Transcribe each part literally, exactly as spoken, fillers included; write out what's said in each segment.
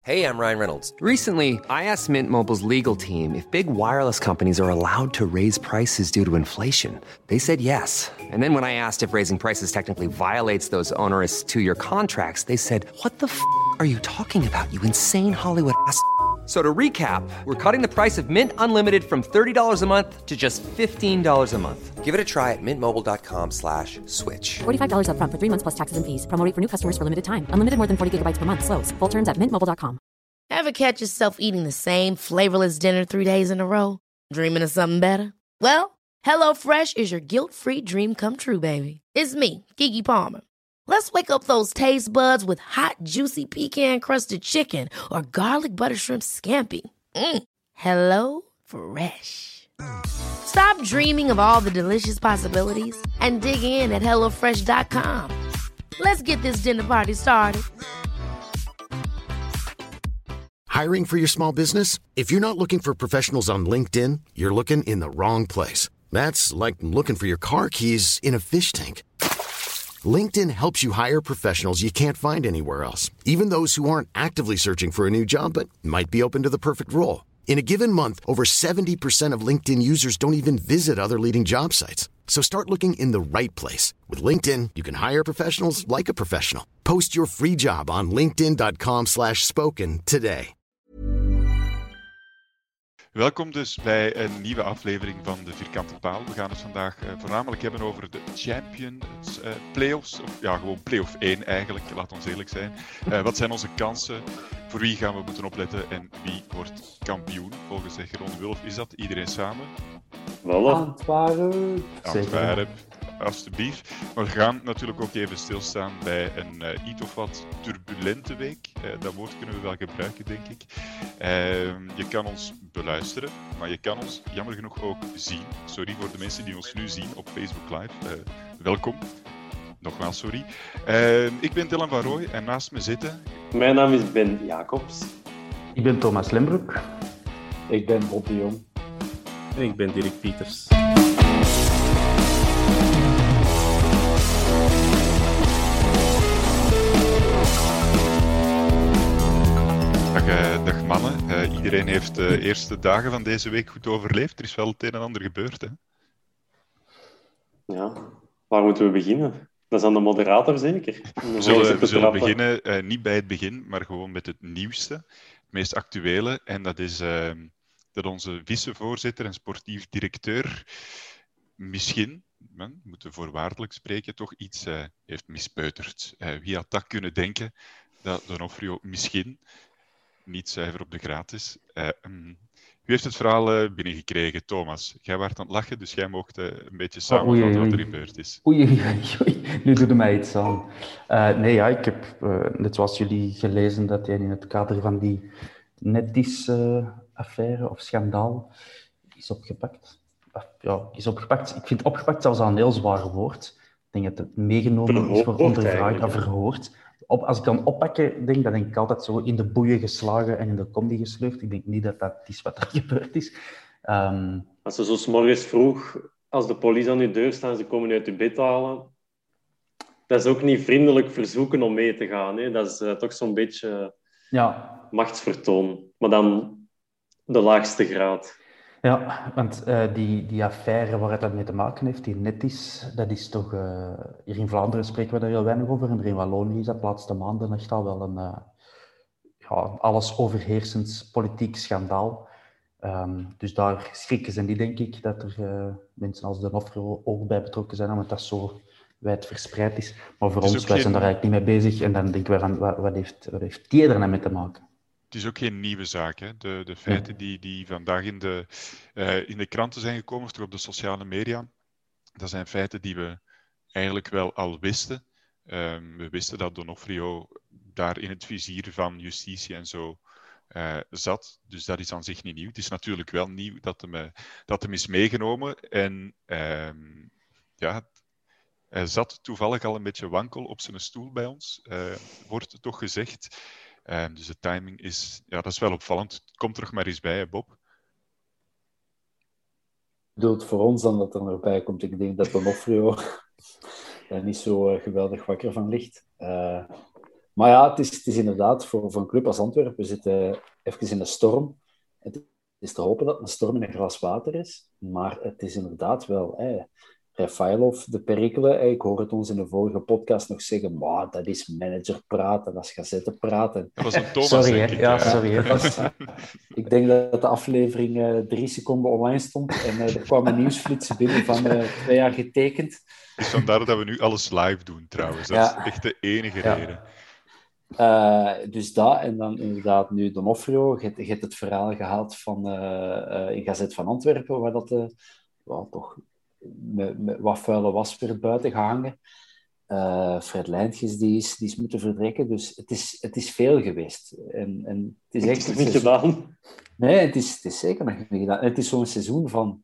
Hey, I'm Ryan Reynolds. Recently, I asked Mint Mobile's legal team if big wireless companies are allowed to raise prices due to inflation. They said yes. And then when I asked if raising prices technically violates those onerous two-year contracts, they said, "What the f*** are you talking about, you insane Hollywood ass f- So to recap, we're cutting the price of Mint Unlimited from thirty dollars a month to just fifteen dollars a month. Give it a try at mintmobile.com slash switch. forty-five dollars up front for three months plus taxes and fees. Promo rate for new customers for limited time. Unlimited more than forty gigabytes per month. Slows full terms at mint mobile dot com. Ever catch yourself eating the same flavorless dinner three days in a row? Dreaming of something better? Well, HelloFresh is your guilt-free dream come true, baby. It's me, Keke Palmer. Let's wake up those taste buds with hot, juicy pecan-crusted chicken or garlic butter shrimp scampi. Mm. Hello Fresh. Stop dreaming of all the delicious possibilities and dig in at hello fresh dot com. Let's get this dinner party started. Hiring for your small business? If you're not looking for professionals on LinkedIn, you're looking in the wrong place. That's like looking for your car keys in a fish tank. LinkedIn helps you hire professionals you can't find anywhere else, even those who aren't actively searching for a new job but might be open to the perfect role. In a given month, over seventy percent of LinkedIn users don't even visit other leading job sites. So start looking in the right place. With LinkedIn, you can hire professionals like a professional. Post your free job on linkedin.com slash spoken today. Welkom dus bij een nieuwe aflevering van de Vierkante Paal. We gaan het vandaag uh, voornamelijk hebben over de Champions uh, Playoffs. Of ja, gewoon Playoff één eigenlijk, laat ons eerlijk zijn. Uh, wat zijn onze kansen? Voor wie gaan we moeten opletten? En wie wordt kampioen? Volgens de Ronde Wulf is dat iedereen samen. Voilà. Antwerpen. Antwerpen, alstublieft. Maar we gaan natuurlijk ook even stilstaan bij een uh, iets of wat turbulente week. Uh, dat woord kunnen we wel gebruiken, denk ik. Uh, je kan ons beluisteren, maar je kan ons jammer genoeg ook zien. Sorry voor de mensen die ons nu zien op Facebook Live. Uh, welkom. Nogmaals, sorry. Uh, ik ben Dylan van Rooij en naast me zitten... Mijn naam is Ben Jacobs. Ik ben Thomas Lembroek. Ik ben Bob de Jong. En ik ben Dirk Pieters. Dag, uh, dag mannen. Uh, iedereen heeft de eerste dagen van deze week goed overleefd. Er is wel het een en ander gebeurd, hè? Ja, waar moeten we beginnen? Dat is aan de moderator zeker? We zullen, we zullen beginnen, uh, niet bij het begin, maar gewoon met het nieuwste, het meest actuele. En dat is uh, dat onze vicevoorzitter en sportief directeur misschien, we moeten voorwaardelijk spreken, toch iets uh, heeft mispeuterd. Uh, wie had dat kunnen denken, dat D'Onofrio misschien niet zuiver op de graad is. Uh, um, wie heeft het verhaal uh, binnengekregen? Thomas, jij waart aan het lachen, dus jij mocht uh, een beetje samenvatten oh, wat er gebeurd is. Oei, oei, oei, nu doe je mij iets aan. Uh, nee, ja, ik heb, uh, net zoals jullie, gelezen dat hij in het kader van die Netis-affaire uh, of schandaal is opgepakt. Uh, ja, is opgepakt. Ik vind opgepakt zelfs al een heel zwaar woord. Ik denk dat het meegenomen verhoord, is voor ondervraagd en verhoord. Op, als ik dan oppakken denk, dan denk ik altijd zo in de boeien geslagen en in de combi gesleurd. Ik denk niet dat dat is wat er gebeurd is. Um... Als ze zo 's morgens vroeg, als de politie aan je deur staan, ze komen uit je bed halen, dat is ook niet vriendelijk verzoeken om mee te gaan. Hè? Dat is uh, toch zo'n beetje ja. machtsvertoon. Maar dan de laagste graad. Ja, want uh, die, die affaire waar het dat mee te maken heeft, die Netis, dat is toch... Uh, hier in Vlaanderen spreken we daar heel weinig over. En er in Wallonië is dat de laatste maanden echt al wel een uh, ja, alles overheersend politiek schandaal. Um, dus daar schrikken ze niet, denk ik, dat er uh, mensen als D'Onofrio ook bij betrokken zijn, omdat dat zo wijd verspreid is. Maar voor ons, wij geen... zijn daar eigenlijk niet mee bezig. En dan denken we van, wat, wat, heeft, wat heeft die er nou mee te maken? Het is ook geen nieuwe zaak. Hè? De, de feiten die, die vandaag in de, uh, in de kranten zijn gekomen, of op de sociale media, dat zijn feiten die we eigenlijk wel al wisten. Um, we wisten dat D'Onofrio daar in het vizier van justitie en zo uh, zat. Dus dat is aan zich niet nieuw. Het is natuurlijk wel nieuw dat hem, uh, dat hem is meegenomen. En um, ja, hij zat toevallig al een beetje wankel op zijn stoel bij ons, uh, wordt toch gezegd. Um, dus de timing is, ja, dat is wel opvallend. Komt er nog maar eens bij, hè, Bob? Ik bedoel het voor ons dan dat er nog bij komt. Ik denk dat D'Onofrio daar niet zo uh, geweldig wakker van ligt. Uh, Maar ja, het is, het is inderdaad voor, voor een club als Antwerpen, we zitten even in een storm. Het is te hopen dat een storm in een glas water is, maar het is inderdaad wel... Hey, Rafailov, de perikelen, ik hoor het ons in de vorige podcast nog zeggen, maar dat is manager praten, dat is gazette praten. Dat was een Thomas, Sorry, denk hè. ik. Ja, Ja. sorry. Hè. Dat is- ik denk dat de aflevering uh, drie seconden online stond en uh, er kwamen nieuwsflitsen binnen van uh, twee jaar getekend. Dus vandaar dat we nu alles live doen, trouwens. Dat Ja. is echt de enige Ja. reden. Uh, dus dat, en dan inderdaad nu D'Onofrio. Je, je hebt het verhaal gehaald van, uh, uh, in Gazet van Antwerpen, waar dat uh, well, toch met, met wat vuile was werd buiten gehangen. Uh, Fred Lijntjes die is, die is moeten vertrekken. Dus het is, het is veel geweest. En, en het is echt Het is niet seizoen... gedaan. Nee, het is, het is zeker nog niet gedaan. Het is zo'n seizoen van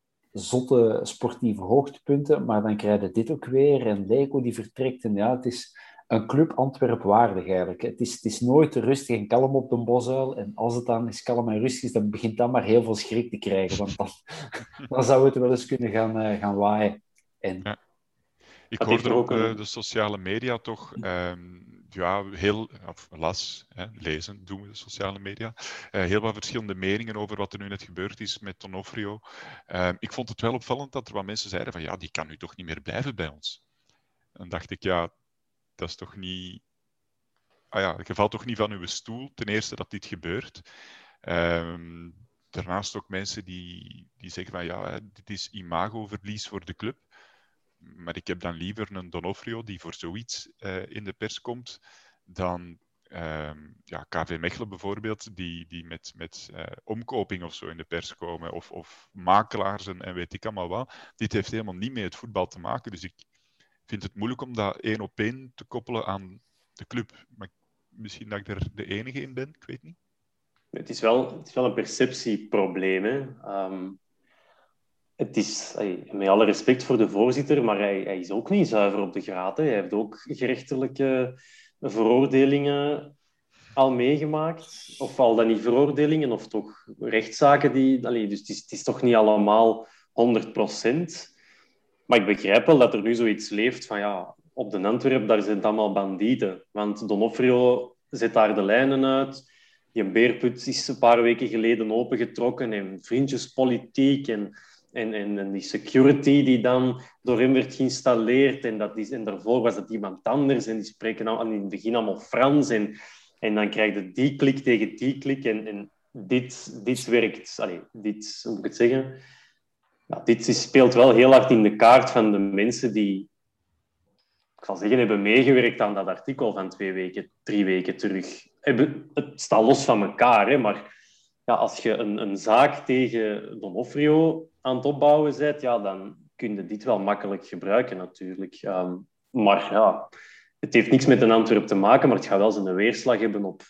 zotte sportieve hoogtepunten, maar dan krijg je dit ook weer. En Leko die vertrekt. En ja, het is een club Antwerp waardig eigenlijk. Het is, het is nooit rustig en kalm op de Bosuil. En als het dan is kalm en rustig is, dan begint dat maar heel veel schrik te krijgen. Want dan, dan zou het wel eens kunnen gaan, uh, gaan waaien. En... Ja. Ik Dat hoorde heeft op ook uh, een- de sociale media toch, um, ja, heel, of las, hè, lezen doen we de sociale media, uh, heel wat verschillende meningen over wat er nu net gebeurd is met D'Onofrio. Um, ik vond het wel opvallend dat er wat mensen zeiden van ja, die kan nu toch niet meer blijven bij ons. Dan dacht ik, ja, dat is toch niet... Ah ja, je valt toch niet van uw stoel, ten eerste dat dit gebeurt. Um, daarnaast ook mensen die, die zeggen van ja, dit is imagoverlies voor de club. Maar ik heb dan liever een D'Onofrio die voor zoiets uh, in de pers komt dan um, ja, K V Mechelen bijvoorbeeld, die, die met, met uh, omkoping of zo in de pers komen, of, of makelaars en, en weet ik allemaal wat. Dit heeft helemaal niet met het voetbal te maken, dus ik vind het moeilijk om dat één op één te koppelen aan de club. Maar misschien dat ik er de enige in ben, ik weet niet. Het is wel, het is wel een perceptieprobleem. Hè. Um, het is, ay, met alle respect voor de voorzitter, maar hij, hij is ook niet zuiver op de graad. Hè. Hij heeft ook gerechtelijke veroordelingen al meegemaakt. Of al dan niet veroordelingen, of toch rechtszaken. Die, allee, dus het is, het is toch niet allemaal honderd procent. Maar ik begrijp wel dat er nu zoiets leeft van ja, op de Antwerp, daar zijn het allemaal bandieten. Want D'Onofrio zet daar de lijnen uit. Die beerput is een paar weken geleden opengetrokken en vriendjespolitiek en, en, en, en die security die dan door hem werd geïnstalleerd en, dat is, en daarvoor was dat iemand anders en die spreken al, in het begin allemaal Frans en, en dan krijg je die klik tegen die klik en, en dit, dit werkt, allee, dit, hoe moet ik het zeggen? Ja, dit is, speelt wel heel hard in de kaart van de mensen die, ik zal zeggen, hebben meegewerkt aan dat artikel van twee weken, drie weken terug. Het staat los van elkaar, hè, maar ja, als je een, een zaak tegen D'Onofrio aan het opbouwen bent, ja, dan kun je dit wel makkelijk gebruiken natuurlijk. Um, maar ja, het heeft niks met een Antwerp te maken, maar het gaat wel zijn weerslag hebben op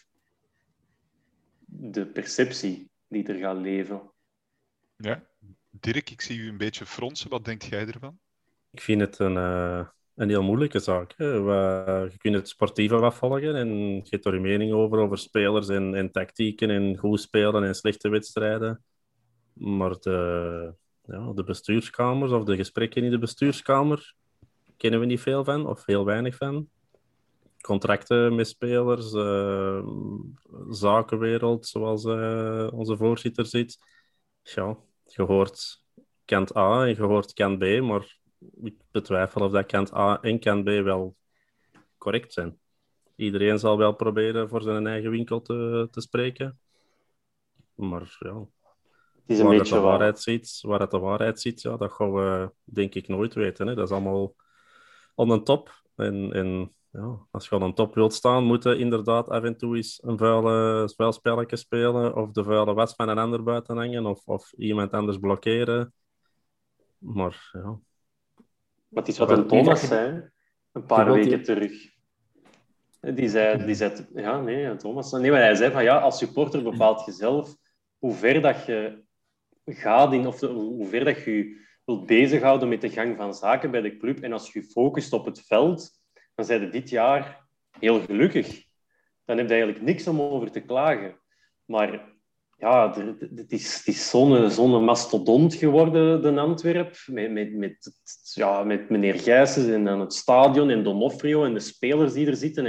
de perceptie die er gaat leven. Ja, Dirk, ik zie u een beetje fronsen. Wat denkt jij ervan? Ik vind het een... Uh... een heel moeilijke zaak. Hè. We, je kunt het sportieve wat volgen en je hebt er je mening over, over spelers en, en tactieken en goed spelen en slechte wedstrijden. Maar de, ja, de bestuurskamers of de gesprekken in de bestuurskamer kennen we niet veel van, of heel weinig van. Contracten met spelers, uh, zakenwereld, zoals uh, onze voorzitter ziet. Ja, je hoort kant A en je hoort kant B, maar ik betwijfel of dat kant A en kant B wel correct zijn. Iedereen zal wel proberen voor zijn eigen winkel te, te spreken. Maar ja, het is een waar, beetje het de waar. waarheid zit, waar het de waarheid zit, ja, dat gaan we denk ik nooit weten. Hè. Dat is allemaal on een top. En, en ja, als je aan een top wilt staan, moet je inderdaad af en toe eens een vuile, vuil spelletje spelen of de vuile was van een ander buiten hangen of, of iemand anders blokkeren. Maar ja... Maar het is wat een Thomas zei, een paar weken terug. Die zei, die zei ja, nee, Thomas. Nee, maar hij zei van ja, als supporter bepaalt je zelf hoe ver dat je gaat in, of hoe ver dat je je wilt bezighouden met de gang van zaken bij de club. En als je je focust op het veld, dan zijn je dit jaar heel gelukkig. Dan heb je eigenlijk niks om over te klagen. Maar ja, het is, het is zo'n, zo'n mastodont geworden, de Antwerp. Met, met, met, ja, met meneer Gijsens en dan het stadion en D'Onofrio en de spelers die er zitten. En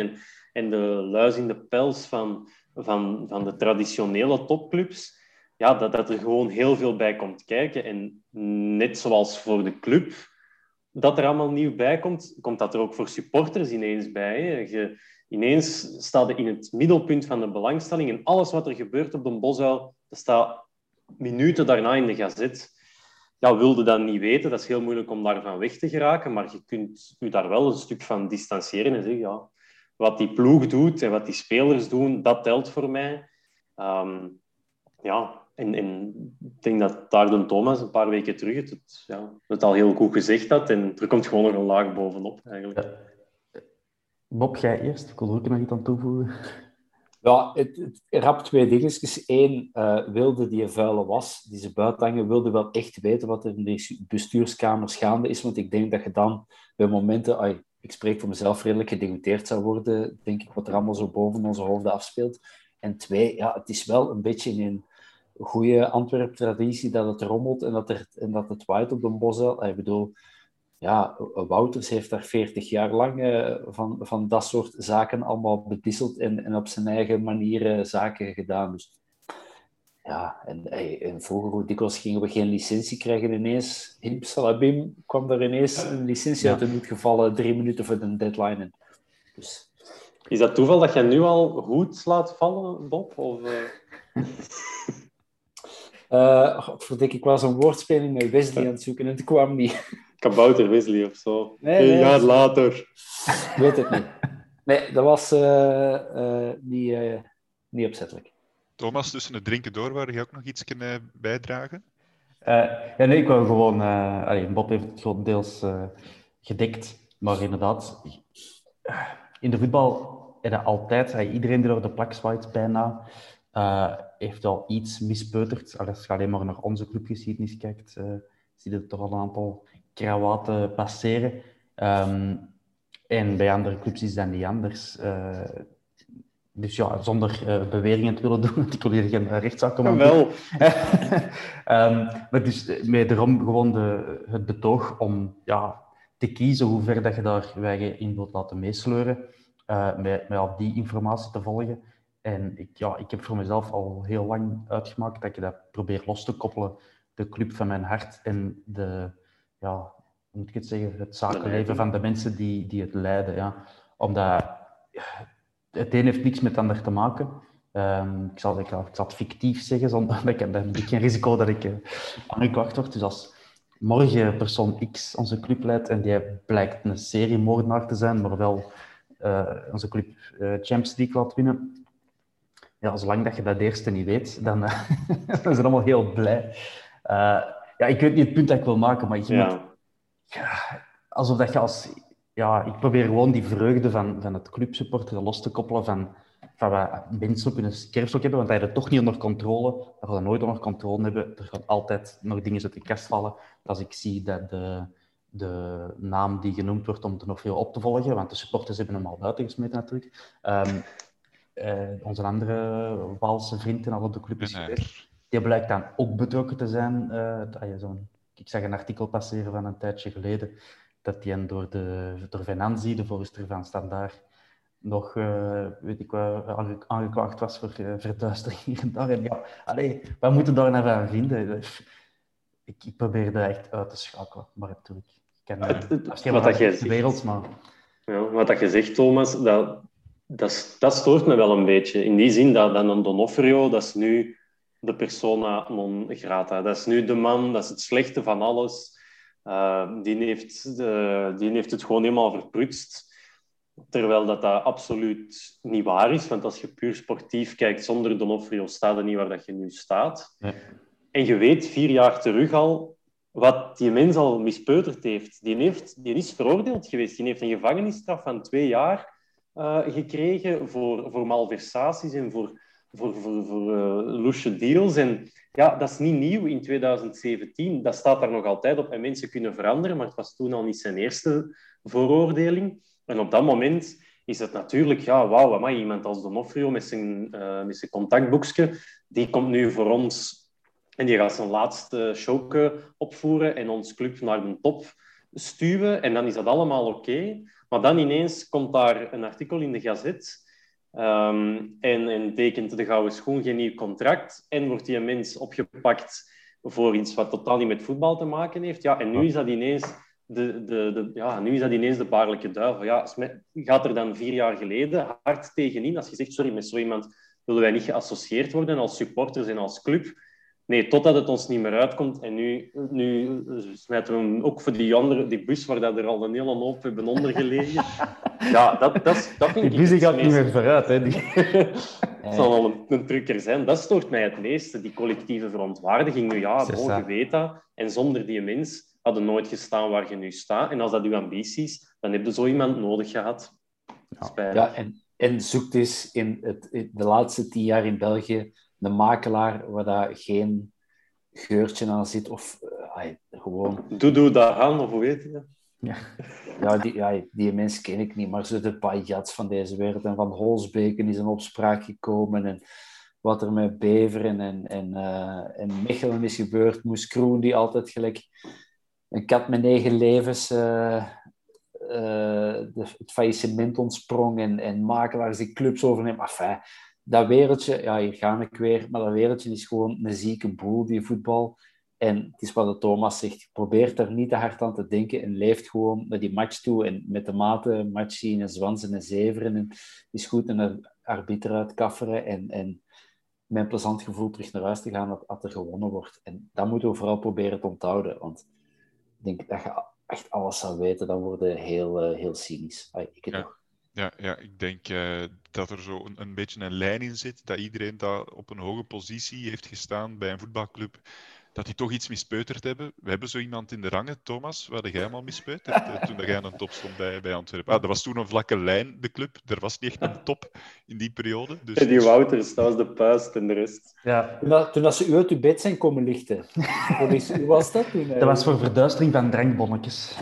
en de luis in de pels van, van, van de traditionele topclubs, ja, dat, dat er gewoon heel veel bij komt kijken. En net zoals voor de club dat er allemaal nieuw bij komt, komt dat er ook voor supporters ineens bij. Hè. Je, ineens staat je in het middelpunt van de belangstelling en alles wat er gebeurt op de Bosuil, dat staat minuten daarna in de gazet. Ja, wilde dat niet weten, dat is heel moeilijk om daarvan weg te geraken, maar je kunt je daar wel een stuk van distancieren en zeggen, ja, wat die ploeg doet en wat die spelers doen, dat telt voor mij. Um, ja, en, en ik denk dat Taarden Thomas een paar weken terug het, het, ja, het al heel goed gezegd had en er komt gewoon nog een laag bovenop, eigenlijk. Ja. Bob, jij eerst. Ik wil er ook nog iets aan toevoegen. Ja, het, het rap twee dingetjes. Eén, uh, wilde die vuile was, die ze buiten hangen, wilde wel echt weten wat er in de bestuurskamers gaande is, want ik denk dat je dan bij momenten, ay, ik spreek voor mezelf, redelijk gedegoûteerd zou worden, denk ik, wat er allemaal zo boven onze hoofden afspeelt. En twee, ja, het is wel een beetje in goede Antwerp-traditie dat het rommelt en dat, er, en dat het waait op de Bosuil. Ik bedoel, ja, Wouters heeft daar veertig jaar lang uh, van, van dat soort zaken allemaal bedisseld en, en op zijn eigen manier uh, zaken gedaan. Dus ja, en, hey, en vroeger, hoe dikwijls gingen we geen licentie krijgen ineens. Hip Salabim kwam daar ineens een licentie ja. uit de hoed gevallen, drie minuten voor de deadline. En dus... Is dat toeval dat je nu al goed laat vallen, Bob? Of, uh... uh, verdik, ik was een woordspeling met Wesley aan het zoeken en het kwam niet. Kabouter Wesley of zo. Nee, nee, Een jaar later. Ik weet het niet. Nee, dat was uh, uh, niet, uh, niet opzettelijk. Thomas, tussen het drinken door, waar je ook nog iets kunnen bijdragen? Uh, ja, nee, ik wou gewoon... Uh, allee, Bob heeft het grotendeels uh, gedekt, maar inderdaad... In de voetbal is dat altijd... Uh, iedereen die door de plak zwaait, bijna... Uh, heeft al iets mispeuterd. Als je alleen maar naar onze clubgeschiedenis kijkt, uh, zie je toch al een aantal krawaten passeren. Um, en bij andere clubs is dat niet anders. Uh, dus ja, zonder uh, beweringen te willen doen, want ik wil hier geen rechtszaak komen. Wel. um, maar dus met daarom gewoon de, het betoog om ja, te kiezen hoe ver dat je daar wij in wilt laten meesleuren, uh, met, met al die informatie te volgen. En ik, ja, ik heb voor mezelf al heel lang uitgemaakt dat ik dat probeer los te koppelen, de club van mijn hart en de, ja, hoe moet ik het zeggen, het zakenleven van de mensen die, die het leiden. Ja. Omdat het een heeft niks met het ander te maken. Um, ik, zal, ik, ik zal het fictief zeggen, zonder, dan heb ik geen risico dat ik uh, aangeklaagd word. Dus als morgen persoon X onze club leidt en die blijkt een seriemoordenaar te zijn, maar wel uh, onze club uh, Champions League laat winnen, ja, zolang dat je dat eerste niet weet, dan, uh, dan zijn ze allemaal heel blij. Uh, ja, ik weet niet het punt dat ik wil maken, maar je ja. moet... Ja, alsof dat je als... Ja, ik probeer gewoon die vreugde van, van het clubsupporter los te koppelen van, van wat mensen op hun kerfstok hebben, want dat je het toch niet onder controle, dat we dat nooit onder controle hebben. Er gaan altijd nog dingen uit de kast vallen. Als ik zie dat de, de naam die genoemd wordt om er nog veel op te volgen, want de supporters hebben hem al buiten gesmeten natuurlijk. Um, uh, onze andere Waalse vriend en al op de club is geweest, die blijkt dan ook betrokken te zijn. Uh, dat je zo'n Ik zag een artikel passeren van een tijdje geleden dat die door, de, door Venanzi, de voorzitter van Standaard, nog, uh, weet ik wat, aangeklaagd was voor uh, verduistering hier en daar. En ja, allee, wat moeten daar nou van vinden? Ik, ik probeer dat echt uit te schakelen, maar natuurlijk. Ik ken het, het, wat wat dat je de wereld, maar... Ja, wat dat je zegt, Thomas, dat, dat, dat stoort me wel een beetje. In die zin dat, dat een D'Onofrio, dat is nu de persona non grata. Dat is nu de man, dat is het slechte van alles. Uh, die, heeft, de, die heeft het gewoon helemaal verprutst. Terwijl dat, dat absoluut niet waar is. Want als je puur sportief kijkt, zonder D'Onofrio staat er niet waar dat je nu staat. Ja. En je weet vier jaar terug al wat die mens al mispeuterd heeft. Die, heeft. die is veroordeeld geweest. Die heeft een gevangenisstraf van twee jaar uh, gekregen voor, voor malversaties en voor... voor, voor, voor uh, loesje deals. En ja, dat is niet nieuw in twintig zeventien. Dat staat daar nog altijd op. En mensen kunnen veranderen, maar het was toen al niet zijn eerste veroordeling. En op dat moment is het natuurlijk... Ja, wauw, amai, iemand als D'Onofrio met zijn, uh, met zijn contactboekje, die komt nu voor ons en die gaat zijn laatste show opvoeren en ons club naar de top stuwen en dan is dat allemaal oké. Okay. Maar dan ineens komt daar een artikel in de Gazet um, en, en tekent de Gouden Schoen geen nieuw contract en wordt die mens opgepakt voor iets wat totaal niet met voetbal te maken heeft. Ja, en nu is dat ineens de, de, de, ja, nu is dat ineens de baarlijke duivel. Ja, gaat er dan vier jaar geleden hard tegenin als je zegt, sorry, met zo iemand willen wij niet geassocieerd worden als supporters en als club. Nee, totdat het ons niet meer uitkomt. En nu, nu smijten we hem ook voor die, andere, die bus waar dat er al een hele hoop hebben ondergelegen. Ja, dat, dat, dat vind die bus ik... Die gaat niet meer vooruit, hè. Die... Het zal al een, een trucker zijn. Dat stoort mij het meeste, die collectieve verontwaardiging. Nu ja, bon, je weet dat. En zonder die mens hadden nooit gestaan waar je nu staat. En als dat uw ambitie is, dan heb je zo iemand nodig gehad. Ja, ja en, en zoekt eens in, het, in de laatste tien jaar in België een makelaar waar daar geen geurtje aan zit. Of uh, ay, gewoon... Doe, doe dat aan, of hoe weet je dat? Ja, ja, die, ja, die mensen ken ik niet, maar zo de Payats van deze wereld en van Holsbeken is een opspraak gekomen en wat er met Beveren en, en, uh, en Mechelen is gebeurd. Moes Kroen, die altijd gelijk een kat met negen levens uh, uh, de, het faillissement ontsprong en, en makelaars die clubs overnemen. Enfin, dat wereldje, ja, hier ga ik weer, maar dat wereldje is gewoon een zieke boel, die voetbal. En het is wat de Thomas zegt, probeer daar niet te hard aan te denken en leeft gewoon naar die match toe en met de maten match zien en zwansen en zeveren en is goed een arbiter uitkafferen en, en met een plezant gevoel terug naar huis te gaan dat, dat er gewonnen wordt. En dat moeten we vooral proberen te onthouden, want ik denk dat je echt alles zou weten, dan word je heel, uh, heel cynisch. Ay, ik het ja. toch. Ja, ja, ik denk uh, dat er zo een, een beetje een lijn in zit, dat iedereen daar op een hoge positie heeft gestaan bij een voetbalclub, dat die toch iets mispeuterd hebben. We hebben zo iemand in de rangen, Thomas, waar jij hem al mispeuterd toen jij aan een top stond bij, bij Antwerpen. Ah, dat was toen een vlakke lijn, de club. Er was niet echt een top in die periode. Dus... En die Wouters, dat was de puist en de rest. Ja. Toen, dat, toen dat ze u uit uw bed zijn komen lichten. Hoe was dat toen? Dat was voor verduistering van drankbonnetjes.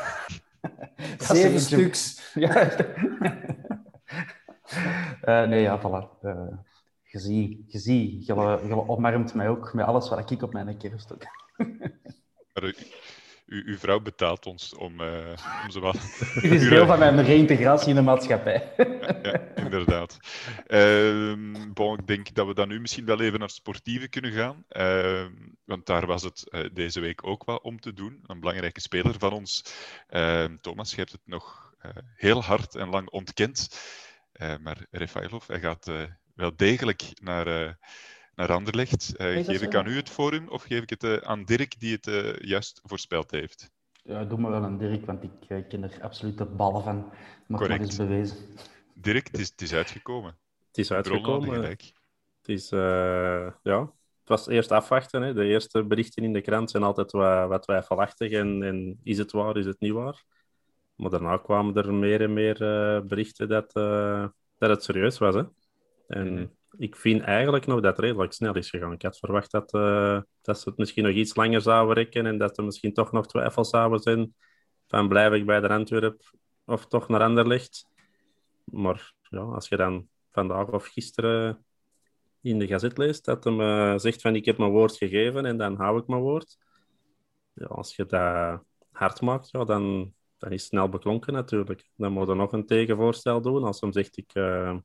Zeven stuks. Ja. uh, nee, ja, voilà. Uh, je ziet, je ziet, je, je omarmt mij ook met alles wat ik op mijn kerst doe. Maar, u, uw vrouw betaalt ons om, uh, om ze wat... Het is deel van mijn reïntegratie in de maatschappij. Ja, ja, inderdaad. Uh, bon, ik denk dat we dan nu misschien wel even naar het sportieve kunnen gaan. Uh, want daar was het uh, deze week ook wel om te doen. Een belangrijke speler van ons. Uh, Thomas, je hebt het nog uh, heel hard en lang ontkend. Uh, maar Refailov, hij gaat uh, wel degelijk naar, uh, naar Anderlecht. Uh, geef ik aan u het forum of geef ik het uh, aan Dirk die het uh, juist voorspeld heeft? Ja, doe maar wel aan Dirk, want ik uh, ken er absoluut de ballen van. Mag nog eens bewezen. Dirk, het is, het is uitgekomen. Het is uitgekomen. Het is, uh, ja, het was eerst afwachten. Hè. De eerste berichten in de krant zijn altijd wat, wat twijfelachtig. En, en is het waar, is het niet waar? Maar daarna kwamen er meer en meer uh, berichten dat, uh, dat het serieus was. Hè. En mm-hmm. ik vind eigenlijk nog dat het redelijk snel is gegaan. Ik had verwacht dat, uh, dat ze het misschien nog iets langer zouden rekken en dat er misschien toch nog twijfels zouden zijn van blijf ik bij de Antwerp of toch naar Anderlecht. Maar ja, als je dan vandaag of gisteren in de Gazet leest dat hem uh, zegt van ik heb mijn woord gegeven en dan hou ik mijn woord. Ja, als je dat hard maakt, ja, dan, dan is het snel beklonken natuurlijk. Dan moet je nog een tegenvoorstel doen. Als hem zegt ik, uh,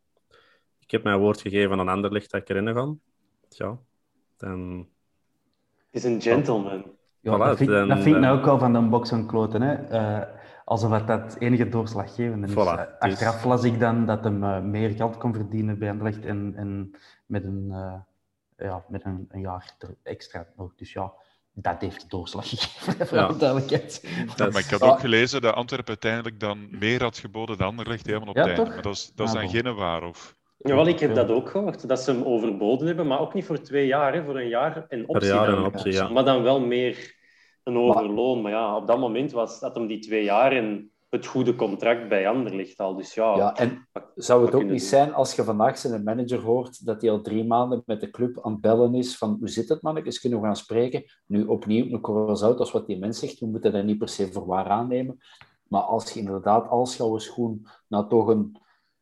ik heb mijn woord gegeven aan Anderlecht dat ik erin ga. Ja, dan... Het is een gentleman. Ja, voilà, dat, vind, dan, dat vind ik nou ook wel van de box van kloten. Hè. Uh, alsof het dat enige doorslaggevende is. Voilà, Achteraf dus... las ik dan dat hem uh, meer geld kon verdienen bij Anderlecht en, en met een, uh, ja, met een, een jaar extra nog. Dus ja, dat heeft de doorslag gegeven, voor ja. de duidelijkheid. Ja, maar ik had ook gelezen dat Antwerpen uiteindelijk dan meer had geboden dan Anderlecht helemaal op ja, het einde. Toch? Maar dat is, dat is ja, dan bon. geen waar, of... Jawel, ik heb dat ook gehoord, dat ze hem overboden hebben, maar ook niet voor twee jaar, hè, voor een jaar en optie. Per jaar dan, een optie, ja. Maar dan wel meer een overloon. Maar ja, op dat moment was dat hem die twee jaar en het goede contract bij Anderlecht al. Dus ja, ja en zou het ook niet zijn als je vandaag zijn manager hoort dat hij al drie maanden met de club aan het bellen is van hoe zit het mannetjes, kunnen we gaan spreken? Nu opnieuw, een korrelzout als wat die mens zegt, we moeten dat niet per se voor waar aannemen. Maar als je inderdaad als Gouden Schoen na toch een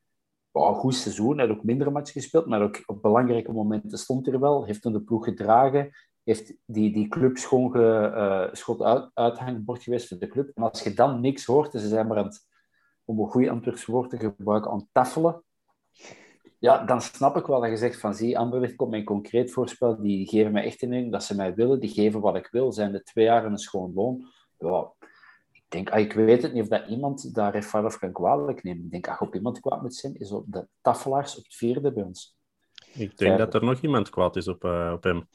oh, goed seizoen, hij heeft ook mindere matchen gespeeld, maar ook op belangrijke momenten stond hij er wel, heeft hem de ploeg gedragen heeft die, die club schoon ge, uh, schot uit, uithangbord geweest voor de club. En als je dan niks hoort, en ze zijn maar aan het, om een goed Antwerps woord te gebruiken, aan het taffelen, ja, dan snap ik wel dat je zegt van, zie, Anderlecht komt met een concreet voorspel, die geven mij echt in dat ze mij willen, die geven wat ik wil, zijn de twee jaar een schoon loon. Ja, ik denk, ah, ik weet het niet of dat iemand daar Refailov kan kwalijk nemen. Ik denk, als op iemand kwaad moet zijn, is op de taffelaars op het vierde bij ons. Ik denk Vijfde. dat er nog iemand kwaad is op, uh, op hem.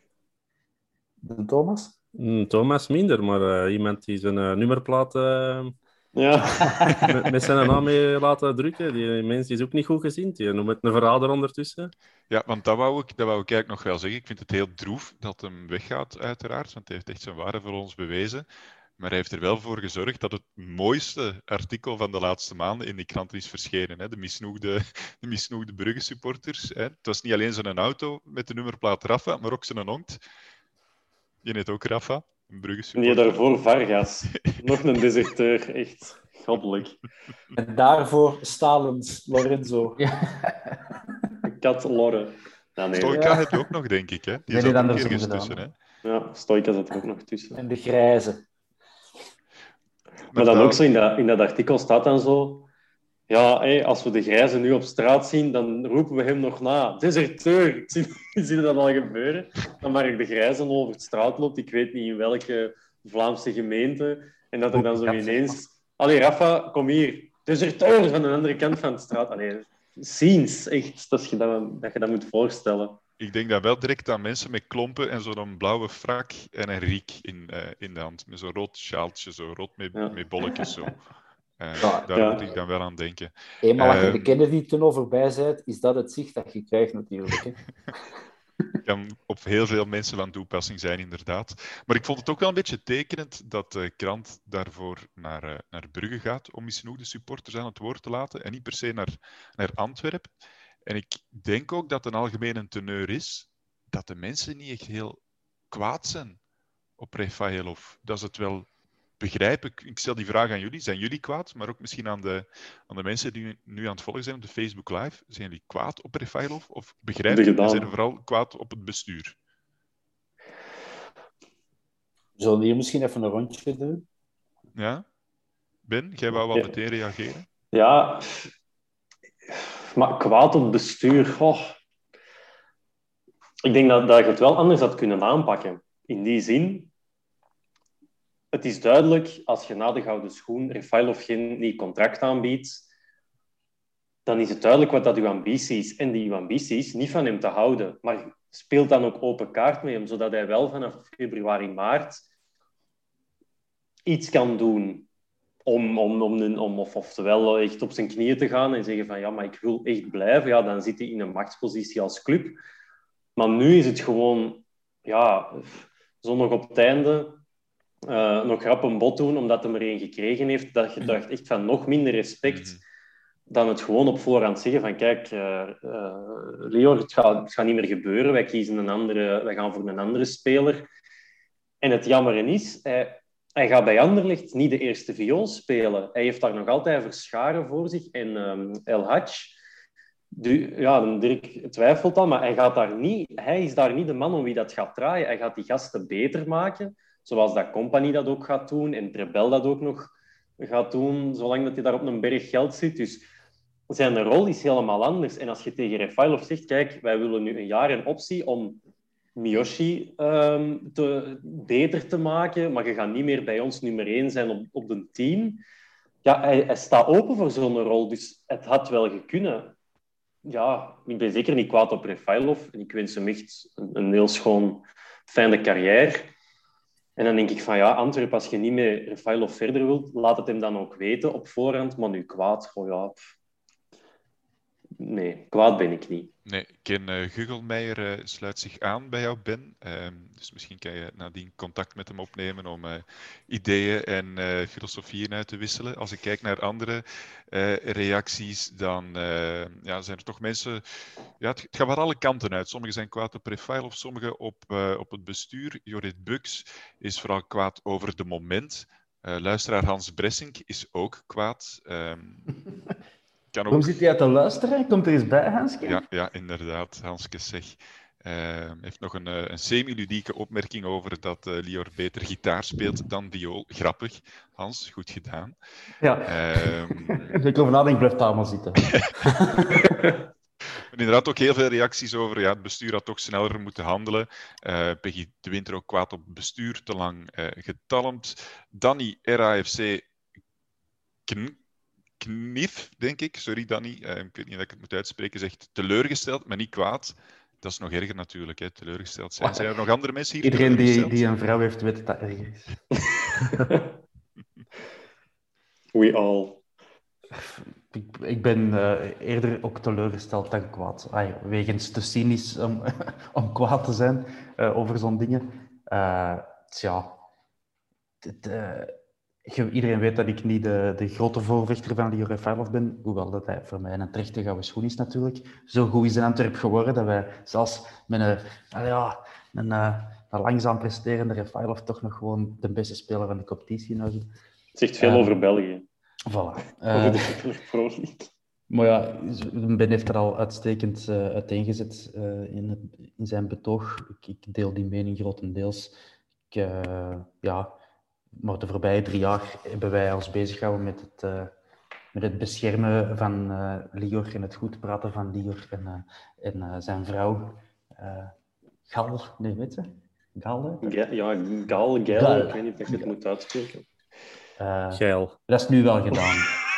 De Thomas? Mm, Thomas minder, maar uh, iemand die zijn uh, nummerplaat uh, ja. met, met zijn naam mee laten drukken. Die mens is ook niet goed gezien. Die noemt het een verrader ondertussen. Ja, want dat wou, ik, dat wou ik eigenlijk nog wel zeggen. Ik vind het heel droef dat hem weggaat, uiteraard. Want hij heeft echt zijn waarde voor ons bewezen. Maar hij heeft er wel voor gezorgd dat het mooiste artikel van de laatste maanden in die krant is verschenen. Hè? De misnoegde, de misnoegde Brugge-supporters. Hè? Het was niet alleen zijn auto met de nummerplaat Rafa, maar ook zijn hond. Je heet ook Rafa, een Brugge-supporter. Die daarvoor Vargas. Nog een deserteur, echt goddelijk. En daarvoor Stalens, Lorenzo. Kat Lorre. Nou, nee. Stoica ja. heb je ook nog, denk ik. Hè? Die nee, zat die ook ergens tussen. Hè? Ja, Stoica zat er ook nog tussen. En de grijze. Maar dan ook zo in dat, in dat artikel staat dan zo... Ja, hé, als we de grijze nu op straat zien, dan roepen we hem nog na. Deserteur! Zie je dat al gebeuren? Dan Mark de Grijze over de straat loopt, ik weet niet in welke Vlaamse gemeente, en dat er dan zo ineens... Allee, Rafa, kom hier. Deserteur van de andere kant van de straat. Allee, scenes, echt, dat je dat, dat je dat moet voorstellen. Ik denk dat wel direct aan mensen met klompen en zo'n blauwe frak en een riek in, uh, in de hand. Met zo'n rood sjaaltje, zo rood met, ja. met bolletjes. Zo. Uh, ja, daar ja. moet ik dan wel aan denken. Eenmaal als je uh, de Kennedy-tunnel voorbij bent, is dat het zicht dat je krijgt natuurlijk. Hè? Kan op heel veel mensen van toepassing zijn, inderdaad. Maar ik vond het ook wel een beetje tekenend dat de krant daarvoor naar, uh, naar Brugge gaat om misnoegde supporters aan het woord te laten en niet per se naar, naar Antwerpen. En ik denk ook dat een algemene teneur is dat de mensen niet echt heel kwaad zijn op Refailov. Dat is het wel begrijpen. Ik stel die vraag aan jullie. Zijn jullie kwaad? Maar ook misschien aan de, aan de mensen die nu aan het volgen zijn op de Facebook Live. Zijn jullie kwaad op Refailov? Of begrijpen jullie? Zijn vooral kwaad op het bestuur? We zullen hier misschien even een rondje doen. Ja? Ben, jij wou wel ja. meteen reageren? Ja, maar kwaad op het bestuur. Oh. Ik denk dat, dat je het wel anders had kunnen aanpakken. In die zin... Het is duidelijk, als je na de gouden schoen Refailov geen nieuw contract aanbiedt, dan is het duidelijk wat dat uw ambitie is. En die uw ambitie is niet van hem te houden. Maar speelt dan ook open kaart met hem, zodat hij wel vanaf februari, maart iets kan doen om, om, om, om of, oftewel echt op zijn knieën te gaan en zeggen van ja, maar ik wil echt blijven. Ja, dan zit hij in een machtspositie als club. Maar nu is het gewoon, ja, zo nog op het einde... Uh, nog rap een bod doen, omdat hij er één gekregen heeft, dat getuigt echt van nog minder respect mm-hmm. dan het gewoon op voorhand zeggen van kijk, uh, uh, Leo, het gaat, het gaat niet meer gebeuren, wij kiezen een andere, wij gaan voor een andere speler. En het jammer is, hij, hij gaat bij Anderlecht niet de eerste viool spelen. Hij heeft daar nog altijd Verscharen voor zich en um, El Hadj. Du, ja, Dirk twijfelt al, maar hij, gaat daar niet, hij is daar niet de man om wie dat gaat draaien. Hij gaat die gasten beter maken. Zoals dat Company dat ook gaat doen en Trebel dat ook nog gaat doen, zolang dat hij daar op een berg geld zit. Dus zijn rol is helemaal anders. En als je tegen Refailov zegt, kijk, wij willen nu een jaar een optie om Miyoshi um, te, beter te maken, maar je gaat niet meer bij ons nummer één zijn op, op de team. Ja, hij, hij staat open voor zo'n rol, dus het had wel gekunnen. Ja, ik ben zeker niet kwaad op Refailov en ik wens hem echt een, een heel schoon, fijne carrière. En dan denk ik van ja, Antwerpen, als je niet met Refailov verder wilt, laat het hem dan ook weten op voorhand. Maar nu kwaad, oh ja... Pff. Nee, kwaad ben ik niet. Nee, Ken uh, Gugelmeijer uh, sluit zich aan bij jou, Ben. Uh, dus misschien kan je nadien contact met hem opnemen om uh, ideeën en uh, filosofieën uit te wisselen. Als ik kijk naar andere uh, reacties, dan uh, ja, zijn er toch mensen... Ja, het, het gaat maar alle kanten uit. Sommigen zijn kwaad op Refailov, sommigen op, uh, op het bestuur. Jorrit Bux is vooral kwaad over de moment. Uh, luisteraar Hans Bressink is ook kwaad. Um, Kan ook... Hoe zit hij te luisteren? Komt er eens bij, Hanske? Ja, ja, inderdaad, Hanske, zeg. Hij uh, heeft nog een, uh, een semi-ludieke opmerking over dat uh, Lior beter gitaar speelt dan viool. Grappig. Hans, goed gedaan. Ja, um... als ik over nadenk, blijft daar maar zitten. En inderdaad ook heel veel reacties over, ja, het bestuur had toch sneller moeten handelen. Uh, Peggy de Winter ook kwaad op het bestuur, te lang uh, getalmd. Danny, R A F C Kn- Knif, denk ik. Sorry, Danny. Uh, ik weet niet of ik het moet uitspreken. Zegt teleurgesteld, maar niet kwaad. Dat is nog erger natuurlijk, hè, teleurgesteld zijn. Zijn er nog andere mensen hier? Iedereen die, die een vrouw heeft, weet dat dat erger is. We all. Ik, ik ben uh, eerder ook teleurgesteld dan kwaad. Ay, wegens te cynisch om, om kwaad te zijn uh, over zo'n dingen. Uh, tja, het, uh, iedereen weet dat ik niet de, de grote voorvechter van Lior Refailov ben, hoewel dat hij voor mij een terechte gouden schoen is natuurlijk. Zo goed is in Antwerp geworden dat wij zelfs met een, uh, ja, een, uh, een langzaam presterende Refailov toch nog gewoon de beste speler van de competitie houden. Het zegt veel uh, over België. Voilà. Uh, maar ja, Ben heeft er al uitstekend uh, uiteengezet uh, in, het, in zijn betoog. Ik, ik deel die mening grotendeels. Ik, uh, ja, maar de voorbije drie jaar hebben wij ons bezig gehouden met het, uh, met het beschermen van uh, Lior en het goed praten van Lior en, uh, en uh, zijn vrouw. Uh, Gal, nee, weet je? Gal, hè? Ja, ja, Gal, Gal, ik weet niet of ik het moet uitspreken. Uh, Geil. Dat is nu wel gedaan.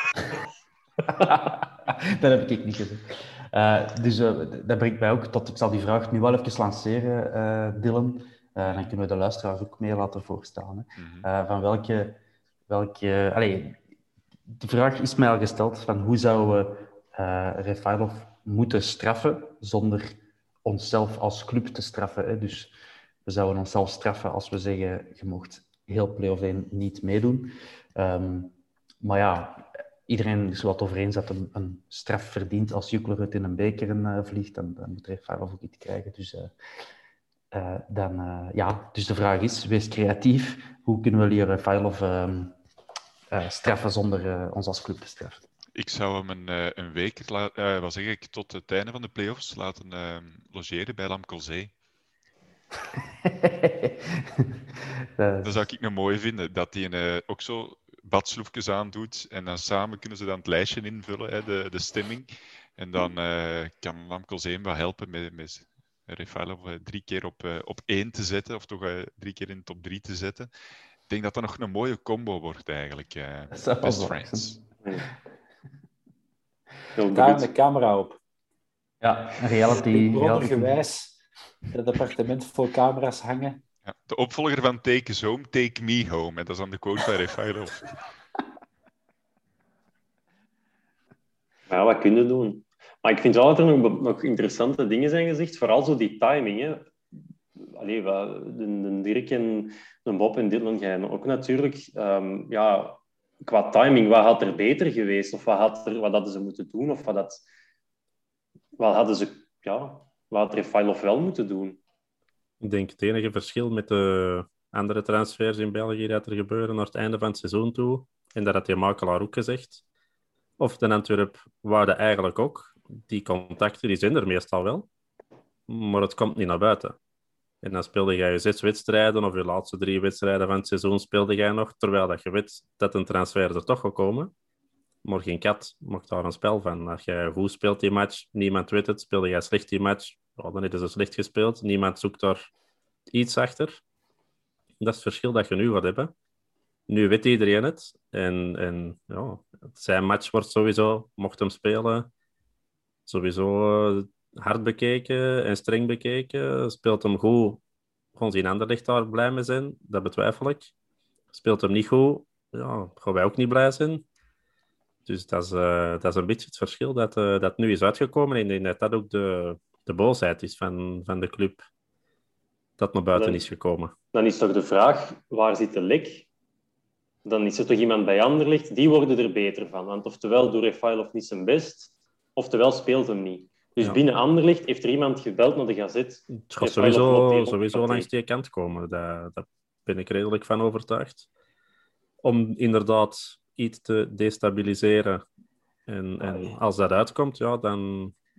Dat heb ik niet gezegd. Uh, dus uh, dat brengt mij ook tot... Ik zal die vraag nu wel even lanceren, uh, Dylan. Uh, dan kunnen we de luisteraars ook meer laten voorstellen. Hè. Mm-hmm. Uh, van welke... welke allez, de vraag is mij al gesteld van hoe zouden we uh, Refailov moeten straffen zonder onszelf als club te straffen. Hè. Dus we zouden onszelf straffen als we zeggen je mocht heel play-off één niet meedoen. Um, maar ja, iedereen is wat over eens dat een, een straf verdient. Als Juklerud in een beker uh, vliegt, dan, dan moet Refailov ook iets krijgen. Dus, uh, uh, dan, uh, ja. dus de vraag is, wees creatief. Hoe kunnen we Lior Refailov uh, uh, straffen zonder uh, ons als club te straffen? Ik zou hem een, uh, een week, la- uh, wat zeg ik, tot het einde van de play-offs laten uh, logeren bij Lamkelzee. Dat, dat zou ik nog mooi vinden, dat hij uh, ook zo badsloefjes aandoet en dan samen kunnen ze dan het lijstje invullen, hè, de, de stemming. En dan uh, kan Lamkelzee hem wel helpen met, met Refailov uh, drie keer op, uh, op één te zetten, of toch uh, drie keer in de top drie te zetten. Ik denk dat dat nog een mooie combo wordt eigenlijk. Uh, best friends. Daar de camera op. Ja, een reality. Bronnergewijs. Het appartement vol camera's hangen. Ja, de opvolger van Take Us Home, Take Me Home. En dat is dan de quote bij Refailov. Ja, wat kunnen we doen? Maar ik vind wel dat er nog, nog interessante dingen zijn gezegd. Vooral zo die timing. Hè. Allee, de, de Dirk en de Bob en Dylan gaan ook natuurlijk. Um, ja, qua timing, wat had er beter geweest? Of wat, had er, wat hadden ze moeten doen? Of wat, had, wat hadden ze... Ja, wat had Refailov wel moeten doen? Ik denk het enige verschil met de andere transfers in België dat er gebeuren naar het einde van het seizoen toe, en dat had die makelaar ook gezegd, of de Antwerp wouden eigenlijk ook, die contacten die zijn er meestal wel, maar het komt niet naar buiten. En dan speelde jij je zes wedstrijden, of je laatste drie wedstrijden van het seizoen speelde jij nog, terwijl dat je weet dat een transfer er toch gaat komen. Maar geen kat maakt daar een spel van. Als jij goed speelt die match, niemand weet het. Speelde jij slecht die match, oh, dan is het slecht gespeeld. Niemand zoekt daar iets achter. Dat is het verschil dat je nu gaat hebben. Nu weet iedereen het. En, en ja, zijn match wordt sowieso, mocht hem spelen, sowieso hard bekeken en streng bekeken. Speelt hem goed, gaan ze in Anderlecht daar blij mee zijn. Dat betwijfel ik. Speelt hem niet goed, ja, gaan wij ook niet blij zijn. Dus dat is, uh, dat is een beetje het verschil dat, uh, dat nu is uitgekomen. En ik denk dat dat ook de, de boosheid is van, van de club. Dat naar buiten dan, is gekomen. Dan is toch de vraag, waar zit de lek? Dan is er toch iemand bij Anderlecht, die worden er beter van. Want oftewel doet Refailov niet zijn best, oftewel speelt hem niet. Dus ja. Binnen Anderlecht heeft er iemand gebeld naar de Gazet. Het gaat sowieso, sowieso langs die kant komen. Daar, daar ben ik redelijk van overtuigd. Om inderdaad iets te destabiliseren. En, en als dat uitkomt, ja, dan,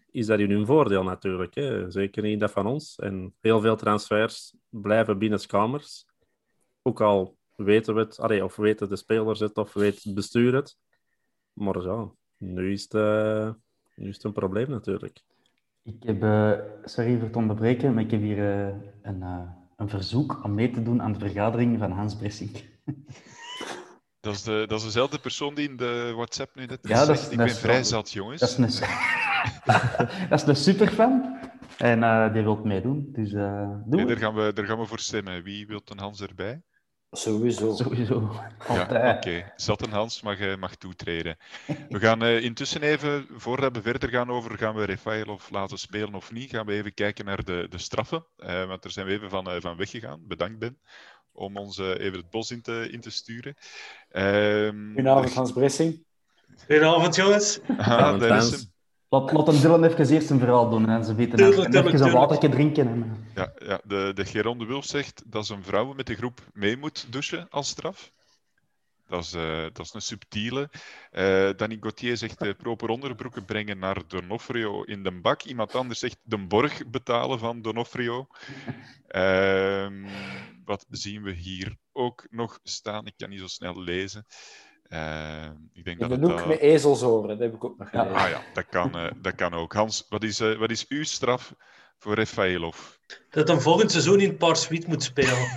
is dat in hun voordeel natuurlijk. Hè. Zeker niet dat van ons. En heel veel transfers blijven binnenskamers. Ook al weten we het, allee, of weten de spelers het, of weet het bestuur het. Maar ja, nu is het, uh, nu is het een probleem natuurlijk. Ik heb, uh, sorry voor het onderbreken, maar ik heb hier uh, een, uh, een verzoek om mee te doen aan de vergadering van Hans Bressink. Dat is, de, dat is dezelfde persoon die in de WhatsApp nu net ja, zegt, is, ik ben vrij zat, jongens. Dat is een, dat is een superfan en uh, die wil meedoen, dus uh, doe nee, daar, gaan we, daar gaan we voor stemmen. Wie wil een Hans erbij? Sowieso. Sowieso. Ja, oké. Okay. Zat een Hans mag, mag toetreden. We gaan uh, intussen even, voordat we verder gaan over gaan we Refailov laten spelen of niet, gaan we even kijken naar de, de straffen. Uh, want daar zijn we even van, uh, van weggegaan. Bedankt, Ben, om ons uh, even het bos in te, in te sturen. Uh, Goedenavond, Hans Bressing. Goedenavond, jongens. Ah, daar is hem. Laat, laat een Dylan even eerst een verhaal doen en ze weten tuurlijk, en tuurlijk, even een watertje drinken. En... Ja, ja, de, de Geron de Wulf zegt dat zijn vrouw met de groep mee moet douchen als straf. Dat is, uh, dat is een subtiele. Uh, Danny Gauthier zegt uh, proper onderbroeken brengen naar Donofrio in de bak. Iemand anders zegt de borg betalen van Donofrio. Uh, wat zien we hier ook nog staan? Ik kan niet zo snel lezen. Uh, ik denk in dat de het, hoek uh... met ezelsoren, dat heb ik ook nog gelezen. Ah ja, dat kan, uh, dat kan ook. Hans, wat is, uh, wat is uw straf voor Refailov? Dat hij volgend seizoen in Paars-Wit moet spelen.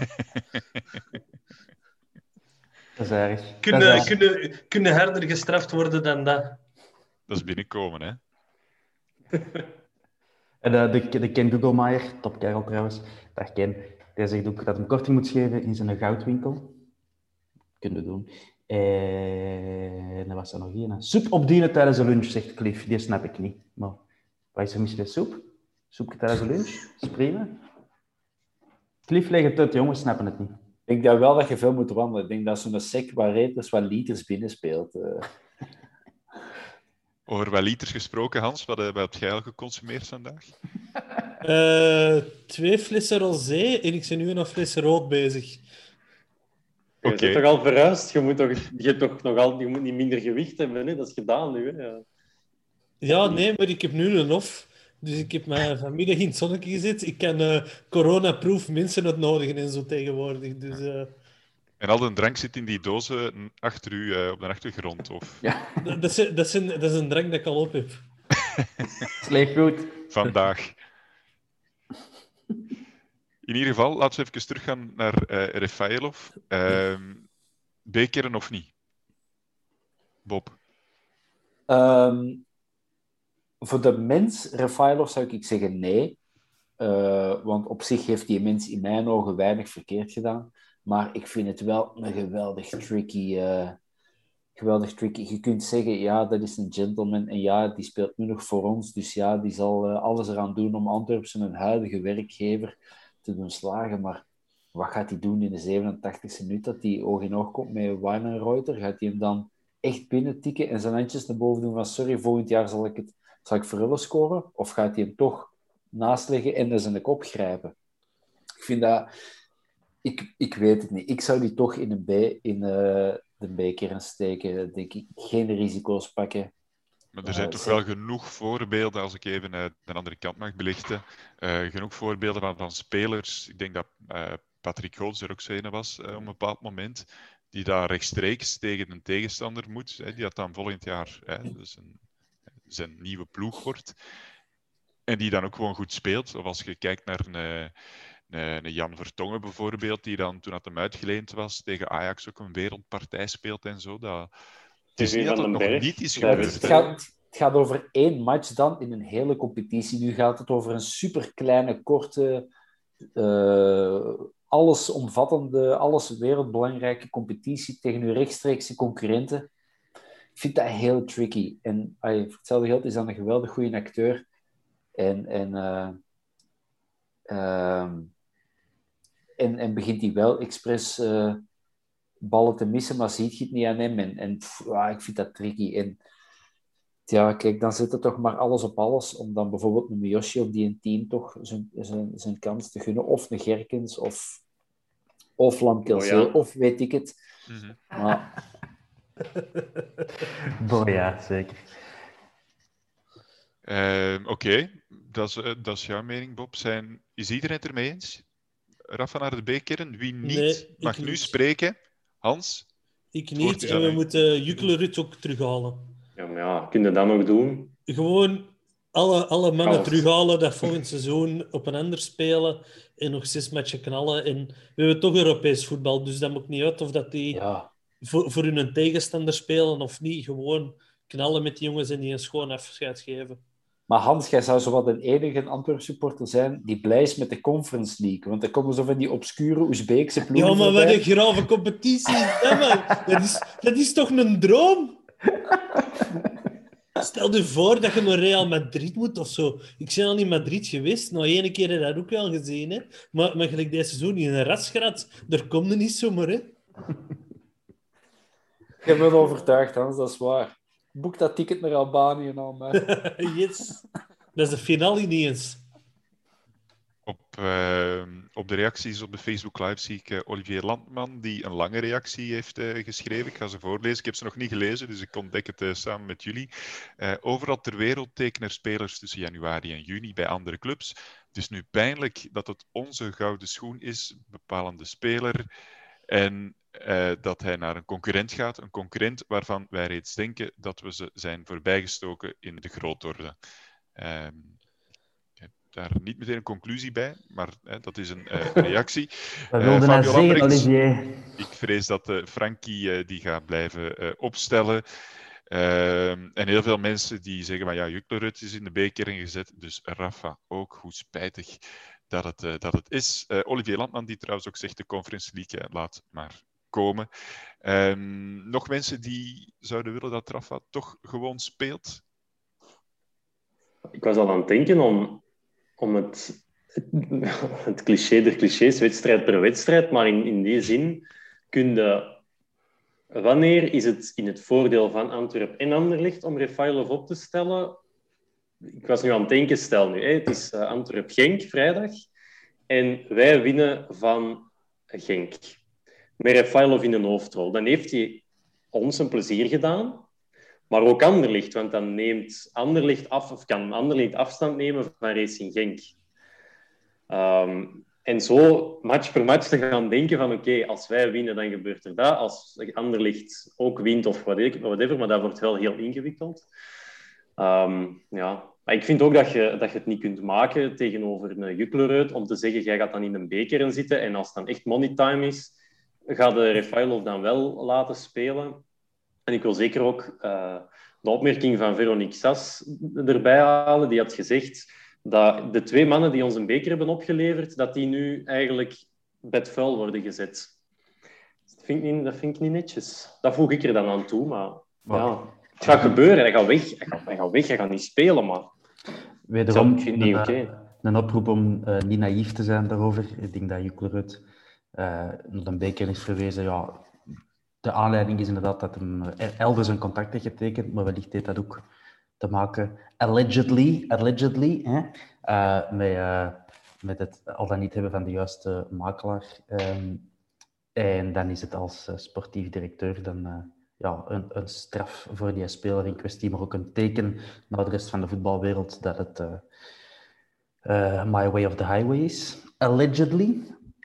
Dat is erg. Kunnen, dat is erg. kunnen, kunnen harder gestraft worden dan dat? Dat is binnenkomen, hè? En de, de, de Ken Gugelmaier, topkerel trouwens, dag Ken, die zegt ook dat hij korting moet geven in zijn goudwinkel. Kunnen we doen. En er was er nog één. Soep opdienen tijdens de lunch, zegt Cliff. Die snap ik niet. Maar wat is er mis met soep? Soepje tijdens de lunch? Dat is prima. Cliff legt het uit, jongens snappen het niet. Ik denk dat wel dat je veel moet wandelen. Ik denk dat zo'n sec waar reters wat liters binnenspeelt. Uh. Over wat liters gesproken, Hans? Wat, wat heb jij al geconsumeerd vandaag? Uh, twee flessen rosé en ik ben nu een fles rood bezig. Je okay. bent toch al verhuisd? Je moet, toch, je, hebt toch nog al, je moet niet minder gewicht hebben, hè? Dat is gedaan nu. Hè? Ja. ja, nee, maar ik heb nu een off. Dus ik heb mij vanmiddag in het zonnetje gezet. Ik kan uh, corona-proof mensen uitnodigen en zo tegenwoordig. Dus, uh... En al de drank zit in die dozen achter u, uh, op de achtergrond? Of... Ja. Dat, dat, is, dat, is een, dat is een drank dat ik al op heb. Sleep goed. Vandaag. In ieder geval, laten we even teruggaan naar uh, Refailov. Uh, Bekeren of niet? Bob? Um, voor de mens, Refailov, zou ik zeggen nee. Uh, want op zich heeft die mens in mijn ogen weinig verkeerd gedaan. Maar ik vind het wel een geweldig tricky... Uh, geweldig tricky. Je kunt zeggen, ja, dat is een gentleman. En ja, die speelt nu nog voor ons. Dus ja, die zal uh, alles eraan doen om Antwerpen, een huidige werkgever, te doen slagen. Maar wat gaat hij doen in de zevenentachtigste minuut dat hij oog in oog komt met Wijnanreuter? Gaat hij hem dan echt binnen tikken en zijn handjes naar boven doen van sorry, volgend jaar zal ik, het, zal ik Verhullen scoren? Of gaat hij hem toch naast leggen en er zijn kop grijpen? Ik vind dat... Ik, ik weet het niet. Ik zou die toch in, een B, in uh, de beker steken. Denk ik. Geen risico's pakken. Maar er zijn uh, toch wel genoeg voorbeelden, als ik even uh, de andere kant mag belichten, uh, genoeg voorbeelden van, van spelers. Ik denk dat uh, Patrick Goots er ook zo een was uh, op een bepaald moment, die daar rechtstreeks tegen een tegenstander moet, hè, die dat dan volgend jaar hè, dus een, zijn nieuwe ploeg wordt. En die dan ook gewoon goed speelt. Of als je kijkt naar een... Een Jan Vertongen bijvoorbeeld, die dan toen het hem uitgeleend was, tegen Ajax ook een wereldpartij speelt en zo. Dat... Het is niet dat het nog Berg. niet is gebeurd. Het gaat, het gaat over één match dan in een hele competitie. Nu gaat het over een superkleine, korte, uh, allesomvattende, alles wereldbelangrijke competitie tegen uw rechtstreekse concurrenten. Ik vind dat heel tricky. En ay, voor hetzelfde geld is dat een geweldig goede acteur. En... en uh, uh, En, en begint hij wel expres uh, ballen te missen, maar ziet je het niet aan hem. En, en pff, ah, ik vind dat tricky. En ja, kijk, dan zit er toch maar alles op alles. Om dan bijvoorbeeld een Miyoshi op die een tien toch zijn, zijn, zijn kans te gunnen. Of een Gerkens, of, of Lamkelzee, oh ja. Of weet ik het. Mm-hmm. Maar... Bon, ja, zeker. Uh, Oké, okay. dat, uh, dat is jouw mening, Bob. Zijn, is iedereen het ermee eens? Rafa naar de B keren? Wie niet, nee, mag nu niet. spreken. Hans? Ik niet. En we u. moeten Juklerud ook terughalen. Ja, maar ja, kun je dat nog doen? Gewoon alle, alle mannen Alles. terughalen dat volgend seizoen op een ander spelen en nog zes matchen knallen. En we hebben toch Europees voetbal, dus dat maakt niet uit of dat die Ja. voor, voor hun tegenstander spelen of niet. Gewoon knallen met die jongens en die een schoon afscheid geven. Maar Hans, jij zou zo wat een enige Antwerp-supporter zijn die blij is met de Conference League. Want er komen zo van die obscure Oezbeekse ploegen Ja, maar voorbij. wat een grave competitie is dat, man. Dat is, dat is toch een droom? Stel je voor dat je naar Real Madrid moet of zo. Ik ben al in Madrid geweest. Nou, één keer heb je dat ook wel gezien. Hè? Maar, maar gelijk deze seizoen in een rasgrat, daar komt er niet zomaar. Hè? Ik ben overtuigd, Hans, dat is waar. Boek dat ticket naar Albanië al, man. Yes. Dat is de finale niet eens. Op, uh, op de reacties op de Facebook Live zie ik uh, Olivier Landman, die een lange reactie heeft uh, geschreven. Ik ga ze voorlezen. Ik heb ze nog niet gelezen, dus ik ontdek het uh, samen met jullie. Uh, overal ter wereld tekenen er spelers tussen januari en juni bij andere clubs. Het is nu pijnlijk dat het onze gouden schoen is, bepalende speler. En uh, dat hij naar een concurrent gaat. Een concurrent waarvan wij reeds denken dat we ze zijn voorbijgestoken in de grootorde. Uh, daar niet meteen een conclusie bij, maar hè, dat is een uh, reactie. We wilden uh, zeggen, Lambrix, Olivier. Ik vrees dat uh, Frankie uh, die gaat blijven uh, opstellen. Uh, en heel veel mensen die zeggen, maar ja, Juklerud is in de B-kern gezet, dus Rafa ook. Hoe spijtig dat het, uh, dat het is. Uh, Olivier Landman, die trouwens ook zegt, de Conference League, uh, laat maar komen. Uh, nog mensen die zouden willen dat Rafa toch gewoon speelt? Ik was al aan het denken om... om het, het cliché der clichés, wedstrijd per wedstrijd, maar in, in die zin kun je... Wanneer is het in het voordeel van Antwerpen en Anderlecht om Refailov op te stellen? Ik was nu aan het denken, stel nu, hè, het is uh, Antwerp-Genk, vrijdag, en wij winnen van Genk. Met Refailov in een hoofdrol. Dan heeft hij ons een plezier gedaan, maar ook Anderlecht, want dan neemt Anderlecht af, of kan Anderlecht afstand nemen van Racing Genk. Um, en zo match per match te gaan denken van oké, okay, als wij winnen, dan gebeurt er dat. Als Anderlecht ook wint of whatever, maar dat wordt wel heel ingewikkeld. Um, ja. Maar ik vind ook dat je, dat je het niet kunt maken tegenover een Juklerud om te zeggen, jij gaat dan in een B-kern zitten en als het dan echt money time is, gaat de Refailov dan wel laten spelen. En ik wil zeker ook uh, de opmerking van Veronique Sas erbij halen. Die had gezegd dat de twee mannen die ons een beker hebben opgeleverd, dat die nu eigenlijk bedvuil worden gezet. Dat vind, ik niet, dat vind ik niet netjes. Dat voeg ik er dan aan toe, maar ja, het gaat gebeuren. Hij gaat weg. Hij gaat, hij gaat weg. Hij gaat niet spelen, maar... Wederom ik vind het niet een, oké. Een oproep om uh, niet naïef te zijn daarover. Ik denk dat Juklerud uh, naar een beker is verwezen. Ja, de aanleiding is inderdaad dat hij elders een contract heeft getekend, maar wellicht heeft dat ook te maken, allegedly, allegedly hè, uh, met, uh, met het al dan niet hebben van de juiste makelaar. Um, en dan is het als uh, sportief directeur dan, uh, ja, een, een straf voor die speler in kwestie, maar ook een teken naar de rest van de voetbalwereld dat het uh, uh, my way of the highway is, allegedly.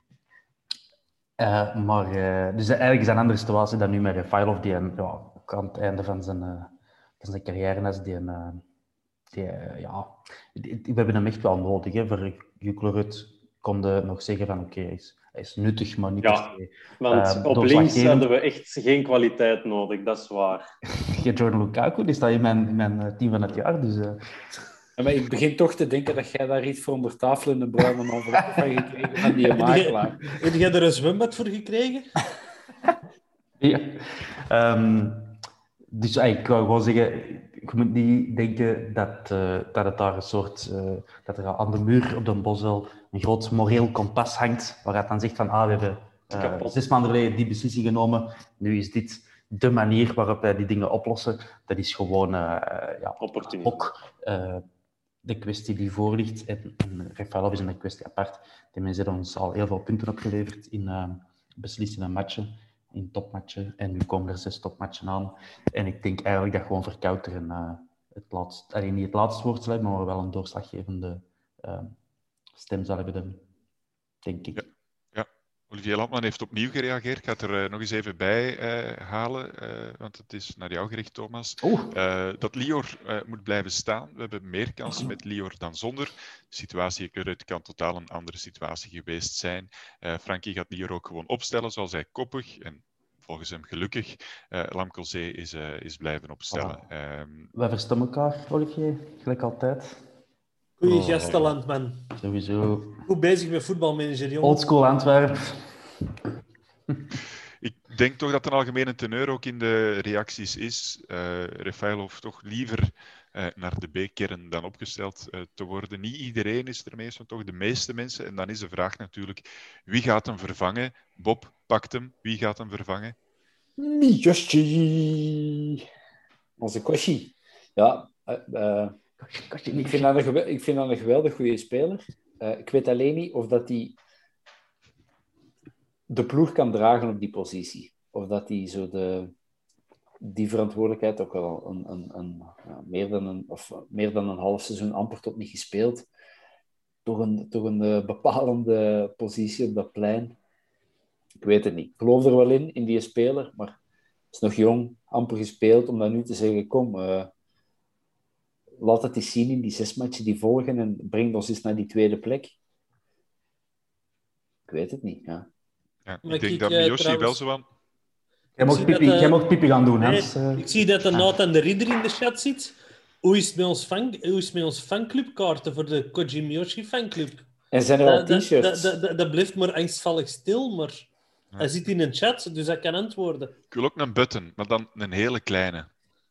Uh, maar, uh, dus eigenlijk is dat een andere situatie dan nu met Refailov, die een, ja, aan het einde van zijn, uh, van zijn carrière is, die, een, uh, die uh, ja, die, die, we hebben hem echt wel nodig. Hè. Voor Juklerud konden nog zeggen van oké, okay, hij, hij is nuttig, maar niet ja, per se. Want uh, op links hadden we echt geen kwaliteit nodig, dat is waar. Jordan Lukaku, die staat in mijn, in mijn team van het jaar, dus... Uh... Ja, maar ik begin toch te denken dat jij daar iets voor onder tafel in de bruine envelop van gekregen van die makelaar. Heb jij er een zwembad voor gekregen? Ja. Um, dus uh, ik wou gewoon zeggen, je moet niet denken dat, uh, dat het daar een soort... Uh, dat er aan de muur op Den Bosch wel een groot moreel kompas hangt, waar het dan zegt van ah, we hebben uh, zes maanden geleden die beslissing genomen, nu is dit de manier waarop wij die dingen oplossen. Dat is gewoon uh, ja, ook... Uh, de kwestie die voor ligt. En, en Refailov is een kwestie apart. Die mensen hebben ons al heel veel punten opgeleverd in uh, beslissende matchen, in topmatchen. En nu komen er zes topmatchen aan. En ik denk eigenlijk dat gewoon verkoud er een, uh, het laatst, allee, niet het laatste woord zal hebben, maar wel een doorslaggevende uh, stem zal hebben, dan, denk ik. Ja. ja. Olivier Landman heeft opnieuw gereageerd. Ik ga het er uh, nog eens even bij uh, halen, uh, want het is naar jou gericht, Thomas. Uh, dat Lior uh, moet blijven staan. We hebben meer kansen met Lior dan zonder. De situatie eruit kan totaal een andere situatie geweest zijn. Uh, Frankie gaat Lior ook gewoon opstellen, zoals hij koppig en volgens hem gelukkig uh, Lamkelzee is, uh, is blijven opstellen. Voilà. Um, Wij verstaan elkaar, Olivier, gelijk altijd. Goeie oh, gasten, Landman. Sowieso. Goed bezig met voetbalmanager, jongen. Oldschool Antwerp. Ik denk toch dat een algemene teneur ook in de reacties is. Uh, Refailov toch liever uh, naar de B-kern dan opgesteld uh, te worden. Niet iedereen is ermee eens, maar toch de meeste mensen. En dan is de vraag natuurlijk, wie gaat hem vervangen? Bob pakt hem. Wie gaat hem vervangen? Miyoshi. Onze Koshi. Ja, uh, uh, ik, vind dat een gewel- ik vind dat een geweldig goede speler. Uh, ik weet alleen niet of dat hij de ploeg kan dragen op die positie. Of dat hij zo de, die verantwoordelijkheid ook al een, een, een, ja, meer, dan een, of meer dan een half seizoen amper tot niet gespeeld. Toch een, toch een uh, bepalende positie op dat plein. Ik weet het niet. Ik geloof er wel in, in die speler, maar is nog jong, amper gespeeld, om dan nu te zeggen, kom, uh, laat het eens zien in die zes matchen die volgen en breng ons eens naar die tweede plek. Ik weet het niet, ja. Ja, ik denk ik, dat Miyoshi uh, trouwens... wel zo aan... Jij mocht pipi, dat, uh... mocht pipi gaan doen, nee, Hans. Uh... Ik zie dat de Nathan de Ridder in de chat zit. Hoe is het met ons, fan... Hoe is het met ons fanclubkaarten voor de Koji Miyoshi fanclub? En zijn er al dat, t-shirts? Dat, dat, dat, dat blijft maar angstvallig stil, maar ja. Hij zit in een chat, dus hij kan antwoorden. Ik wil ook een button, maar dan een hele kleine.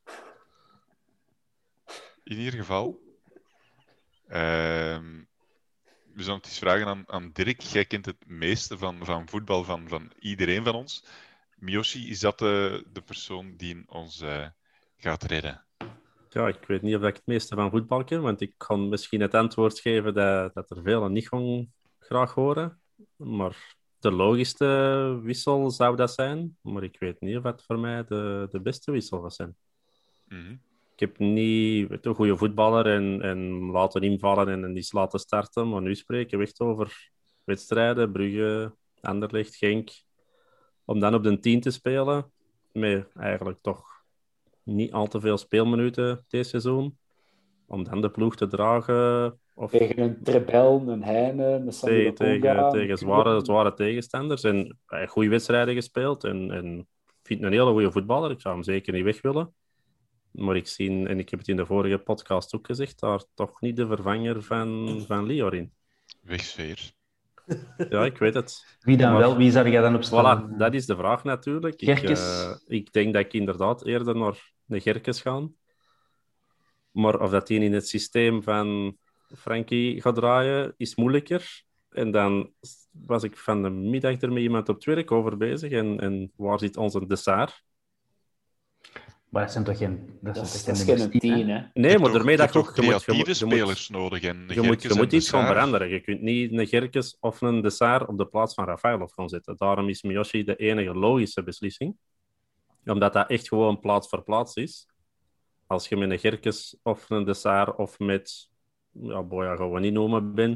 In ieder geval... Uh... We zullen het eens vragen aan, aan Dirk. Jij kent het meeste van, van voetbal van, van iedereen van ons. Miyoshi, is dat de, de persoon die ons uh, gaat redden? Ja, ik weet niet of ik het meeste van voetbal ken, want ik kan misschien het antwoord geven dat, dat er velen niet gewoon graag horen. Maar de logischste wissel zou dat zijn. Maar ik weet niet of het voor mij de, de beste wissel was zijn. Mm-hmm. Ik heb niet weet, een goede voetballer en, en laten invallen en, en die laten starten. Maar nu spreken we echt over wedstrijden, Brugge, Anderlecht, Genk. Om dan op de tien te spelen, met eigenlijk toch niet al te veel speelminuten dit seizoen. Om dan de ploeg te dragen. Of... Tegen een Trebel, een Heine, een tegen, tegen, tegen zware, zware tegenstanders. En uh, goede wedstrijden gespeeld. En, en ik vind een hele goede voetballer. Ik zou hem zeker niet weg willen. Maar ik zie, en ik heb het in de vorige podcast ook gezegd, daar toch niet de vervanger van, van Lior in. Wegsfeer. Ja, ik weet het. Wie dan maar, wel? Wie zou jij dan opstellen? Voilà, dat is de vraag natuurlijk. Ik, uh, ik denk dat ik inderdaad eerder naar de Gerkes ga. Maar of dat die in het systeem van Frankie gaat draaien, is moeilijker. En dan was ik van de middag er met iemand op het werk over bezig. En, en waar zit onze dessert? Maar dat zijn toch geen... Dat, dat is, dat is geen tien, hè? Nee, maar daarmee dat je ook... Je moet creatieve spelers nodig. En je moet, je moet iets gaan veranderen. Je kunt niet een Gerkes of een Dessart op de plaats van Rafailov gaan zetten. Daarom is Miyoshi de enige logische beslissing. Omdat dat echt gewoon plaats voor plaats is. Als je met een Gerkes of een Dessart of met... Ja, boy, gaan we niet noemen, Ben...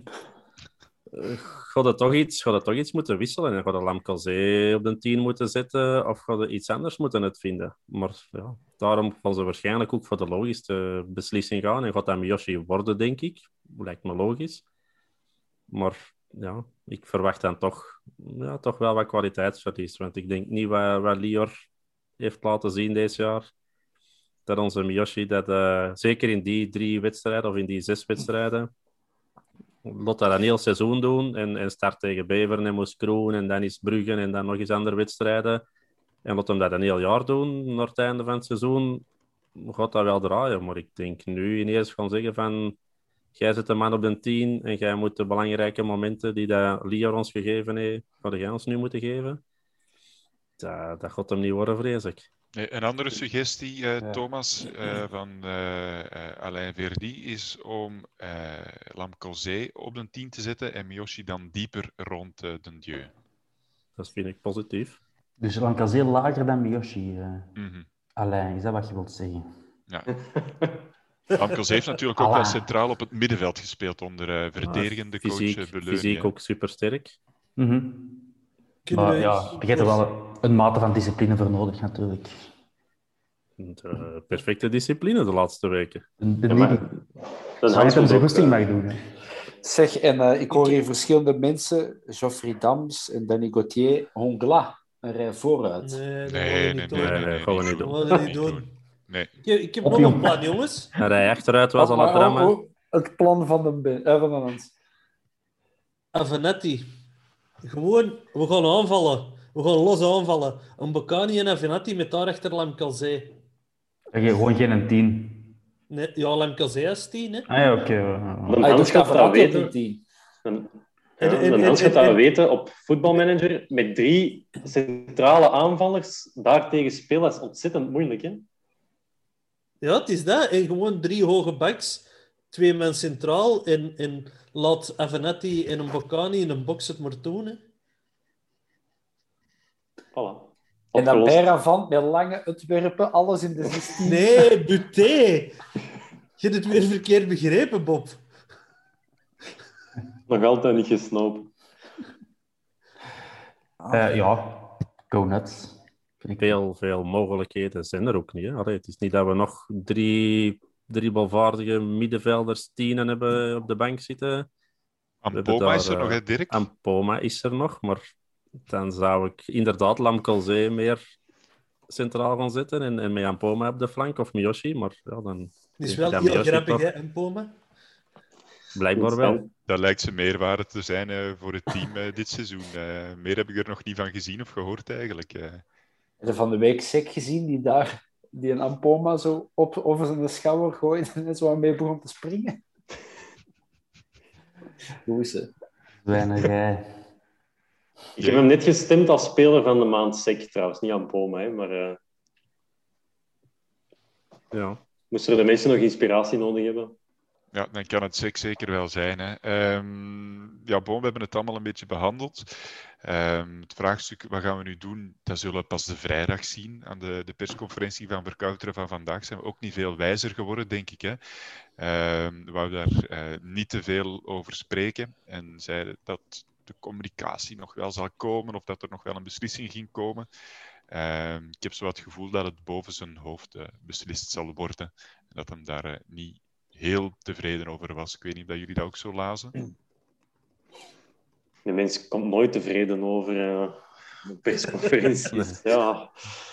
Gaat het toch iets, gaat het toch iets moeten wisselen en gaat de Lamkelzee op de tien moeten zetten of gaat er iets anders moeten uitvinden. Maar ja, daarom gaan ze waarschijnlijk ook voor de logische beslissing gaan en gaat dat Miyoshi worden, denk ik. Lijkt me logisch. Maar ja, ik verwacht dan toch, ja, toch wel wat kwaliteitsverlies. Want ik denk niet wat, wat Lior heeft laten zien dit jaar, dat onze Miyoshi, dat, uh, zeker in die drie wedstrijden of in die zes wedstrijden, laat dat een heel seizoen doen en, en start tegen Beveren en Moeskroen en dan is Brugge en dan nog eens andere wedstrijden. En laat hem dat een heel jaar doen, naar het einde van het seizoen, gaat dat wel draaien. Maar ik denk nu ineens gaan zeggen van, jij zet de man op de tien en jij moet de belangrijke momenten die dat Lior ons gegeven heeft, ga jij ons nu moeten geven. Dat, dat gaat hem niet worden, vrees ik. Een andere suggestie, uh, ja. Thomas, uh, van uh, uh, Alain Verdy, is om uh, Lamkelzee op de tien te zetten en Miyoshi dan dieper rond uh, de Dieu. Dat vind ik positief. Dus Lamkelzee lager dan Miyoshi. Uh, mm-hmm. Alain, is dat wat je wilt zeggen? Ja. Lamkels heeft natuurlijk ook Voilà. wel centraal op het middenveld gespeeld onder uh, verdedigende coach fysiek, uh, Beleuni. Fysiek ook supersterk. Mm-hmm. Kunnen Maar we- ja, je hebt er wel een mate van discipline voor nodig, natuurlijk. De perfecte discipline de laatste weken. De, de Ja, maar- nieuwe- Dan Zou je het hem zijn ook, goesting eh, mag doen, hè? Zeg, en uh, ik hoor hier verschillende mensen, Geoffrey Dams en Danny Gauthier, Hongla, een rij vooruit. Nee, dat gaan we Nee, nee, niet nee, doen. Nee, nee, gaan we niet Dat doen. gaan we niet doen. Nee. Ik heb, ik heb Op, nog jong. een plan, jongens. En hij achteruit was aan Maar het rammen. ook- ook het plan van de, ben, uh, van de Hans. Avenatti. Gewoon, we gaan aanvallen. We gaan los aanvallen. Een Bocani en Avenatti met daarachter Lamkelzee. Zeg je gewoon geen tien. Nee, ja, Lamkelzee is tien, hè. Ah ja, oké. Okay. Dan Hij Hans doet gaat dat Avenatti op weten. die tien. Dan, En- ja, en- dan en- Hans gaat en- dat en- weten op voetbalmanager. Met drie centrale aanvallers daartegen spelen is ontzettend moeilijk. Hè? Ja, het is dat. En gewoon drie hoge backs. Twee men centraal. En, en laat Avenatti en een Bocani in een box het maar doen, hè. Voilà. En dan Opgelost. Bijravant met lange uitwerpen, alles in de zestien. Nee, Buté. Je hebt het weer verkeerd begrepen, Bob. Nog altijd niet gesnopen. Uh, ja, go nuts. Vind ik. Veel, veel mogelijkheden zijn er ook niet. Hè? Allee, het is niet dat we nog drie, drie balvaardige middenvelders tienen hebben op de bank zitten. We hebben Ampoma is daar, er nog, eh, hè, Dirk? Ampoma is er nog, maar dan zou ik inderdaad Lamkelzee meer centraal gaan zetten en, en met Ampoma op de flank of Miyoshi, maar ja, dan... Het is denk wel ik dat heel Miyoshi grappig, toch- hè, en Poma. Blijkbaar wel. Dat lijkt ze meerwaarde te zijn uh, voor het team uh, dit seizoen. Uh, meer heb ik er nog niet van gezien of gehoord eigenlijk. Uh. Heb je van de week Sek gezien die daar die een Ampoma zo op over zijn schouder gooide en zo aan mee begon te springen? Hoe is het? Weinig, uh... Ik heb hem net gestemd als speler van de maand Sek, trouwens. Niet aan Poma, hè, maar... Uh... Ja. Moesten er de mensen nog inspiratie nodig hebben? Ja, dan kan het seks zeker wel zijn. Hè. Um, ja, bon, we hebben het allemaal een beetje behandeld. Um, het vraagstuk, wat gaan we nu doen, dat zullen we pas de vrijdag zien. Aan de, de persconferentie van Verkouteren van vandaag zijn we ook niet veel wijzer geworden, denk ik. Hè. Um, we wouden daar uh, niet te veel over spreken en zeiden dat de communicatie nog wel zal komen of dat er nog wel een beslissing ging komen. Um, ik heb zo het gevoel dat het boven zijn hoofd uh, beslist zal worden en dat hem daar uh, niet heel tevreden over was. Ik weet niet of jullie dat ook zo lazen. De mens komt nooit tevreden over uh, persconferenties. Ja.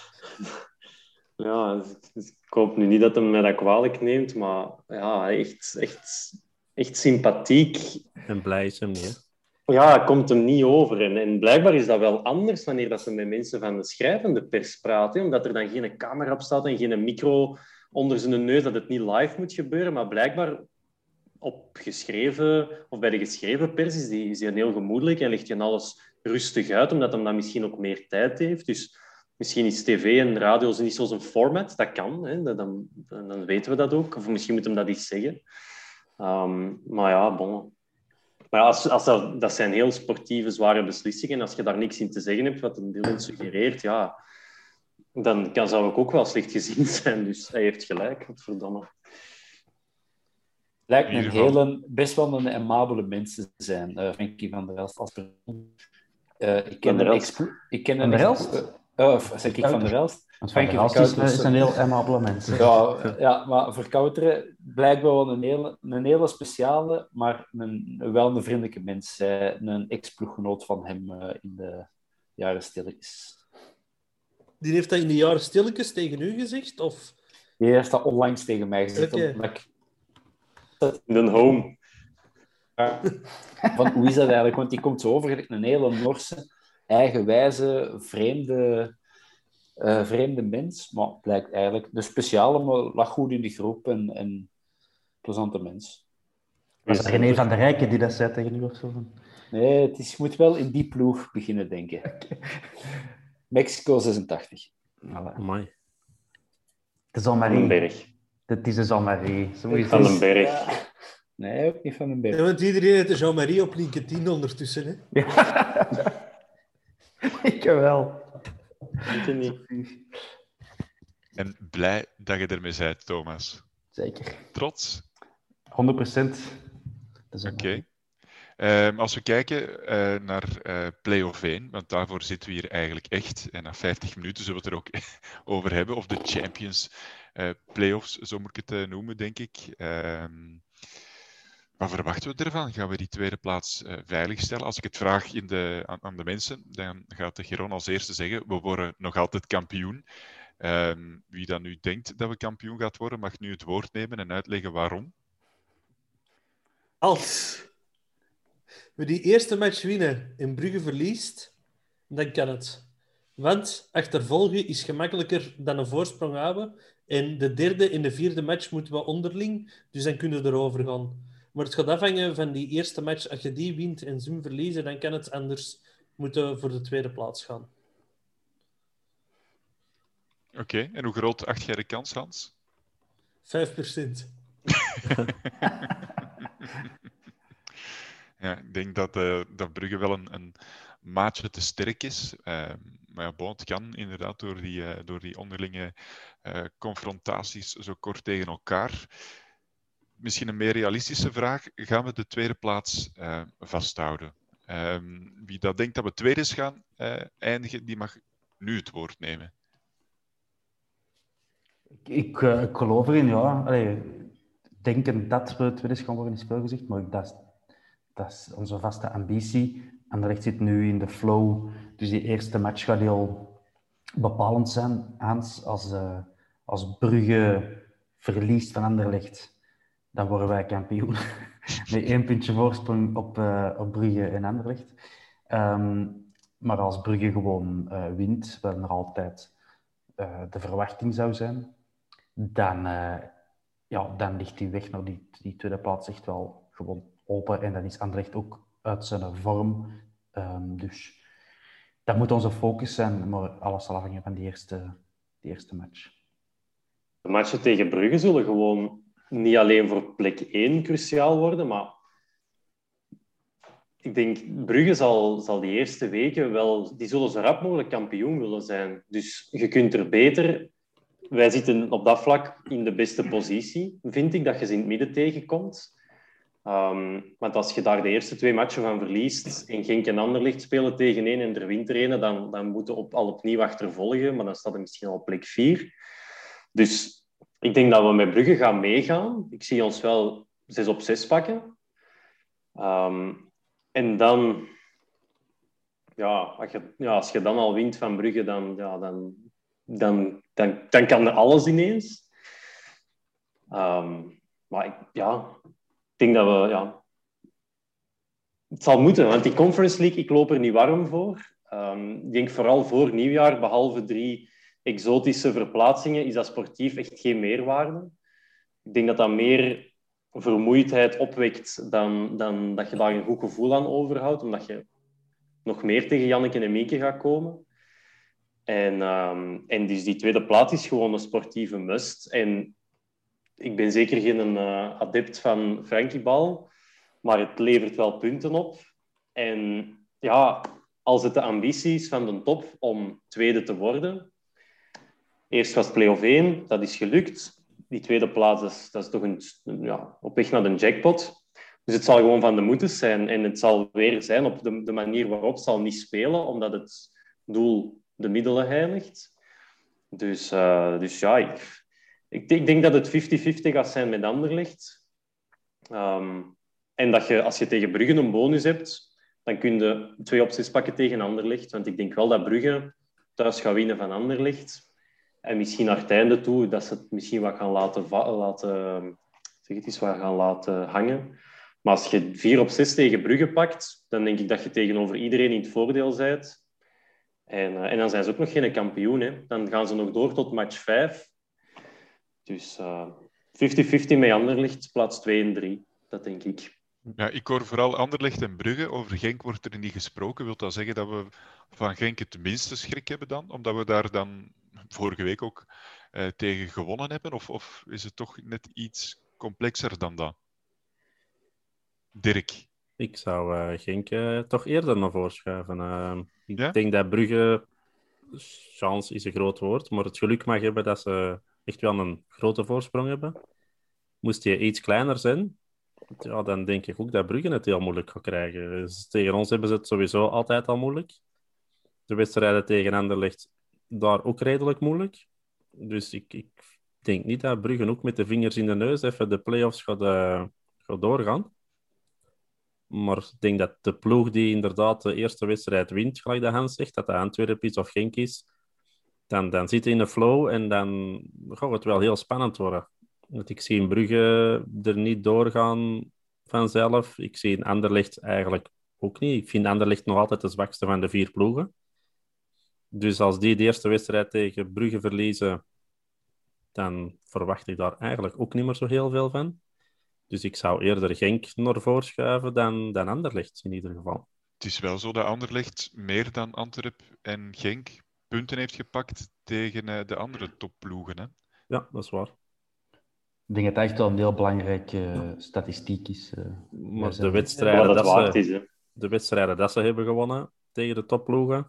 Ja, dus ik hoop nu niet dat hij mij dat kwalijk neemt, maar ja, echt, echt, echt sympathiek. En blij is hem niet, hè? Ja, komt hem niet over. En, en blijkbaar is dat wel anders wanneer dat ze met mensen van de schrijvende pers praten, omdat er dan geen camera op staat en geen micro onder zijn neus, dat het niet live moet gebeuren, maar blijkbaar op geschreven, of bij de geschreven pers is die, is die heel gemoedelijk en legt je alles rustig uit, omdat hij dan misschien ook meer tijd heeft. Dus misschien is tv en radio niet zo'n format, dat kan, hè? Dat, dan, dan weten we dat ook. Of misschien moet hem dat iets zeggen. Um, maar ja, bon. Maar ja, als, als dat, dat zijn heel sportieve, zware beslissingen. En als je daar niks in te zeggen hebt, wat een Dylan suggereert, ja, dan kan, zou ik ook wel slecht gezien zijn. Dus hij heeft gelijk, godverdomme. Lijkt me een hele, best wel een amabele mens te zijn, uh, Frankie van der Elst als persoon. Uh, ik ken van hem... Elst. Ik ken Van der Elst? Uh, uh, zeg ik van der Elst? Want Van der Elst is, is een heel amabele mens. Ja, ja, maar Verkouteren blijkbaar wel een hele, een hele speciale, maar een, wel een vriendelijke mens. Een ex-ploeggenoot van hem uh, in de jaren stilletjes. Die heeft dat in de jaren stilletjes tegen u gezegd? Of... Die heeft dat onlangs tegen mij gezegd. Okay. Ik... In een home. Van, hoe is dat eigenlijk? Want die komt zo over een hele Norse, eigenwijze, vreemde, uh, vreemde mens. Maar blijkt eigenlijk de speciale, maar lag goed in de groep en, en plezante mens. Was er René van der Rijken die dat zei tegen u of zo? Nee, het is, je moet wel in die ploeg beginnen denken. Okay. Mexico zesentachtig. Voilà. Amai. De Jean-Marie. Van den Berg. Dat is de Jean-Marie. Van den Berg. Ja. Nee, ook niet van den Berg. Ja, want iedereen heeft de Jean-Marie op LinkedIn ondertussen. Hè? Ja. Ik wel. Weet je niet. En blij dat je ermee bent, Thomas. Zeker. Trots? honderd procent. Oké. Okay. Um, als we kijken uh, naar uh, play-off één, want daarvoor zitten we hier eigenlijk echt, en na vijftig minuten zullen we het er ook over hebben, of de Champions uh, Play-offs, zo moet ik het uh, noemen, denk ik. Um, wat verwachten we ervan? Gaan we die tweede plaats uh, veiligstellen? Als ik het vraag in de, aan, aan de mensen, dan gaat de Geron als eerste zeggen, we worden nog altijd kampioen. Um, wie dan nu denkt dat we kampioen gaat worden, mag nu het woord nemen en uitleggen waarom. Als we die eerste match winnen en Brugge verliest, dan kan het. Want achtervolgen is gemakkelijker dan een voorsprong hebben. En de derde en de vierde match moeten we onderling, dus dan kunnen we erover gaan. Maar het gaat afhangen van die eerste match. Als je die wint en ze verliezen, dan kan het, anders moeten we voor de tweede plaats gaan. Oké, okay. En hoe groot acht jij de kans, Hans? Vijf procent. Ja, ik denk dat, uh, dat Brugge wel een, een maatje te sterk is. Uh, maar ja, bon, het kan inderdaad door die, uh, door die onderlinge uh, confrontaties zo kort tegen elkaar. Misschien een meer realistische vraag. Gaan we de tweede plaats uh, vasthouden? Uh, wie dat denkt dat we tweede gaan uh, eindigen, die mag nu het woord nemen. Ik, uh, ik geloof erin, ja. Allee, denken dat we tweede gaan worden is veel gezegd, maar dat is, dat is onze vaste ambitie. Anderlecht zit nu in de flow, dus die eerste match gaat heel bepalend zijn. Hans, als, uh, als Brugge verliest van Anderlecht, dan worden wij kampioen. Met één puntje voorsprong op, uh, op Brugge en Anderlecht. Um, maar als Brugge gewoon uh, wint, wat er altijd uh, de verwachting zou zijn, dan, uh, ja, dan ligt die weg naar die, die tweede plaats echt wel gewoon open. En dan is Anderlecht ook uit zijn vorm. Um, dus dat moet onze focus zijn, maar alles zal afhangen van die eerste, die eerste match. De matchen tegen Brugge zullen gewoon niet alleen voor plek één cruciaal worden, maar ik denk, Brugge zal, zal die eerste weken wel, die zullen zo rap mogelijk kampioen willen zijn. Dus je kunt er beter, wij zitten op dat vlak in de beste positie, vind ik, dat je ze in het midden tegenkomt. Um, want als je daar de eerste twee matchen van verliest en Genk en Anderlecht spelen tegen één en er wint er een, dan, dan moet je op, al opnieuw achtervolgen, maar dan staat er misschien al op plek vier. Dus ik denk dat we met Brugge gaan meegaan. Ik zie ons wel zes op zes pakken. Um, en dan... Ja als, je, ja, als je dan al wint van Brugge, dan, ja, dan, dan, dan, dan kan er alles ineens. Um, maar ik, ja... Ik denk dat we... Ja, het zal moeten, want die Conference League, ik loop er niet warm voor. Um, ik denk vooral voor nieuwjaar, behalve drie exotische verplaatsingen, is dat sportief echt geen meerwaarde. Ik denk dat dat meer vermoeidheid opwekt dan, dan dat je daar een goed gevoel aan overhoudt, omdat je nog meer tegen Janneke en Mieke gaat komen. En, um, en dus die tweede plaats is gewoon een sportieve must. En ik ben zeker geen uh, adept van Frankiebal, maar het levert wel punten op. En ja, als het de ambitie is van de top om tweede te worden... Eerst was play-off één, dat is gelukt. Die tweede plaats, dat is, dat is toch een, ja, op weg naar de jackpot. Dus het zal gewoon van de moeders zijn. En het zal weer zijn op de, de manier waarop het zal niet spelen, omdat het doel de middelen heiligt. Dus, uh, dus ja, ik, ik, ik denk dat het vijftig vijftig gaat zijn met Anderlecht. Um, en dat je, als je tegen Brugge een bonus hebt, dan kun je twee op zes pakken tegen Anderlecht. Want ik denk wel dat Brugge thuis gaat winnen van Anderlecht. En misschien naar het einde toe, dat ze het misschien wat gaan laten, laten, zeg het eens, wat gaan laten hangen. Maar als je vier op zes tegen Brugge pakt, dan denk ik dat je tegenover iedereen in het voordeel bent. En, uh, en dan zijn ze ook nog geen kampioen. Hè. Dan gaan ze nog door tot match vijf. Dus vijftig vijftig uh, met Anderlecht, plaats twee en drie. Dat denk ik. Ja, ik hoor vooral Anderlecht en Brugge. Over Genk wordt er niet gesproken. Wil dat zeggen dat we van Genk het minste schrik hebben dan? Omdat we daar dan vorige week ook uh, tegen gewonnen hebben? Of, of is het toch net iets complexer dan dat? Dirk? Ik zou uh, Genk uh, toch eerder naar voren schuiven. Uh, ik ja? denk dat Brugge, chance is een groot woord, maar het geluk mag hebben dat ze echt wel een grote voorsprong hebben. Moest hij iets kleiner zijn, ja, dan denk ik ook dat Brugge het heel moeilijk gaat krijgen. Dus tegen ons hebben ze het sowieso altijd al moeilijk. De wedstrijden tegen Anderlecht daar ook redelijk moeilijk. Dus ik, ik denk niet dat Brugge ook met de vingers in de neus even de play-offs gaat, uh, gaat doorgaan. Maar ik denk dat de ploeg die inderdaad de eerste wedstrijd wint, gelijk dat Hans zegt, dat de Antwerpen is of Genk is, dan, dan zit hij in de flow en dan gaat het wel heel spannend worden. Want ik zie in Brugge er niet doorgaan vanzelf. Ik zie in Anderlecht eigenlijk ook niet. Ik vind Anderlecht nog altijd de zwakste van de vier ploegen. Dus als die de eerste wedstrijd tegen Brugge verliezen, dan verwacht ik daar eigenlijk ook niet meer zo heel veel van. Dus ik zou eerder Genk naar voren schuiven dan, dan Anderlecht in ieder geval. Het is wel zo dat Anderlecht meer dan Antwerp en Genk punten heeft gepakt tegen uh, de andere topploegen. Hè? Ja, dat is waar. Ik denk dat het echt wel een heel belangrijke uh, statistiek is. Uh, maar de wedstrijden, ja, dat dat waard ze, is, de wedstrijden dat ze hebben gewonnen tegen de topploegen,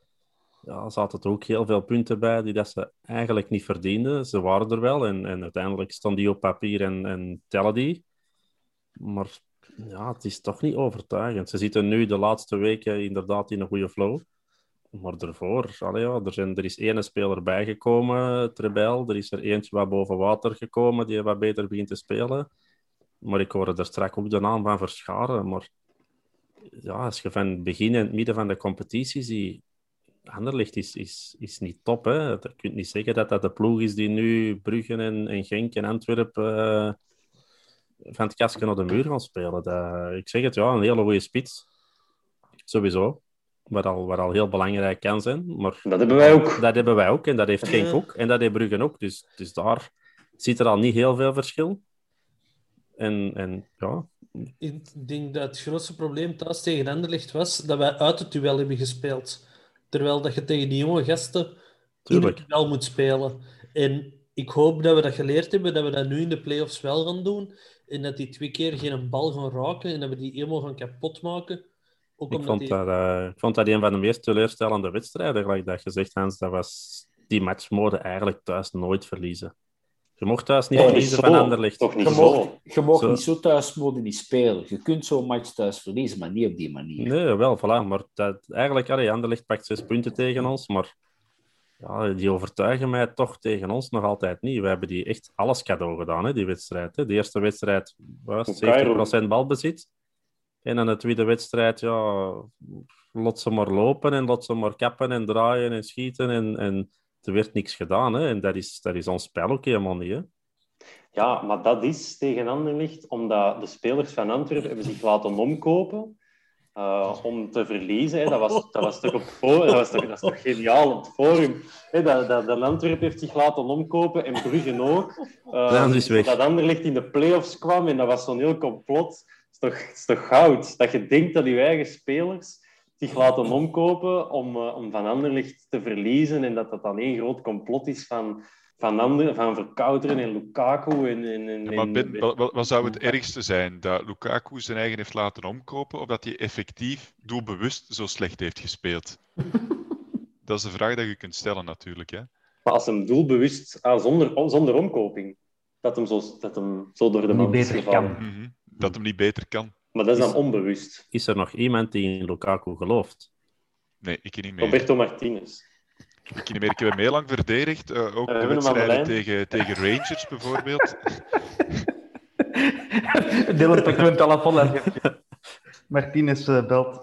ja, zaten er ook heel veel punten bij die dat ze eigenlijk niet verdienden. Ze waren er wel en, en uiteindelijk stonden die op papier en, en tellen die. Maar ja, het is toch niet overtuigend. Ze zitten nu de laatste weken inderdaad in een goede flow. Maar daarvoor, allee, ja, er, zijn, er is één speler bijgekomen, Trebel. Er is er eentje wat boven water gekomen, die wat beter begint te spelen. Maar ik hoorde er straks ook de naam van Verscharen. Maar ja, als je van het begin en het midden van de competitie ziet, Anderlecht is, is, is niet top. Hè. Je kunt niet zeggen dat dat de ploeg is die nu Brugge en, en Genk en Antwerpen uh, van het kastje naar de muur gaan spelen. Dat, ik zeg het, ja, een hele goede spits. Sowieso. Wat al, wat al heel belangrijk kan zijn. Maar dat hebben wij ook. Dat hebben wij ook. En dat heeft Genk ook. En dat heeft Brugge ook. Dus, dus daar zit er al niet heel veel verschil. En, en ja... Ik denk dat het grootste probleem thuis tegen Anderlecht was dat wij uit het duel hebben gespeeld. Terwijl dat je tegen die jonge gasten Tuurlijk. in het duel moet spelen. En ik hoop dat we dat geleerd hebben, dat we dat nu in de play-offs wel gaan doen. En dat die twee keer geen bal gaan raken en dat we die helemaal gaan kapot maken. Ook Ik vond, die... dat, uh, ik vond dat een van de meest teleurstellende wedstrijden, gelijk dat je zegt, Hans. Dat was die match mogen eigenlijk thuis nooit verliezen. Je mocht thuis niet oh, verliezen niet van Anderlecht. Toch niet je zo. mocht, je mocht zo. niet zo thuis mogen niet spelen. Je kunt zo'n match thuis verliezen, maar niet op die manier. Nee, wel, voilà. Maar dat, eigenlijk, allee, Anderlecht pakt zes punten tegen ons, maar ja, die overtuigen mij toch tegen ons nog altijd niet. We hebben die echt alles cadeau gedaan, hè, die wedstrijd. Hè. De eerste wedstrijd was zeventig procent balbezit. En dan de tweede wedstrijd, ja, laat ze maar lopen en laat ze maar kappen en draaien en schieten. En, en er werd niks gedaan. Hè. En dat is, dat is ons spel ook helemaal niet. Hè. Ja, maar dat is tegen Anderlecht omdat de spelers van Antwerpen hebben zich laten omkopen uh, om te verliezen. Hè. Dat, was, dat was toch op voor, dat was toch, dat is toch geniaal op het forum. Hè. Dat, dat, dat Antwerpen heeft zich laten omkopen en Brugge ook. Uh, is weg. Dat Anderlecht in de play-offs kwam en dat was zo'n heel complot. Het is toch, het is toch goud dat je denkt dat je eigen spelers zich laten omkopen om, uh, om van Anderlecht te verliezen en dat dat dan één groot complot is van, van, ander, van Verkouteren en Lukaku. En, en, en, ja, maar Ben, wat, wat zou het ergste zijn? Dat Lukaku zijn eigen heeft laten omkopen of dat hij effectief doelbewust zo slecht heeft gespeeld? Dat is de vraag die je kunt stellen natuurlijk. Hè? Maar als hem doelbewust, ah, zonder, zonder omkoping, dat hem zo, dat hem zo door de Niet man is beter gevallen. kan. Mm-hmm. Dat hem niet beter kan. Maar dat is dan Is- onbewust. Is er nog iemand die in Lukaku gelooft? Nee, ik ken niet meer. Roberto Martinez. Ik ken niet meer. Ik heb hem heel lang verdedigd. Uh, ook we de hebben hem aan de wedstrijden lijn. tegen, tegen Rangers bijvoorbeeld. Dylan pak mijn telefoon en Martinez uh, belt.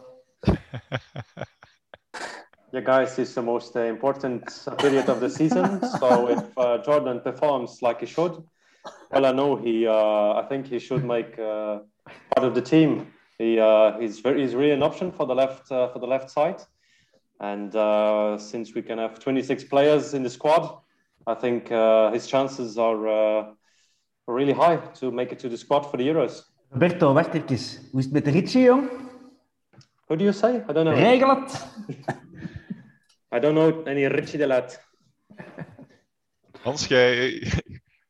Yeah, guys, it's the most uh, important period of the season. So if uh, Jordan performs like he should, well, I know he. Uh, I think he should make uh, part of the team. He uh, he's very he's really an option for the left uh, for the left side, and uh, since we can have twenty-six players in the squad, I think uh, his chances are uh, really high to make it to the squad for the Euros. Roberto, wacht even. Hoe is het met de Ritchie, jong? What do you say? I don't know. Regel het. I don't know any Richie de Laat. Hans, jij,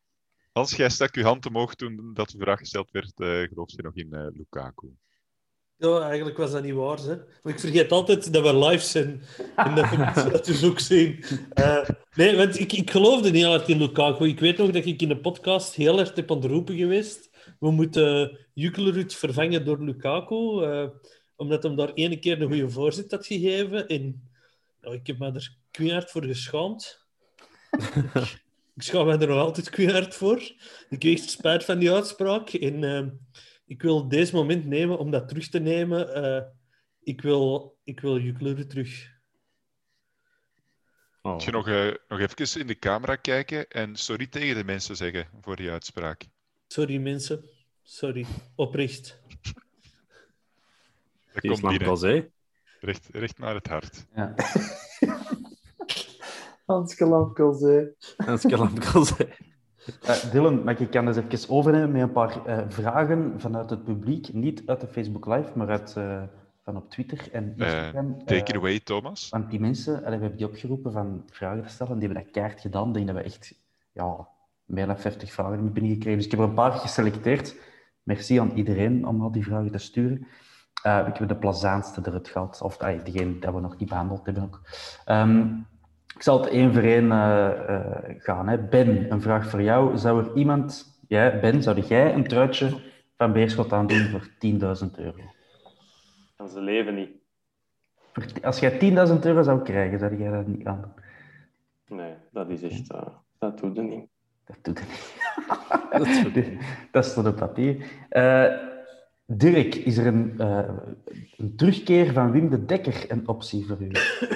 Hans, jij stak je hand omhoog toen dat de vraag gesteld werd. Uh, geloof je nog in uh, Lukaku? Ja, eigenlijk was dat niet waar. Hè? Maar ik vergeet altijd dat we live zijn en dat we mensen dat dus ook zien. Uh, nee, want ik, ik geloofde niet altijd in Lukaku. Ik weet nog dat ik in de podcast heel erg heb aan het roepen geweest. We moeten Juklerud vervangen door Lukaku, uh, omdat hem daar ene keer een goede voorzet had gegeven. En nou, ik heb me er kwiehard voor geschaamd. Ik schaam me er nog altijd kwiehard voor. Ik kreeg spijt van die uitspraak. En uh, ik wil deze moment nemen om dat terug te nemen. Uh, ik wil, ik wil Juklerud terug. Oh. Moet je nog, uh, nog even in de camera kijken en sorry tegen de mensen zeggen voor die uitspraak. Sorry mensen. Sorry. Oprecht. Dat komt binnen. Recht, recht naar het hart. Ja. Hanske Lamkelzee. Hanske Lamkelzee. Uh, Dylan, mag ik eens even overnemen met een paar uh, vragen vanuit het publiek? Niet uit de Facebook Live, maar uit, uh, van op Twitter en Instagram. Uh, take it away, Thomas. Want die mensen, uh, we hebben die opgeroepen van vragen te stellen. Die hebben dat keihard gedaan. Ik denk dat we echt ja, meer dan vijftig vragen hebben binnengekregen. Dus ik heb er een paar geselecteerd. Merci aan iedereen om al die vragen te sturen. Uh, ik heb de plezantste eruit gehad. Of uh, degene die we nog niet behandeld hebben ook. Um, Ik zal het één voor één uh, uh, gaan. Hè. Ben, een vraag voor jou. Zou er iemand... Jij, Ben, zou jij een truitje van Beerschot aandoen voor tienduizend euro? Van zijn leven niet. Als jij tienduizend euro zou krijgen, zou jij dat niet aandoen? Nee, dat is echt... Uh, dat doet er niet. Dat doet er niet. dat, dat is tot op papier. Uh, Dirk, is er een, uh, een terugkeer van Wim de Dekker een optie voor u?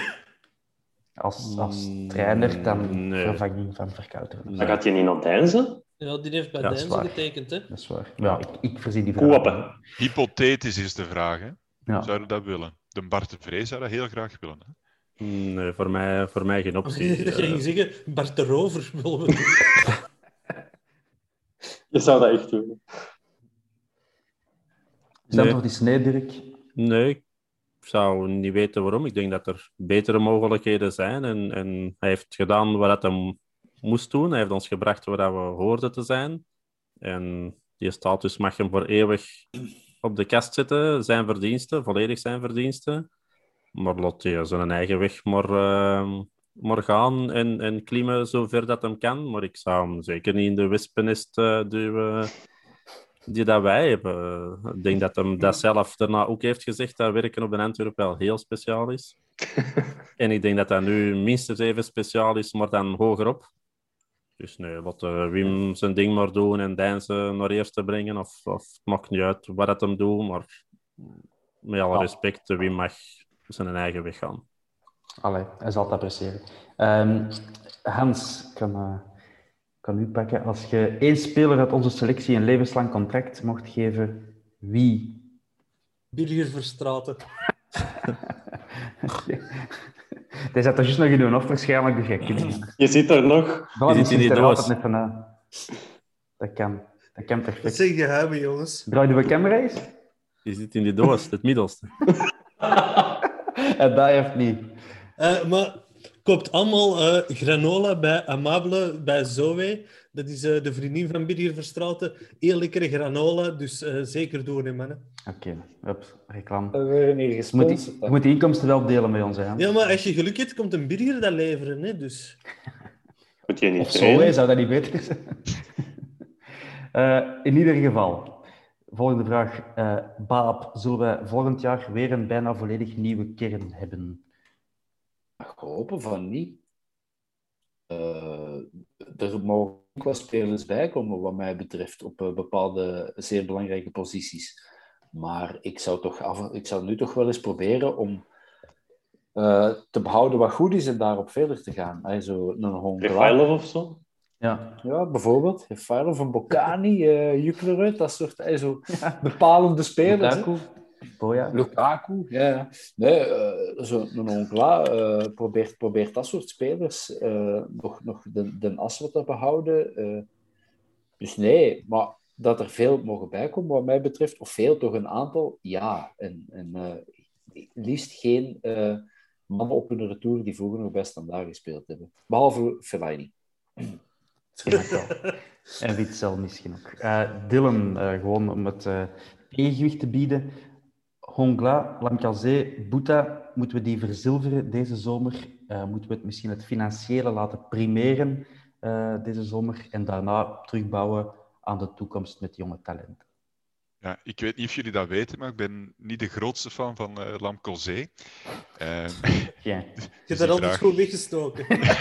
Als, als trainer dan nee. Vervanging van Verkouteren. Nee. Dan gaat je niet naar Deinze? Ja, die heeft bij ja, Deinze getekend, hè? Dat is waar. Ja, ik, ik voorzie die vraag. Hypothetisch is de vraag, hè? Ja. Zouden dat willen? De Bart de Vree zou dat heel graag willen, hè? Nee, voor mij, voor mij geen optie. Dat ging zeggen, Bart de Rover willen we doen. Je zou dat echt doen. Is dat toch die snee, Dirk? Nee, ik zou niet weten waarom. Ik denk dat er betere mogelijkheden zijn. En, en hij heeft gedaan wat hij moest doen. Hij heeft ons gebracht waar we hoorden te zijn. En die status mag hem voor eeuwig op de kast zetten. Zijn verdiensten, volledig zijn verdiensten. Maar laat hij zijn eigen weg maar, uh, maar gaan en, en klimmen zover dat hem kan. Maar ik zou hem zeker niet in de wespennest uh, duwen die dat wij hebben. Ik denk dat hem dat zelf daarna ook heeft gezegd, dat werken op de Antwerp wel heel speciaal is. En ik denk dat dat nu minstens even speciaal is, maar dan hogerop. Dus nee, laat uh, Wim zijn ding maar doen en Deinze naar eerste brengen. Of, of het maakt niet uit wat dat hem doet, maar met alle respect, Wim mag zijn eigen weg gaan. Allee, hij zal het appreciëren. Um, Hans, kan... Uh... kan u pakken. Als je één speler uit onze selectie een levenslang contract mocht geven, wie? Birger Verstraeten. Die zat er juist nog in uw hoofd waarschijnlijk, dus jij kunt. Je zit er nog. Voilà, je zit in die doos. Net van, uh, dat kan. Dat kan perfect. Dat zijn geheimen, jongens. Draai de camera eens. Je zit in die doos, het middelste. En dat heeft niet. Uh, maar... Koopt allemaal uh, granola bij Amable, bij Zoe. Dat is uh, de vriendin van Birger Verstraeten. Heel lekkere granola, dus uh, zeker doen, hè, mannen. Oké, okay. reclame. We werden hier gesponsord. Je moet, je moet die inkomsten wel delen met ons, hè? Ja, maar als je geluk hebt, komt een Birger dat leveren, hè, dus... Moet je niet of Zoe, zou dat niet beter zijn? uh, in ieder geval, volgende vraag. Uh, Baap, zullen wij volgend jaar weer een bijna volledig nieuwe kern hebben? Ik hoop van niet. Uh, er mogen ook wel spelers bij komen, wat mij betreft, op uh, bepaalde zeer belangrijke posities. Maar ik zou, toch af, ik zou nu toch wel eens proberen om uh, te behouden wat goed is en daarop verder te gaan. Hey, zo een Refailov of zo? Ja. Ja, bijvoorbeeld. Refailov, een Bocani, uh, Juklerud, dat soort hey, zo bepalende spelers. Lukaku. Boja. Lukaku, ja. Nee, uh, zo'n Ongla uh, probeert, probeert dat soort spelers uh, nog, nog de, de as wat te behouden. Uh, dus nee, maar dat er veel mogen bijkomen wat mij betreft, of veel toch een aantal, ja. En, en uh, liefst geen uh, mannen op hun retour die vroeger nog bij Standaard gespeeld hebben. Behalve Fellaini. En Witzel misschien ook. Uh, Dylan, uh, gewoon om het uh, evenwicht te bieden. Hongla, Lamkelzee, Bouta, moeten we die verzilveren deze zomer? Uh, moeten we het misschien het financiële laten primeren uh, deze zomer en daarna terugbouwen aan de toekomst met jonge talenten? Ja, ik weet niet of jullie dat weten, maar ik ben niet de grootste fan van uh, Lamkelzee. Uh, ja. Je hebt er altijd goed weggestoken.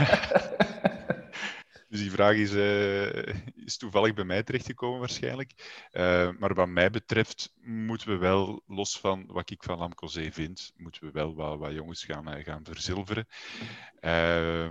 Dus die vraag is, uh, is toevallig bij mij terechtgekomen waarschijnlijk. Uh, maar wat mij betreft moeten we wel, los van wat ik van Lamkelzee vind, moeten we wel wat, wat jongens gaan, uh, gaan verzilveren. Uh,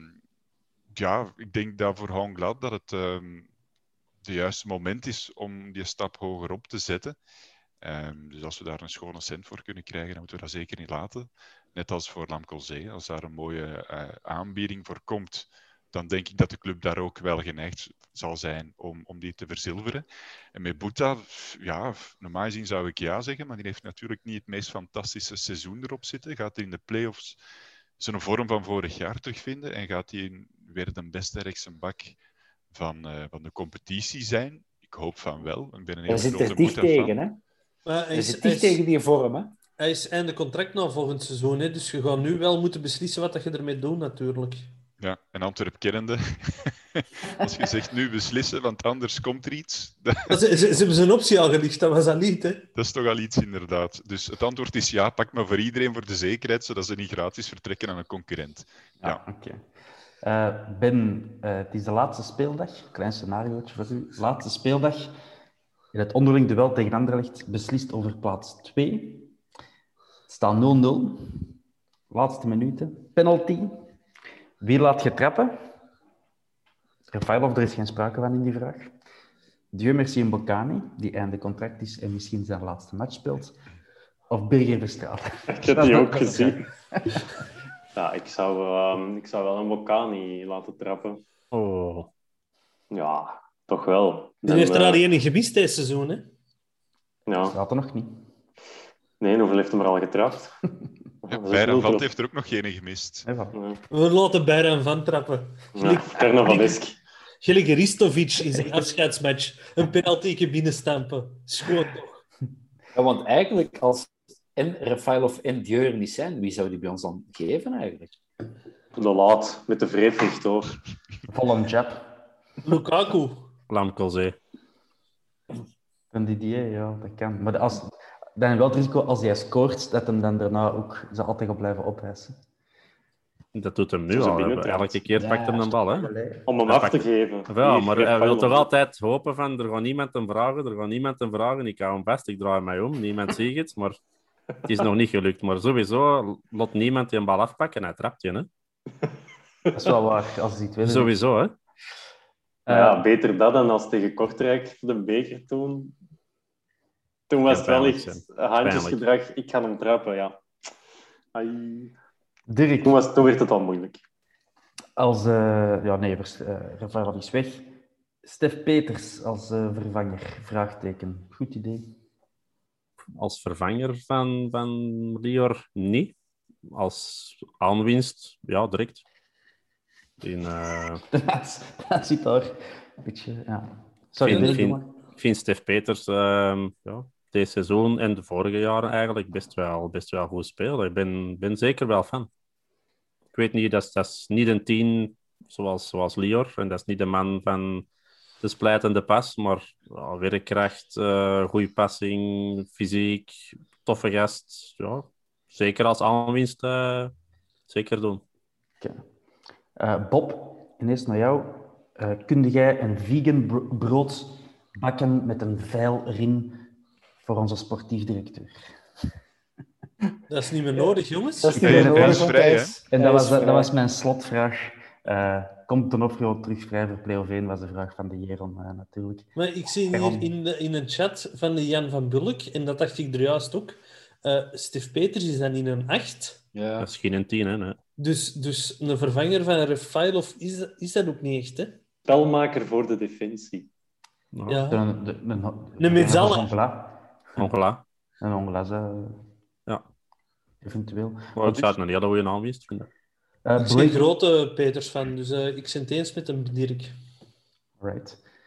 ja, ik denk dat voor Hongla dat het uh, de juiste moment is om die stap hoger op te zetten. Uh, dus als we daar een schone cent voor kunnen krijgen, dan moeten we dat zeker niet laten. Net als voor Lamkelzee. Als daar een mooie uh, aanbieding voor komt, dan denk ik dat de club daar ook wel geneigd zal zijn om, om die te verzilveren. En met Bouta, ja, normaal gezien zou ik ja zeggen, maar die heeft natuurlijk niet het meest fantastische seizoen erop zitten. Gaat hij in de play-offs zijn vorm van vorig jaar terugvinden en gaat hij weer de beste rechtsenbak van, uh, van de competitie zijn? Ik hoop van wel. Ik ben een hele hij grote zit er dicht tegen, hè? Maar hij, hij is, zit hij, dicht is, tegen die vorm, hè? Hij is einde contract na volgend seizoen, hè? Dus je gaat nu wel moeten beslissen wat je ermee doet, natuurlijk. Ja, en Antwerp kennende. Als je zegt nu beslissen, want anders komt er iets. Ze, ze, ze hebben zijn optie al gelicht, dat was dat niet, hè? Dat is toch al iets, inderdaad. Dus het antwoord is ja, pak maar voor iedereen voor de zekerheid, zodat ze niet gratis vertrekken aan een concurrent. Ja, ja. Oké. Okay. Uh, Ben, uh, het is de laatste speeldag. Klein scenariootje voor u. Laatste speeldag. In het onderling duel tegen Anderlecht beslist over plaats twee. Het staat nul nul. Laatste minuten. Penalty. Wie laat je trappen? Rafailov, er is geen sprake van in die vraag. Dieu merci Mbokani, die einde contract is en misschien zijn laatste match speelt. Of Birger Verstraeten. Ik heb die ook gezien. Ja, ik zou, um, ik zou wel een Mbokani laten trappen. Oh. Ja, toch wel. Die en, heeft er uh, al één gemist deze seizoen, hè? Ja. Verstraeten nog niet. Nee, hoeveel heeft hem er al getrapt? Ja, Bijran Vant heeft er ook nog geen gemist. Ja. We laten Bijran Vant trappen. Ja, Carnavalesk. Gelijk Ristovic in zijn afscheidsmatch. Een penaltyke binnenstampen. Schoon toch. Ja, want eigenlijk, als en Rafailov en Dieu niet zijn, wie zou die bij ons dan geven eigenlijk? De laat, met de vreedvlucht hoor. Vol een jab. Lukaku. Lamkelzee. Een Didier, ja, dat kan. Maar als... Dan wel het risico, als hij scoort, dat hem dan daarna ook ze altijd gaat blijven ophijsen. Dat doet hem nu al. Elke keer ja, pakt hem een bal. Hè? Om hem af te geven. Ja, maar hij wil toch altijd hopen van, er gaat niemand hem vragen, er gaat niemand hem vragen. Ik hou hem vast, ik draai mij om, niemand ziet het, maar het is nog niet gelukt. Maar sowieso, laat niemand die een bal afpakken en hij trapt je. Hè? Dat is wel waar, als hij tweede... Sowieso, hè. Ja, beter dat dan als tegen Kortrijk de beker toen... Toen was het wel echt handjesgedrag. Ik ga hem trappen, ja. Ai. Dirk. Toen, was, toen werd het al moeilijk. Als... Uh, ja, nee, uh, Rafael is weg. Stef Peters als uh, vervanger. Vraagteken. Goed idee. Als vervanger van, van Lior, niet. Als aanwinst, ja, direct. In, uh... dat, dat zit daar een beetje... Ja. Sorry, vind, vind, ik vind Stef Peters... Uh, ja, deze seizoen en de vorige jaren eigenlijk best wel, best wel goed spelen. Ik ben, ben zeker wel fan. Ik weet niet, dat is, dat is niet een tien zoals, zoals Lior. En dat is niet de man van de splijtende pas. Maar ja, werkkracht, uh, goede passing, fysiek, toffe gast. Ja, zeker als aanwinst, uh, zeker doen. Okay. Uh, Bob, ineens naar jou. Uh, kun jij een vegan bro- brood bakken met een veil erin voor onze sportief directeur? Dat is niet meer nodig, jongens. Dat is niet meer nodig. Hij is vrij, hè? En dat was, dat, dat was mijn slotvraag. Uh, komt Donofrio terug vrij voor play-off één, was de vraag van de Jeroen uh, natuurlijk. Maar ik zie hier in, de, in een chat van de Jan van Bulk, en dat dacht ik er juist ook, uh, Stef Peters is dan in een acht. Ja. Dat is geen een tien, hè? Nee. Dus, dus een vervanger van Rafailov is, is dat ook niet echt, hè? Spelmaker voor de defensie. Nou, ja. Een, de, de, de, een Mezzala. Ongela. Een Ongela, uh, ja. Eventueel. Maar ik zou het nog niet hadden hoe je aanwist vinden. Uh, ik ben grote Peters van, dus uh, ik zit eens met een Dirk. Right.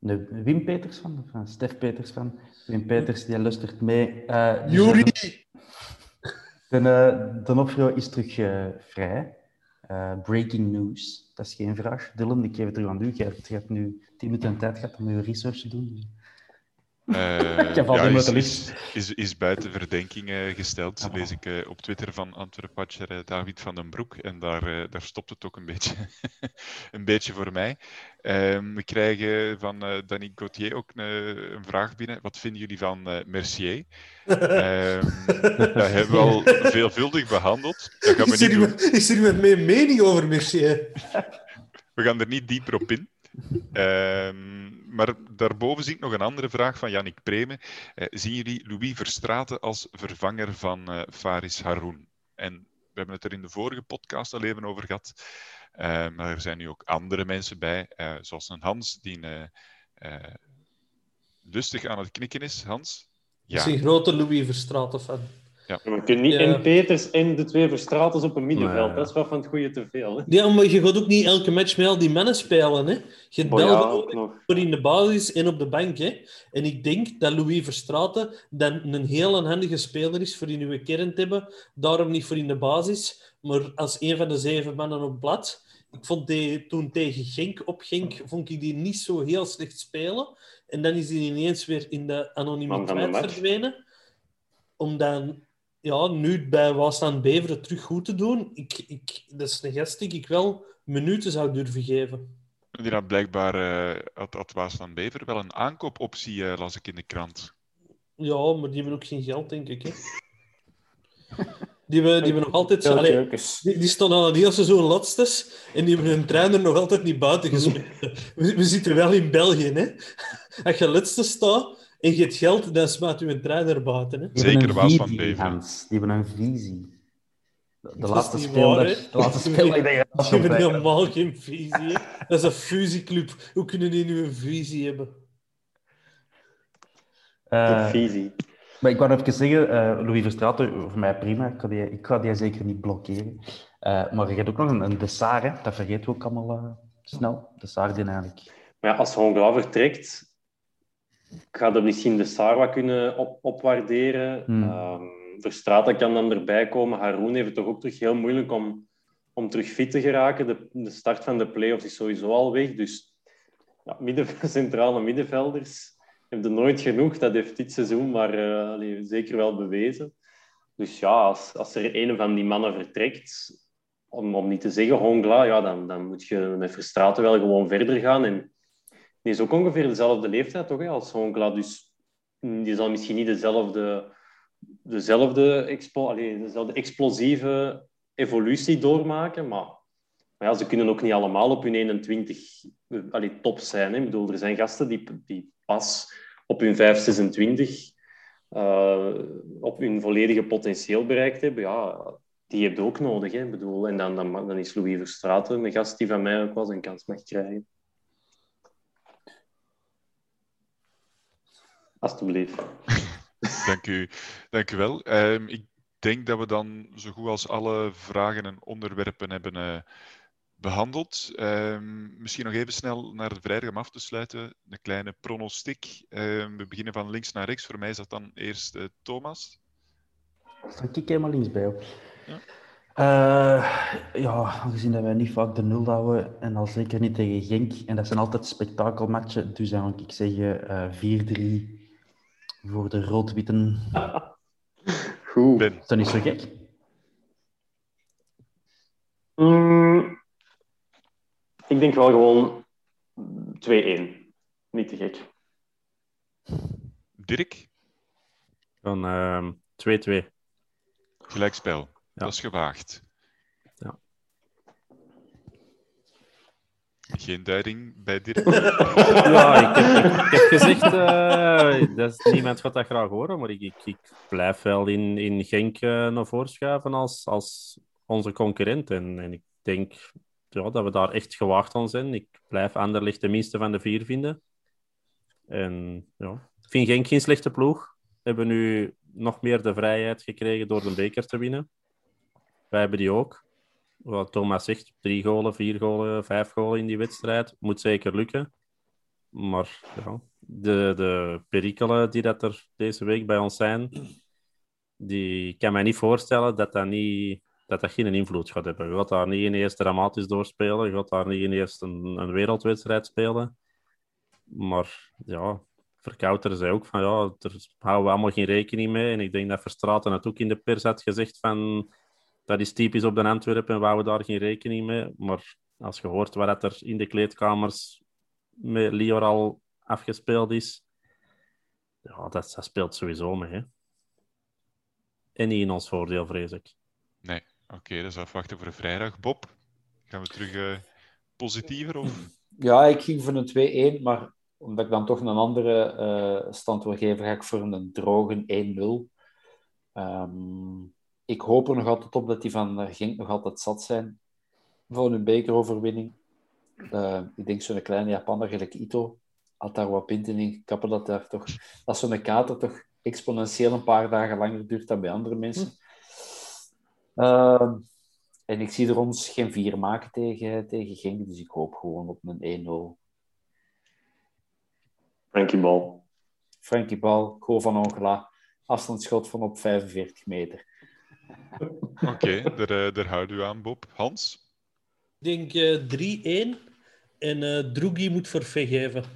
de Wim Peters van, van Stef Peters van. Wim Peters, die luistert mee. Uh, Juri! Dus, de, uh, de Offro is terug uh, vrij. Uh, breaking news, dat is geen vraag. Dylan, ik geef het terug aan u. Je hebt, je hebt nu tien minuten tijd gehad om je research te doen. Uh, ja, is, is, is, is buiten verdenking uh, gesteld, lees ik uh, op Twitter van Antwerp-watcher uh, David van den Broek. En daar, uh, daar stopt het ook een beetje, een beetje voor mij. Um, we krijgen van uh, Danny Gauthier ook een, een vraag binnen. Wat vinden jullie van uh, Mercier? um, dat hebben we al veelvuldig behandeld. Dat gaan we is, er niet iemand, is er iemand met een mening over Mercier? We gaan er niet dieper op in. Um, maar daarboven zie ik nog een andere vraag van Yannick Premen. Uh, zien jullie Louis Verstraeten als vervanger van uh, Faris Haroun? En we hebben het er in de vorige podcast al even over gehad. Uh, maar er zijn nu ook andere mensen bij, uh, zoals een Hans, die uh, uh, lustig aan het knikken is. Hans? Ja. Ik ben een grote Louis Verstraeten fan. Ja. Ja, maar je kunt niet ja. en Peters en de twee Verstraetens op een middenveld. Nee. Dat is wel van het goede te veel. Hè? Ja, maar je gaat ook niet elke match met al die mannen spelen. Hè? Je hebt Oh, ja, wel nog. voor in de basis en op de bank. Hè? En ik denk dat Louis Verstraeten dan een heel handige speler is voor in uw kern te hebben. Daarom niet voor in de basis, maar als een van de zeven mannen op blad. Ik vond die toen tegen Genk op Genk vond ik die niet zo heel slecht spelen. En dan is hij ineens weer in de anonimiteit verdwenen. Om dan ja, nu bij Waasland Beveren terug goed te doen. Ik, ik, dat is een gast die ik wel minuten zou durven geven. Die had blijkbaar uh, had, had Waasland Beveren wel een aankoopoptie, uh, las ik in de krant. Ja, maar die hebben ook geen geld, denk ik. Hè? Die hebben, die hebben nog altijd... Allee, die, die staan al een heel seizoen laatste en die hebben hun trainer nog altijd niet buiten gesmeten. We, we zitten wel in België, hè. Als je laatste staat en je hebt geld, dan smaakt je een trainer buiten. Hè. Zeker was van Beveren. Hans. Die hebben een visie. De, de Dat laatste is niet speler... waar, hè. de laatste speler die je Die hebben helemaal geen visie. Hè. Dat is een fusieclub. Hoe kunnen die nu een visie hebben? Uh, Een visie. Maar ik wou even zeggen, uh, Louis Verstraeten, voor mij prima. Ik ga die, ik ga die zeker niet blokkeren. Uh, maar je hebt ook nog een, een Dessart, hè. Dat vergeten we ook allemaal uh, snel. Dessart die eigenlijk... Maar ja, als Hongla vertrekt, gaat er misschien de Sarwa kunnen op, opwaarderen. Hmm. Um, Verstraeten kan dan erbij komen. Haroun heeft het toch ook terug heel moeilijk om, om terug fit te geraken. De, de start van de play-offs is sowieso al weg. Dus ja, midden, centrale middenvelders hebben er nooit genoeg. Dat heeft dit seizoen maar uh, allee, zeker wel bewezen. Dus ja, als, als er een van die mannen vertrekt, om, om niet te zeggen Hongla, ja, dan, dan moet je met Verstraeten wel gewoon verder gaan. En die is ook ongeveer dezelfde leeftijd toch, hè, als Hongla. Dus die zal misschien niet dezelfde, dezelfde, expo, allez, dezelfde explosieve evolutie doormaken. Maar, maar ja, ze kunnen ook niet allemaal op hun eenentwintig allez, top zijn. Hè. Ik bedoel, er zijn gasten die, die pas op hun vijf zesentwintig uh, op hun volledige potentieel bereikt hebben. Ja, die heb je ook nodig. Hè. Ik bedoel, en dan, dan, dan is Louis Verstraeten een gast die van mij ook wel zijn kans mag krijgen. Alsjeblieft. Dank u, dank u wel. Um, ik denk dat we dan zo goed als alle vragen en onderwerpen hebben uh, behandeld. Um, misschien nog even snel naar de vrijdag om af te sluiten. Een kleine pronostiek. Um, we beginnen van links naar rechts. Voor mij is dat dan eerst uh, Thomas. Sta ik helemaal links bij jou. Ja. Uh, ja, aangezien dat wij niet vaak de nul houden en al zeker niet tegen Genk, en dat zijn altijd spektakelmatchen, dus dan moet ik zeggen uh, vier drie voor de rood-witten. Goed. Ben. Is dat niet zo gek? Mm, ik denk wel gewoon twee-één. Niet te gek. Dirk? Dan uh, twee-twee. Gelijkspel. Ja. Dat is gewaagd. Ja. Geen duiding bij Dirk? Ja, ik heb, ik, ik heb gezegd, uh, dat is, niemand gaat dat graag horen, maar ik, ik, ik blijf wel in, in Genk uh, naar voren schuiven als, als onze concurrent. En, en ik denk ja, dat we daar echt gewaagd aan zijn. Ik blijf Anderlecht de minste van de vier vinden. En ja, ik vind Genk geen slechte ploeg. We hebben nu nog meer de vrijheid gekregen door de beker te winnen. Wij hebben die ook. Wat Thomas zegt, drie golen, vier golen, vijf golen in die wedstrijd. Moet zeker lukken. Maar ja, de, de perikelen die dat er deze week bij ons zijn, die kan mij niet voorstellen dat dat, niet, dat, dat geen invloed gaat hebben. Je gaat daar niet ineens dramatisch doorspelen, je gaat daar niet ineens een, een wereldwedstrijd spelen. Maar ja, Verkouter zei ook van ja, daar houden we allemaal geen rekening mee. En ik denk dat Verstraeten het ook in de pers had gezegd van dat is typisch op de Antwerpen en we houden daar geen rekening mee. Maar als je hoort wat er in de kleedkamers met Lior al afgespeeld is, ja, dat, dat speelt sowieso mee. Hè? En niet in ons voordeel, vrees ik. Nee, oké, okay, dat is afwachten voor vrijdag. Bob, gaan we terug uh, positiever? Of? Ja, ik ging voor een twee-een, maar omdat ik dan toch een andere uh, stand wil geven, ga ik voor een droge één nul. Um, ik hoop er nog altijd op dat die van Genk nog altijd zat zijn voor een bekeroverwinning. Uh, ik denk zo'n kleine Japaner, gelijk Ito, had daar wat pinten in kappen, dat, daar toch, dat zo'n kater toch exponentieel een paar dagen langer duurt dan bij andere mensen. Uh, en ik zie er ons geen vier maken tegen, tegen Genk, dus ik hoop gewoon op een één nul. Frankie Ball. Frankie Ball, Go van Ongela. Afstandsschot van op vijfenveertig meter. Oké, okay, daar, uh, daar houden we aan, Bob. Hans? Ik denk uh, drie-een en uh, Droegi moet forfait geven.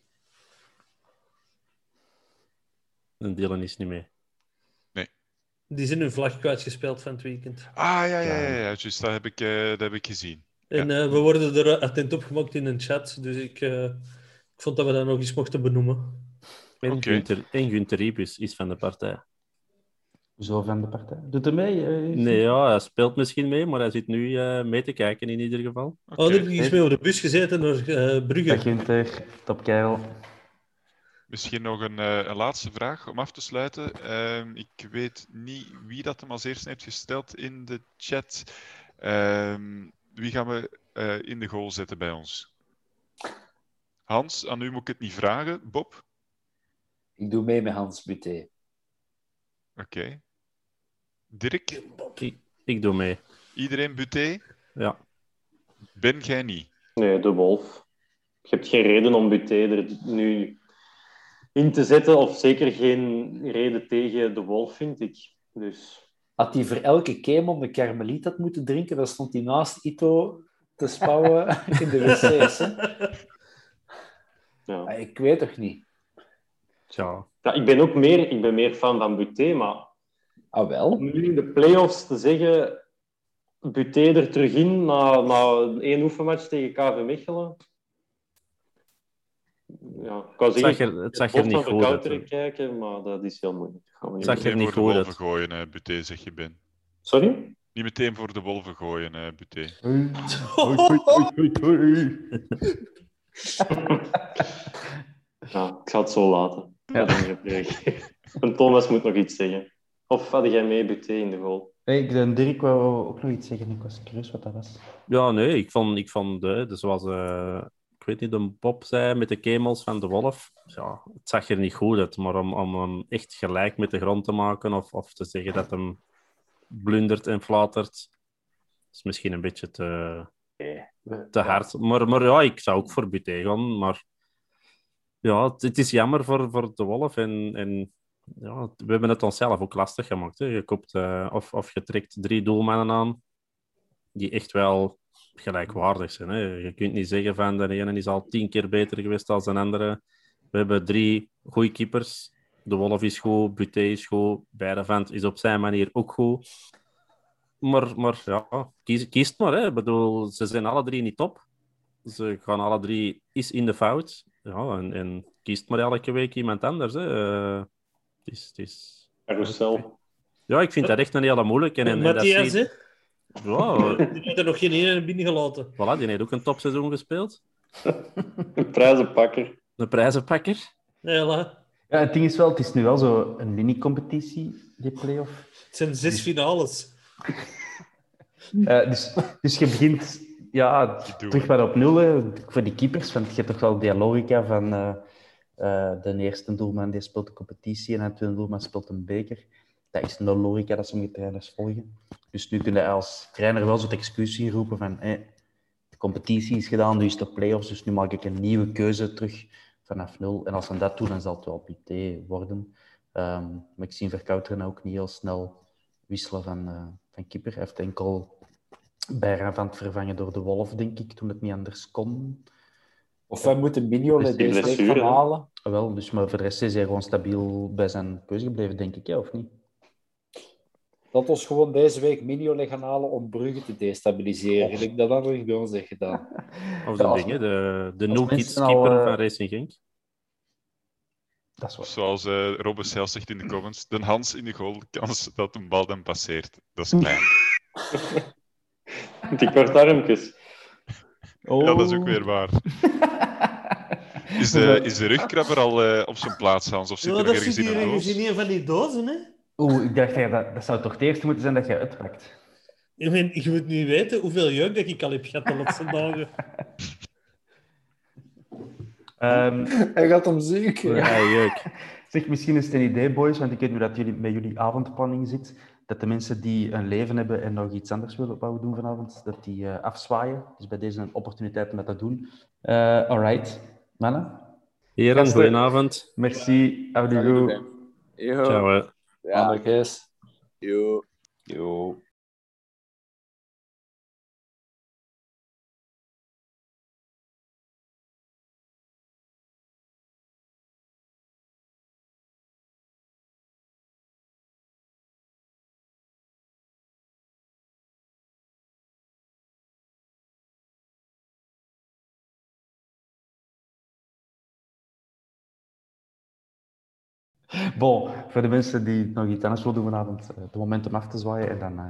En Dylan is niet mee. Nee. Die zijn hun vlag kwijtgespeeld van het weekend. Ah, ja, ja, ja, ja. Juist, dat heb ik, uh, dat heb ik gezien. En ja. uh, we worden er attent op gemaakt in een chat, dus ik, uh, ik vond dat we dat nog eens mochten benoemen. En okay. Gunther, en Gunther Ibus is van de partij. Zo van de partij. Doet hij mee? Uh, nee, ja, hij speelt misschien mee, maar hij zit nu uh, mee te kijken in ieder geval. Okay. Oh, er is mee op de bus gezeten naar uh, Brugge. Dag Gunther, top kerel. Misschien nog een, uh, een laatste vraag om af te sluiten. Uh, ik weet niet wie dat hem als eerste heeft gesteld in de chat. Uh, wie gaan we uh, in de goal zetten bij ons? Hans, aan u moet ik het niet vragen. Bob? Ik doe mee met Hans Buté. Oké. Okay. Dirk? Ik, ik doe mee. Iedereen Buté? Ja. Ben jij niet? Nee, de Wolf. Je hebt geen reden om Buté er nu in te zetten, of zeker geen reden tegen de Wolf, vind ik. Dus... Had hij voor elke kemel de Karmeliet had moeten drinken, dan stond hij naast Ito te spouwen in de wc's. Hè? Ja. Ik weet toch niet. Ja. Ja, ik ben ook meer, ik ben meer fan van Buté, maar ah, wel? om nu in de play-offs te zeggen Buté er terug in na, na één oefenmatch tegen K V Mechelen. Ja, ik kan zeggen, het zag er, het zag er niet goed uit. Kijken, maar dat is heel moeilijk. Gaan we niet het zag er niet voor goed de uit. wolven gooien, uh, Buté, zeg je Ben. Sorry? Niet meteen voor de wolven gooien, uh, Buté. Ja, ik zal het zo laten. Ja. En Thomas moet nog iets zeggen. Of had jij mee Buté in de goal? Hey, ik, Dirk wou ook nog iets zeggen. Ik was curieus wat dat was. Ja, nee, ik vond, ik vond de, dus zoals uh, ik weet niet, de Bob zei met de kemels van de Wolf. Ja, het zag er niet goed uit, maar om, om hem echt gelijk met de grond te maken of, of te zeggen dat hem blundert en flatert, is misschien een beetje te, te hard. Maar, maar ja, ik zou ook voor Buté gaan, maar ja, het, het is jammer voor, voor de Wolf en, en ja, we hebben het onszelf ook lastig gemaakt. Hè. Je koopt, uh, of, of je trekt drie doelmannen aan die echt wel gelijkwaardig zijn. Hè. Je kunt niet zeggen van de ene is al tien keer beter geweest dan de andere. We hebben drie goede keepers. De Wolf is goed, Buté is goed, Beirevent is op zijn manier ook goed. Maar, maar ja, kies, kies maar. Hè. Ik bedoel, ze zijn alle drie niet top. Ze gaan alle drie is in de fout. Ja, en, en kiest maar elke week iemand anders. Hè. Uh, het is, het is... Carousel. Ja, ik vind dat echt een hele moeilijke. En, en, Matthias, hè? Ja, die heeft er nog geen ene binnengelaten. Voilà, die heeft ook een topseizoen gespeeld. Een prijzenpakker. Een prijzenpakker. Ja, ja, het ding is wel, het is nu wel zo een mini-competitie, die play-off. Het zijn zes finales. uh, dus, dus je begint ja, terug maar op nul hè, voor die keepers, want je hebt toch wel die logica van uh, uh, de eerste doelman die speelt de competitie en de tweede doelman speelt een beker. Dat is een logica dat sommige trainers volgen. Dus nu kun je als trainer wel zo'n excuus inroepen van hey, de competitie is gedaan, nu is de play-offs, dus nu maak ik een nieuwe keuze terug vanaf nul. En als ze dat doen, dan zal het wel Pité worden. Um, maar ik zie Verkouteren ook niet heel snel wisselen van, uh, van keeper. Hij heeft enkel bijna van het vervangen door de Wolf, denk ik, toen het niet anders kon. Of wij moeten Mignolet deze week gaan halen. Wel, dus, maar voor de rest is hij gewoon stabiel bij zijn keuze gebleven, denk ik, ja, of niet? Dat ons gewoon deze week Mignolet gaan halen om Brugge te destabiliseren. Ik denk dat dat nog bij ons heeft gedaan. Of de Ja, dingen, de, de no-kids al, keeper uh, van Racing Genk. Dat is Of waar. zoals uh, Robbe zelf zegt in de comments, de Hans in de goal, kans dat een bal dan passeert. Dat is klein. Die kortarmpjes. Oh. Ja, dat is ook weer waar. Is de, is de rugkrabber al uh, op zijn plaats, Hans? Of zit Ja, er dat ergens zit in hier een ergens doos? in een van die dozen, hè? Oeh, ik dacht, ja, dat, dat zou toch het eerste moeten zijn dat je uitpakt. Ik meen, je moet niet weten hoeveel jeuk dat ik al heb gehad de laatste dagen. Um, Hij gaat om zoeken. Ja, jeuk. zeg, misschien is het een idee, boys, want ik weet nu dat jullie met jullie avondplanning zit, dat de mensen die een leven hebben en nog iets anders willen wouden doen vanavond, dat die uh, afzwaaien. Dus bij deze een opportuniteit om dat te doen. Uh, alright, mannen. Heren, Gasten. goedenavond. Merci, Abdou. Ciao. Hè. Ja. Anders. Yo. Yo. Bon, voor de mensen die nog iets anders willen doen vanavond, het moment om af te zwaaien en dan... Uh...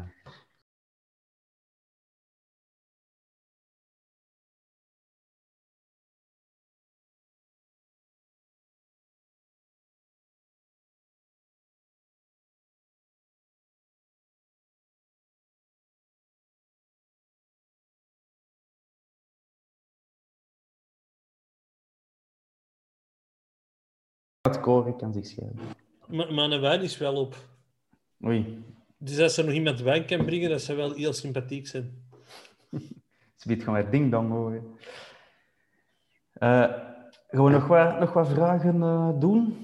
Het koren kan zich scheiden. Maar mijn wijn is wel op. Oei. Dus als er nog iemand wijn kan brengen, dat zou wel heel sympathiek zijn. Ze biedt gewoon weer ding-dong horen. Uh, gaan we nog wat, nog wat vragen uh, doen?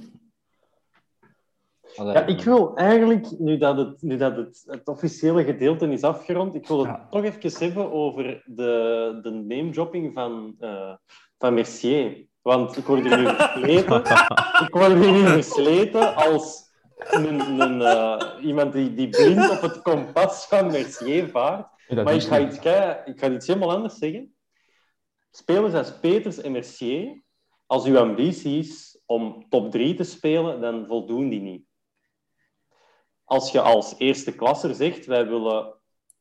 Ja, ik wil eigenlijk, nu dat het, nu dat het, het officiële gedeelte is afgerond, ik wil het ja. toch even hebben over de, de name-dropping van, uh, van Mercier. Want ik word hier nu versleten, ik word hier nu versleten als een, een, uh, iemand die, die blind op het kompas van Mercier vaart. Ja, maar ik ga, iets, ik ga iets helemaal anders zeggen. Spelers als Peters en Mercier, als uw ambitie is om top drie te spelen, dan voldoen die niet. Als je als eerste klasser zegt, wij willen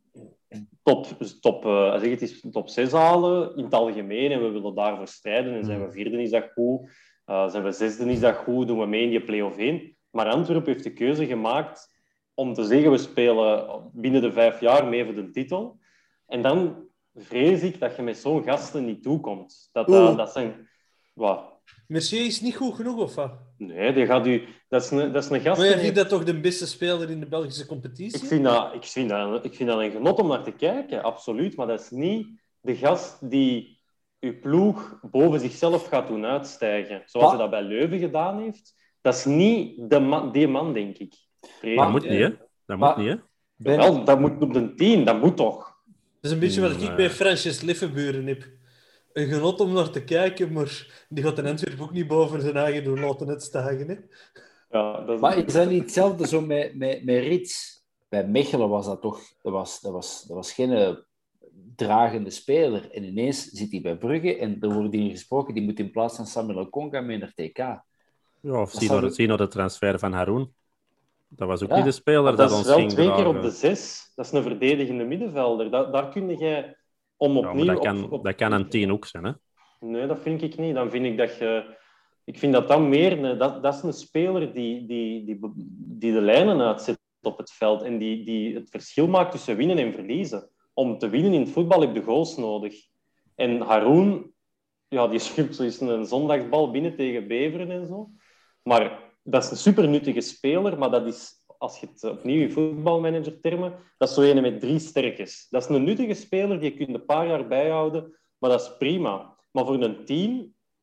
top, top, uh, zeg het is top zes halen in het algemeen en we willen daarvoor strijden en zijn we vierde is dat goed, uh, zijn we zesde is dat goed, doen we mee in die play-off één. Maar Antwerpen heeft de keuze gemaakt om te zeggen, we spelen binnen de vijf jaar mee voor de titel. En dan vrees ik dat je met zo'n gasten niet toekomt. Dat, uh, dat zijn... Wat? Mercier is niet goed genoeg, of wat? Nee, die gaat u... dat, is een, dat is een gast... Maar je vindt dat toch de beste speler in de Belgische competitie? Ik vind dat, ik vind dat, ik vind dat een genot om naar te kijken, absoluut. Maar dat is niet de gast die uw ploeg boven zichzelf gaat doen uitstijgen. Zoals hij dat bij Leuven gedaan heeft. Dat is niet de man, die man, denk ik. Maar dat moet niet, hè? Dat moet niet, hè? Ben... Wel, dat moet op de tien, dat moet toch? Dat is een beetje wat ik nee. bij Francis Liffenburen heb. Een genot om naar te kijken, maar die gaat in Antwerpen ook niet boven zijn eigen doen laten uitstijgen. Hè? Ja, dat is... Maar is dat niet hetzelfde zo met, met, met Rits? Bij Mechelen was dat toch... Dat was, dat was, dat was geen uh, dragende speler. En ineens zit hij bij Brugge en er wordt hier gesproken, die moet in plaats van Samuel Konga mee naar T K. Ja, of zie zou... naar de transfer van Haroun. Dat was ook ja. niet de speler dat, dat ons is wel ging twee dragen. keer op de zes. Dat is een verdedigende middenvelder. Da- daar kun je om opnieuw... Ja, dat, kan, op, op... dat kan een tien ook zijn, hè? Nee, dat vind ik niet. Dan vind ik dat je... Ik vind dat dan meer... Dat, dat is een speler die, die, die, die de lijnen uitzet op het veld en die, die het verschil maakt tussen winnen en verliezen. Om te winnen in het voetbal heb je goals nodig. En Haroun, ja, die schuift zo eens een zondagsbal binnen tegen Beveren en zo. Maar dat is een supernuttige speler, maar dat is, als je het opnieuw in voetbalmanager-termen, dat is zo een met drie sterkes. Dat is een nuttige speler, die je kunt een paar jaar bijhouden, maar dat is prima. Maar voor een team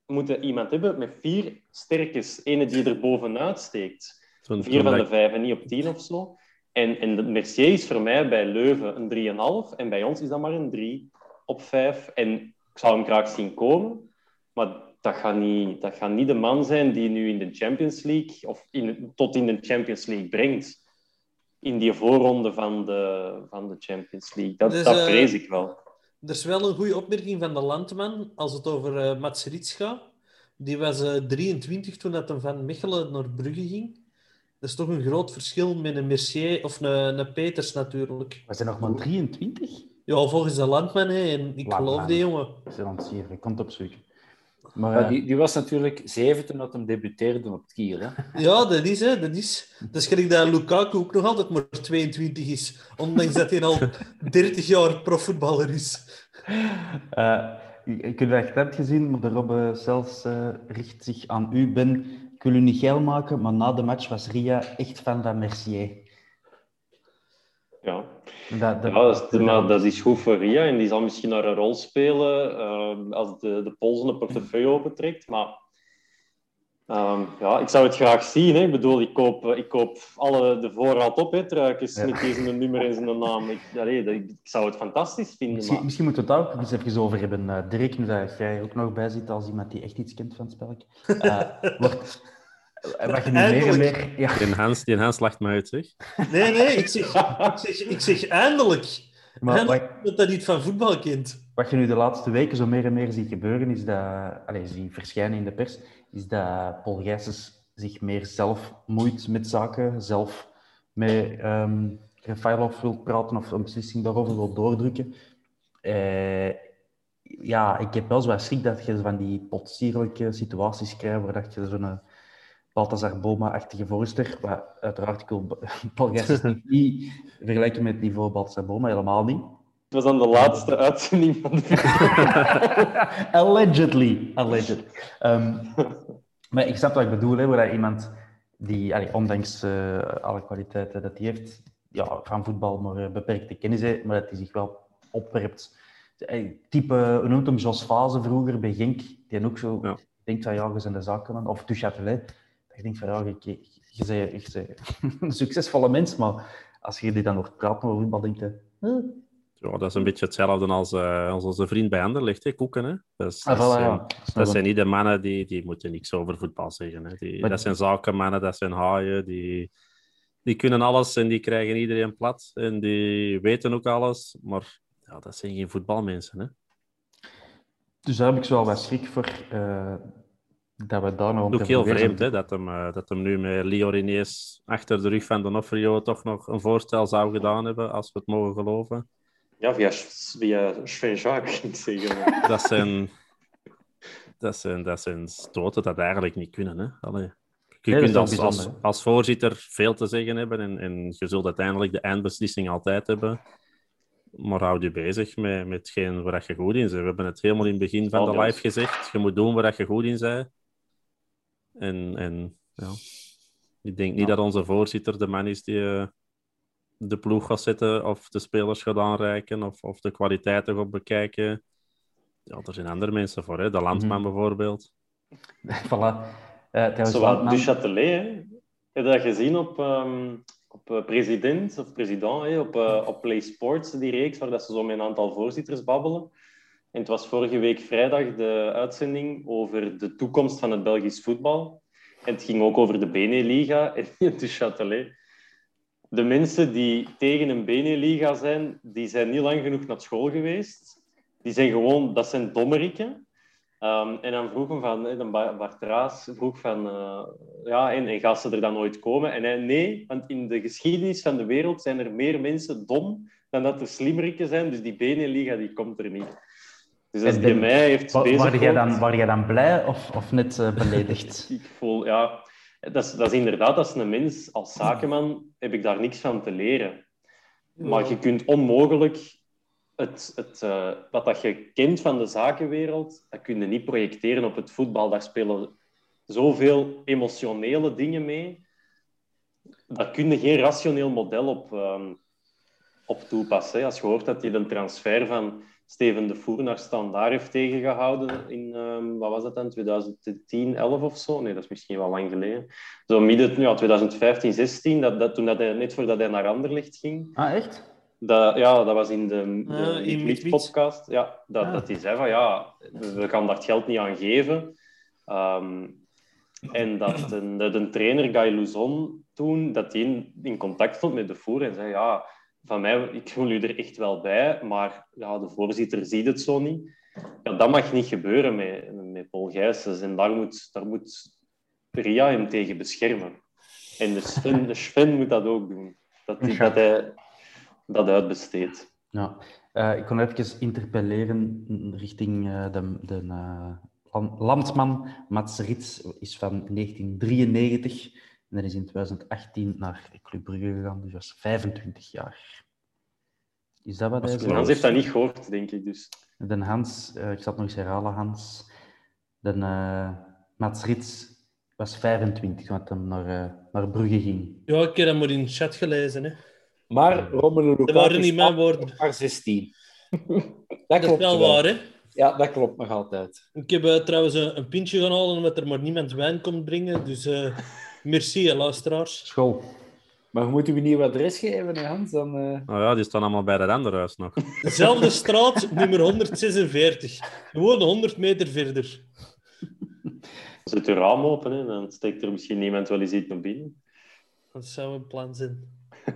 moet je iemand hebben met vier sterkes. Ene die er bovenuit steekt. Zo'n, Vier zo'n van de dat- vijf en niet op tien of zo. En, en de Mercier is voor mij bij Leuven een drie komma vijf. En bij ons is dat maar een drie op vijf. En ik zou hem graag zien komen. Maar dat gaat niet, dat gaat niet de man zijn die nu in de Champions League... of in, tot in de Champions League brengt. In die voorronde van de, van de Champions League. Dat, Dus, dat uh, vrees ik wel. Er is wel een goede opmerking van de landman als het over uh, Mats Rits gaat. Die was uh, drieëntwintig toen dat hem van Mechelen naar Brugge ging. Dat is toch een groot verschil met een Mercier of een, een Peters natuurlijk. Was hij nog maar drieëntwintig? Ja, volgens de landman. Hè. En ik Landman. geloof die jongen. Dat is een zeer, ik kon het opzoeken. Maar, Maar uh, die, die was natuurlijk zeven toen dat hem debuteerde op het Kiel. Hè? Ja, dat is, hè. Dat is. Dat is gelijk dat Lukaku ook nog altijd maar tweeëntwintig is. Ondanks dat hij al dertig jaar profvoetballer is. Uh, ik heb het net gezien, maar de Robbe zelfs uh, richt zich aan u. Ben, ik wil u niet geil maken, maar na de match was Ria echt fan van Mercier. Ja, Dat, dat, ja dat, is, maar dat is goed voor Ria en die zal misschien naar een rol spelen uh, als de, de Pols een portefeuille opentrekt. Maar um, ja, ik zou het graag zien. Hè. Ik bedoel, ik koop, ik koop alle de voorraad op, hè, truikens, ja. Met deze nummer en zijn naam. Ik, allee, dat, ik zou het fantastisch vinden. Misschien, maar... misschien moeten we het ook eens even over hebben. Uh, Dirk, nu dat jij er ook nog bij zit als iemand die echt iets kent van het spelletje. Uh, wordt... Wat je nu meer en meer... Ja. Die Hans, die Hans lacht me uit, zeg. Nee, nee, ik zeg, ik zeg, ik zeg eindelijk. Maar eindelijk wat, dat dat niet van voetbal kent. Wat je nu de laatste weken zo meer en meer ziet gebeuren, is dat... Allez, zie verschijnen in de pers, is dat Paul Gijsens zich meer zelf moeit met zaken, zelf met um, Refailov wil praten of een beslissing daarover wil doordrukken. Uh, ja, ik heb wel zo wat schrik dat je van die potsierlijke situaties krijgt, waar dat je zo'n Balthazar Boma-achtige voorzitter, wat uiteraard ik wil Paul Gijsens niet vergelijken met het niveau Balthazar Boma, helemaal niet. Het was dan de laatste uitzending van de... Allegedly. Allegedly. Um, maar ik snap wat ik bedoel, hè, waar iemand die, allee, ondanks uh, alle kwaliteiten dat hij heeft, ja, van voetbal maar uh, beperkte kennis heeft, maar dat hij zich wel opwerpt. Hey, type, hoe noemt hem, Jos Fase vroeger bij Genk, die ook zo ja. denkt van ja, je bent de zakenman, of Duchâtelet. Ik denk van ja, je, je, je, bent, je bent een succesvolle mens, maar als je die dan hoort praten over voetbal, denk je... Huh? Ja, dat is een beetje hetzelfde als, uh, als onze vriend bij Anderlecht, hè, Koeken. Hè? Dat, is, ah, dat, voilà, zijn, ja. dat zijn niet de mannen die, die moeten niks over voetbal zeggen. Hè. Die, dat zijn zakenmannen, dat zijn haaien, die, die kunnen alles en die krijgen iedereen plat. En die weten ook alles, maar ja, dat zijn geen voetbalmensen. Hè. Dus daar heb ik zo wel wat schrik voor... Uh... Dat we daar nog ook heel vreemd hè, dat, hem, uh, dat hem nu met Leo Reniers achter de rug van D'Onofrio toch nog een voorstel zou gedaan hebben, als we het mogen geloven. Ja, via, via Sven-Jacques, ik zeggen. Dat zijn, dat zijn, dat zijn stoten dat eigenlijk niet kunnen. Hè. Allee. Je nee, kunt als, als, als voorzitter veel te zeggen hebben en, en je zult uiteindelijk de eindbeslissing altijd hebben. Maar houd je bezig met, met hetgeen waar je goed in bent. We hebben het helemaal in het begin van de live gezegd. Je moet doen waar je goed in bent. En, en ja, ik denk niet ja. dat onze voorzitter de man is die uh, de ploeg gaat zetten of de spelers gaat aanreiken of, of de kwaliteiten gaat bekijken. Ja, er zijn andere mensen voor, hè? De landman mm-hmm. bijvoorbeeld. Voilà. Uh, Zo landman... Duchâtelet, hè? Heb je dat gezien op, um, op uh, president of president, hè? Op, uh, op Play Sports, die reeks, waar dat ze zo met een aantal voorzitters babbelen. En het was vorige week vrijdag de uitzending over de toekomst van het Belgisch voetbal. En het ging ook over de Beneliga en de Châtelet. De mensen die tegen een Beneliga zijn, die zijn niet lang genoeg naar school geweest. Die zijn gewoon, dat zijn dommerikken. Um, en dan vroeg hem van, de Bart Raas vroeg van, uh, ja, en, en gaan ze er dan ooit komen? En hij, nee, want in de geschiedenis van de wereld zijn er meer mensen dom dan dat er slimmerikken zijn. Dus die Beneliga, die komt er niet. Dus als die mij heeft wa- bezig waar jij dan, waar jij dan blij of, of net uh, beledigd? Ik voel, ja... Dat is, dat is inderdaad, als een mens, als zakenman, heb ik daar niks van te leren. Maar je kunt onmogelijk... Het, het, uh, wat dat je kent van de zakenwereld, dat kun je niet projecteren op het voetbal. Daar spelen zoveel emotionele dingen mee. Daar kun je geen rationeel model op, um, op toepassen. Als je hoort dat je de transfer van... Steven de Voer naar Standaard heeft tegengehouden in, um, wat was dat dan, twintig tien, elf of zo? Nee, dat is misschien wel lang geleden. Zo midden, ja, twintig vijftien, zestien, dat, dat, toen dat hij, net voordat hij naar Anderlecht ging. Ah, echt? Dat, ja, dat was in de, de uh, in Meet-podcast. Ja, dat, ah. dat hij zei van, ja, we gaan daar het geld niet aan geven. Um, en dat de, de, de trainer, Guy Luzon, toen, dat hij in, in contact stond met de Voer en zei, ja, van mij, ik voel u er echt wel bij, maar ja, de voorzitter ziet het zo niet. Ja, dat mag niet gebeuren met, met Paul Gijsens. En daar moet, daar moet Ria hem tegen beschermen. En de Sven, de Sven moet dat ook doen. Dat, die, dat hij dat uitbesteedt. Ja. Uh, ik kon even interpelleren richting uh, de, de uh, landsman. Mats Rits is van negentien drieënnegentig en dat is in twintig achttien naar Club Brugge gegaan, dus was vijfentwintig jaar. Is dat wat hij zei? Hans heeft dat niet gehoord, denk ik dus. De Hans, uh, ik zal het nog eens herhalen, Hans. De uh, Mats Rits was vijfentwintig toen hij naar, uh, naar Brugge ging. Ja, ik heb dat maar in de chat gelezen. Hè. Maar Romelu Lukaku dat waren niet mijn woorden. Maar zestien. Dat, dat is wel waar, hè? Ja, dat klopt nog altijd. Ik heb uh, trouwens een, een pintje gaan halen omdat er maar niemand wijn komt brengen. Dus uh, merci, luisteraars. School. Maar we moeten we een nieuw adres geven, hè, Hans? Dan, uh... Nou ja, die staan allemaal bij dat andere huis nog. Dezelfde straat, nummer honderdzesenveertig. Gewoon honderd meter verder. Zet je raam open, hè? Dan steekt er misschien niemand wel eens iets naar binnen. Dat zou een plan zijn.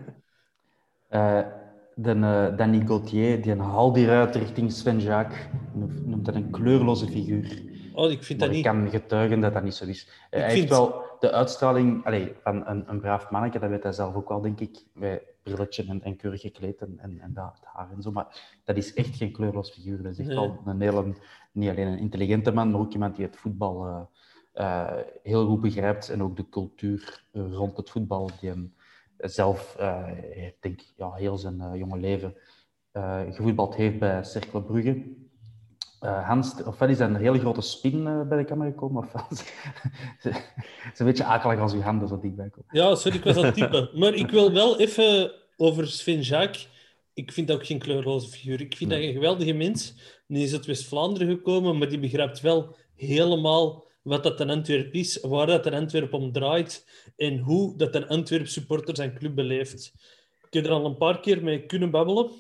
Uh, de, uh, Danny Gauthier, die haalt hieruit richting Sven Jacques, noemt dat een kleurloze figuur. Oh, ik vind maar dat ik niet. kan getuigen dat dat niet zo is. Uh, hij vind... heeft wel de uitstraling allez, van een, een braaf manneke, dat weet hij zelf ook wel, denk ik, met brilletje en, en keurig gekleed en, en, en dat, het haar en zo. Maar dat is echt geen kleurloos figuur. Dat is echt nee. wel een hele, niet alleen een intelligente man, maar ook iemand die het voetbal uh, uh, heel goed begrijpt en ook de cultuur uh, rond het voetbal, die hem zelf, uh, ik denk, ja, heel zijn uh, jonge leven uh, gevoetbald heeft bij Cercle Brugge. Uh, Hans, ofwel is dat een hele grote spin uh, bij de camera gekomen, ofwel is het een beetje akelig als uw handen zo dichtbij komen. Ja, sorry, ik was aan het typen. Maar ik wil wel even over Sven Jacques. Ik vind dat ook geen kleurloze figuur. Ik vind nee. dat een geweldige mens. Die is uit West-Vlaanderen gekomen, maar die begrijpt wel helemaal wat dat een Antwerp is, waar dat een Antwerp om draait en hoe dat een Antwerp supporter zijn club beleeft. Ik heb er al een paar keer mee kunnen babbelen.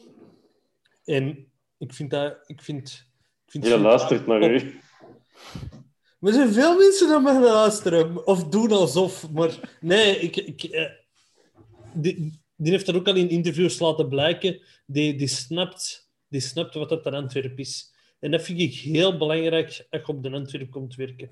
En ik vind dat... Ik vind, ik vind Je luistert naar u. Maar er zijn veel mensen naar mij luisteren. Of doen alsof. Maar nee, ik... ik eh, die, die heeft dat ook al in interviews laten blijken. Die, die, snapt, die snapt wat dat een Antwerp is. En dat vind ik heel belangrijk als je op de Antwerp komt werken.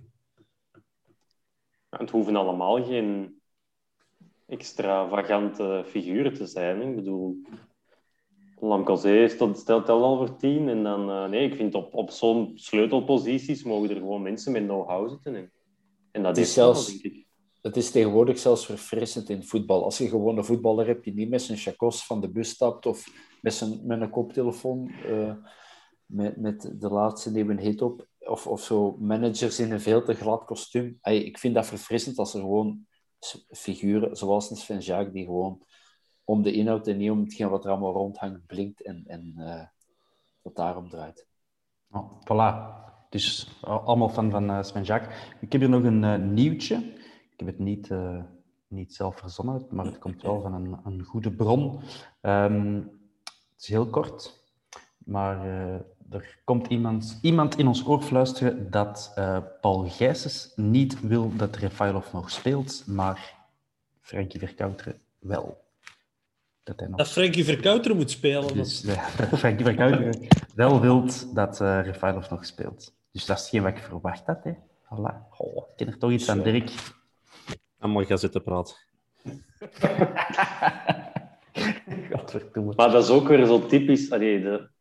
Het hoeven allemaal geen extravagante figuren te zijn. Ik bedoel, Lamcozé stelt al voor tien. En dan, uh, nee, ik vind op, op zo'n sleutelposities mogen er gewoon mensen met know-how zitten. En, en dat het is, zelfs, wel, denk ik. Het is tegenwoordig zelfs verfrissend in voetbal. Als je gewoon een voetballer hebt die niet met zijn chacos van de bus stapt of met, zijn, met een koptelefoon, uh, met, met de laatste nieuwe hit op, Of, of zo managers in een veel te glad kostuum. Ay, ik vind dat verfrissend als er gewoon figuren, zoals een Sven Jacques, die gewoon om de inhoud en niet om hetgeen wat er allemaal rondhangt, blinkt en, en uh, wat daarom draait. Oh, voilà. Dus allemaal fan van uh, Sven Jacques. Ik heb hier nog een uh, nieuwtje. Ik heb het niet, uh, niet zelf verzonnen, maar het komt wel van een, een goede bron. Um, het is heel kort, maar... Uh, Er komt iemand, iemand in ons oor fluisteren dat uh, Paul Gijsens niet wil dat Refailov nog speelt, maar Frankie Verkouteren wel. Dat, hij nog... dat Frankie Verkouteren moet spelen. Dus uh, Frankie Verkouteren wel wil dat uh, Refailov nog speelt. Dus dat is hetgeen wat ik verwacht had. Hè. Voilà. Oh, ik ken er toch iets aan, Dirk. Allemaal gaan zitten praten. Maar dat is ook weer zo typisch... Allee, de...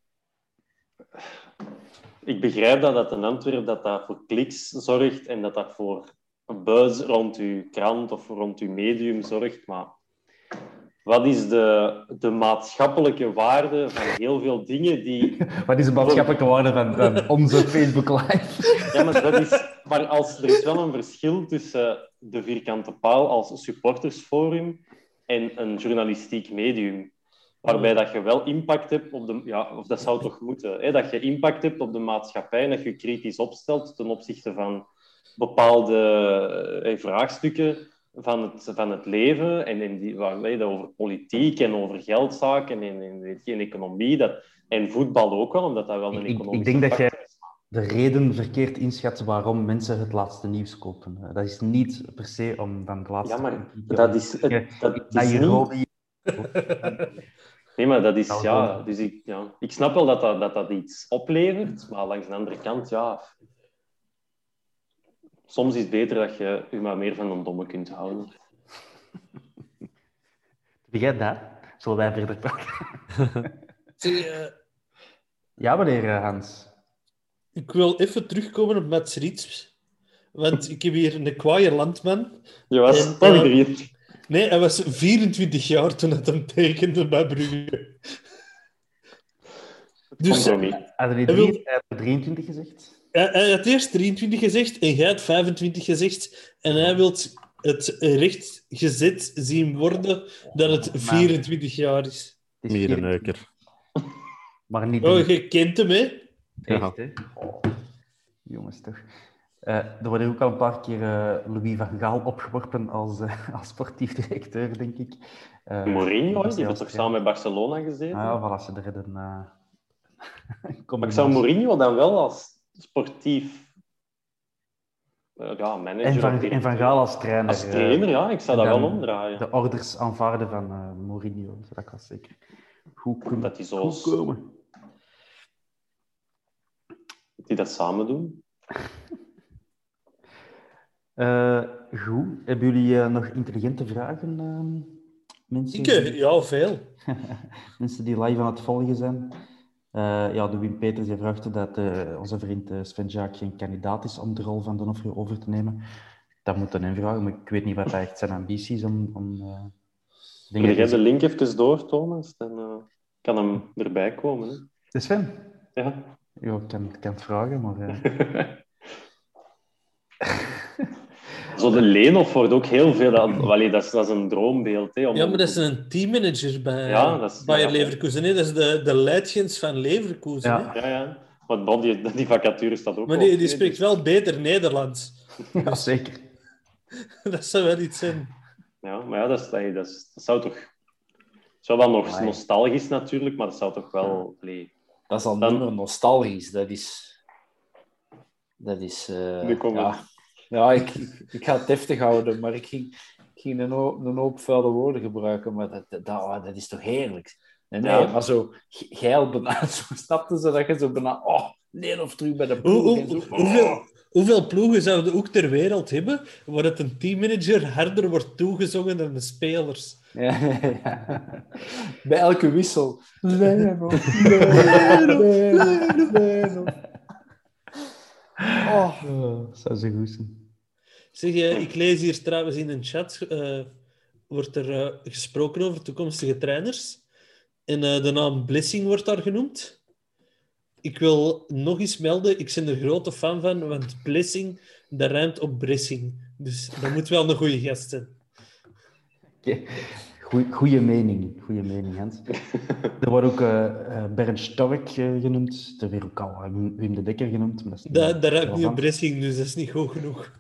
Ik begrijp dat, dat een Antwerp dat dat voor kliks zorgt en dat dat voor een buzz rond uw krant of rond uw medium zorgt. Maar wat is de, de maatschappelijke waarde van heel veel dingen die... Wat is de maatschappelijke waarde van, van onze Facebook Live? Ja, maar, dat is, maar als, er is wel een verschil tussen de vierkante paal als supportersforum en een journalistiek medium. waarbij dat je wel impact hebt op de... Ja, of dat zou toch moeten. Hè? Dat je impact hebt op de maatschappij en dat je kritisch opstelt ten opzichte van bepaalde eh, vraagstukken van het, van het leven. En in die, waar, hè, dat over politiek en over geldzaken en, en, weet je, en economie. Dat, en voetbal ook wel, omdat dat wel een Ik, economische ik denk dat factor jij is. de reden verkeerd inschat waarom mensen het laatste nieuws kopen. Dat is niet per se om dan het laatste... Ja, maar dat is... Het, dat naar is je niet... hobby... Nee, maar dat is... Nou, Ja, zo. dus ik, ja, ik snap wel dat dat, dat dat iets oplevert, maar langs de andere kant, ja... Soms is het beter dat je je maar meer van een domme kunt houden. Doe jij dat? Zullen wij verder praten? Zeg, eh, Ja, meneer eh, Hans. ik wil even terugkomen op Mats Riets. Want ik heb hier een kwaaie landman. Je was En, toch eh, drie. Nee, hij was vierentwintig jaar toen het hem tekende bij Brugge. Dus Compromis. Had hij Hij wil- drie- hij had drieëntwintig gezegd? hij, hij had eerst drieëntwintig gezegd en jij had vijfentwintig gezegd. En hij wil het recht gezet zien worden dat het vierentwintig jaar is. Het is Mierenneuker. Maar niet Oh, drie. je kent hem, hè? Echt, hè? Oh, jongens, toch. Eh, er wordt ook al een paar keer eh, Louis van Gaal opgeworpen als, eh, als sportief directeur, denk ik. Eh, Mourinho, als die heeft als- toch samen met Barcelona gezeten? Ah, ja, voilà, ze er een... eh, Maar ik zou Mourinho dan wel als sportief eh, ja, manager... En of van, directeur- en van Gaal als trainer. Als trainer, ja. Ik zou en dat wel dan omdraaien. De orders aanvaarden van eh, Mourinho. Dat kan zeker goed komen. Dat die zo... Goed komen. Die dat samen doen. Eh, goed. Hebben jullie eh, nog intelligente vragen, eh, mensen? Ik, eh, ja, veel. Mensen die live aan het volgen zijn. Eh, ja, de Wim Peters die vraagt dat eh, onze vriend eh, Sven Jaak geen kandidaat is om de rol van Donofrio over te nemen. Dat moet dan hem vragen, maar ik weet niet wat hij echt zijn ambitie is om... om uh, Wil jij de link even door, Thomas? Dan uh, kan hem erbij komen. Hè? De Sven? Ja. Ja, ik kan, kan het vragen, maar... Uh... Zo de Leenhoff wordt ook heel veel... Dat, allee, dat, is, dat is een droombeeld. Hè, om, Ja, maar dat is een teammanager bij Ja, dat is- Bayer ja. Leverkusen. Hè? Dat is de, de leidgens van Leverkusen. Ja. Hè? Ja, ja. Maar Bob, die, die vacature staat ook Maar op, die, die hè, spreekt dus- wel beter Nederlands. Ja, zeker. Dat zou wel iets zijn. Ja, maar ja, dat, is, allee, dat, is, dat zou toch... Het zou wel nog Amai. nostalgisch natuurlijk, maar dat zou toch wel... Allee, Dat is al Dan- niet meer nostalgisch. Dat is... Dat is... eh, Nu komen we- ja, ja ik, ik, ik ga het deftig houden, maar ik ging, ik ging een, hoop, een hoop vuile woorden gebruiken, maar dat, dat, dat, dat is toch heerlijk? Nee, nee, Ja. maar zo geil bijna, zo snapte ze dat je zo bijna... Oh, nee, of terug bij de Hoe, ploeg. hoe, en zo, oh. hoeveel, hoeveel ploegen zouden ook ter wereld hebben waar het een teammanager harder wordt toegezongen dan de spelers? Ja, ja. Bij elke wissel. Leno, Leno, Leno, Leno. Oh. Oh, zou zo goed zijn. Zeg je, ik lees hier trouwens in een chat, eh, wordt er eh, gesproken over toekomstige trainers. En eh, de naam Blessing wordt daar genoemd. Ik wil nog eens melden, ik ben er grote fan van, want Blessing, dat ruimt op Bressing. Dus dat moet wel een goede gast zijn. Okay. Goeie, goeie mening, goeie mening, Hans. Er wordt ook uh, uh, Bernd Stork uh, genoemd. Er werd ook al uh, Wim de Dekker genoemd. Maar dat is niet Dat, dat ruikt niet op relevant. Bressing, dus dat is niet goed genoeg.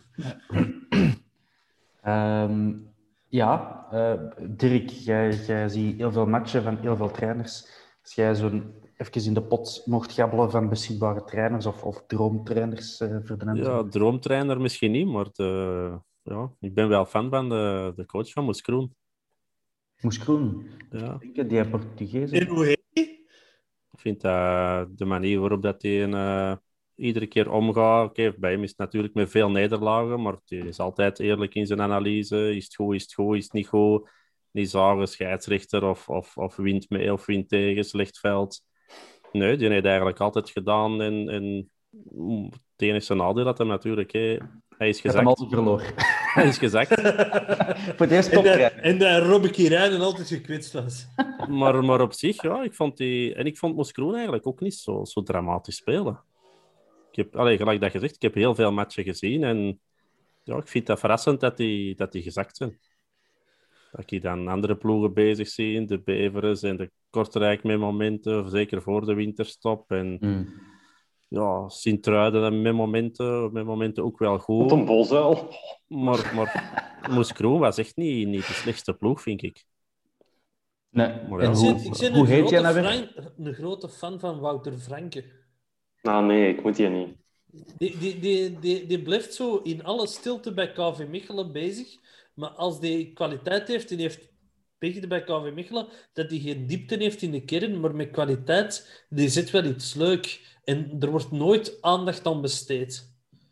Um, ja, uh, Dirk, jij, jij ziet heel veel matchen van heel veel trainers. Als jij zo'n even in de pot mocht gabbelen van beschikbare trainers of, of droomtrainers uh, voor de Ja, Antwerpen. droomtrainer misschien niet, maar de, ja, ik ben wel fan van de, de coach van Moes Kroen. Moes Kroen, Ja. ik denk die Portugees. En hoe heet die? Ik vind dat de manier waarop dat hij uh, iedere keer omgaat... Okay, bij hem is het natuurlijk met veel nederlagen, maar hij is altijd eerlijk in zijn analyse. Is het goed, is het goed, is het niet goed? Niet zagen, scheidsrechter of, of, of wint mee of wint tegen, slecht veld. Nee, die heeft eigenlijk altijd gedaan. En, en het enige nadeel dat hem natuurlijk... Hey, hij is Ik heb hem gezakt. altijd verloren. Hij is gezakt. Voor het eerst En dat, toptrainer. en dat Robbe Kirijnen altijd gekwetst was. Maar, maar op zich, ja, ik vond die... En ik vond Moes Kroen eigenlijk ook niet zo, zo dramatisch spelen. Ik heb, allee, gelijk dat gezegd, ik heb heel veel matchen gezien en ja, ik vind dat verrassend dat die, dat die gezakt zijn. dat ik dan andere ploegen bezig zie, de Beveren en de Kortrijk met momenten, zeker voor de winterstop. En Mm. ja, Sint-Truiden met momenten, met momenten ook wel goed. Een Bosuil. Maar, maar Moes Kroen was echt niet, niet de slechtste ploeg, vind ik. Nee. Maar En ja. hoe, Ik ben, ik ben hoe een, heet grote jij nou weer? Frank- een grote fan van Wouter Franke. Nou, nee, ik moet die niet. Die, die, die, die, die blijft zo in alle stilte bij K V Mechelen bezig. Maar als die kwaliteit heeft, en die heeft pech bij K V Mechelen, dat hij geen diepte heeft in de kern, maar met kwaliteit, die zit wel iets leuk. En er wordt nooit aandacht aan besteed.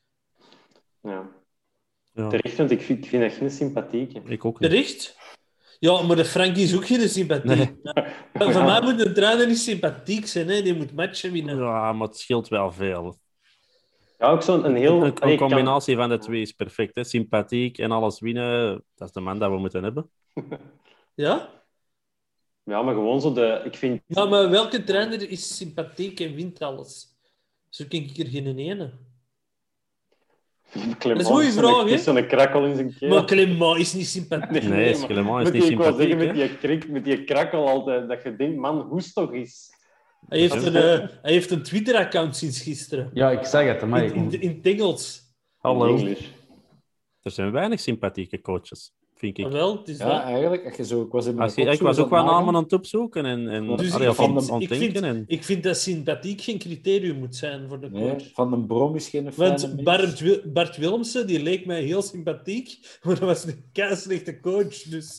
Ja. Ja, Terecht, want ik vind, ik vind dat geen sympathieke. ik ook niet. Terecht? Ja, maar de Frankie is ook geen sympathiek. Nee. Van van mij moet een trainer niet sympathiek zijn. Hè? Die moet matchen winnen. Ja, maar het scheelt wel veel. Ja, ook zo'n een heel... Een, Allee, een ik combinatie van de twee is perfect. Hè? Sympathiek en alles winnen, dat is de man dat we moeten hebben. Ja? Kan... Ja, maar gewoon zo de... Ik vind... Ja, maar welke trainer is sympathiek en wint alles? Zo ken ik er geen ene. Clement, Dat is een goeie vraag, hè? Is zo'n krakkel in zijn keel. Maar Clément is niet sympathiek. Nee, Nee, maar Clément is met niet die- Ik wou zeggen, sympathiek, met die, krik, met die krakkel altijd, dat je denkt, man, hoest toch eens. Hij heeft een, eh, hij heeft een Twitter-account sinds gisteren. Ja, ik zeg het. Maar In, in, in het Engels. Hallo. English. Er zijn weinig sympathieke coaches, vind ik. Ah, wel, het is Ja, dat. eigenlijk, als je zo, ik was, in mijn Als je, ik opzoeken was ook wel aan het namen aan het opzoeken en, en Dus allee, ik, van vind, aan ik, het vind, denken. En... ik vind dat sympathiek geen criterium moet zijn voor de coach. Nee, Van den Brom is geen fijne Want mens. Bart, Wil- Bart Willemsen, die leek mij heel sympathiek, maar dat was een kei slechte coach. Dus...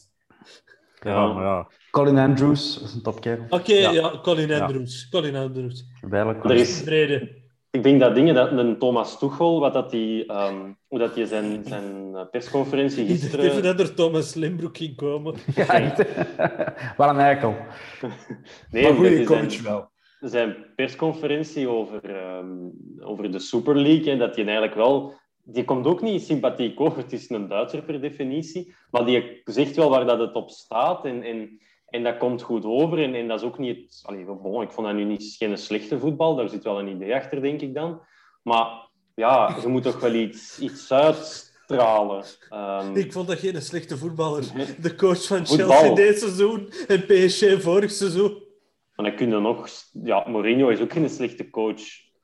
Ja, maar ja. Colin Andrews is een topkerel. Oké, Ja. ja. Colin Ja. Andrews. Colin Andrews. Weilig. Er is- Tevreden. Ik denk dat dingen, dat een Thomas Tuchel, wat dat die, ehm, hoe dat hij zijn, zijn eh, persconferentie Ik dacht even gisteren... dat er Thomas Lembroek ging komen. Ja, echt. Wat een eikel. Nee, Maar omdat goede hij coach zijn, wel. zijn persconferentie over, ehm, over de Super League, en dat hij eigenlijk wel... Die komt ook niet sympathiek over. Het is een Duitser per definitie. Maar die zegt wel waar dat het op staat. En, en, en dat komt goed over. En, en dat is ook niet... Het, allee, bon, ik vond dat nu niet geen slechte voetbal. Daar zit wel een idee achter, denk ik dan. Maar ja, je moet toch wel iets, iets uitstralen. Ehm, Ik vond dat geen slechte voetballer. De coach van Voetbal. Chelsea dit seizoen en P S G vorig seizoen. Maar dan kun je nog... Ja, Mourinho is ook geen slechte coach.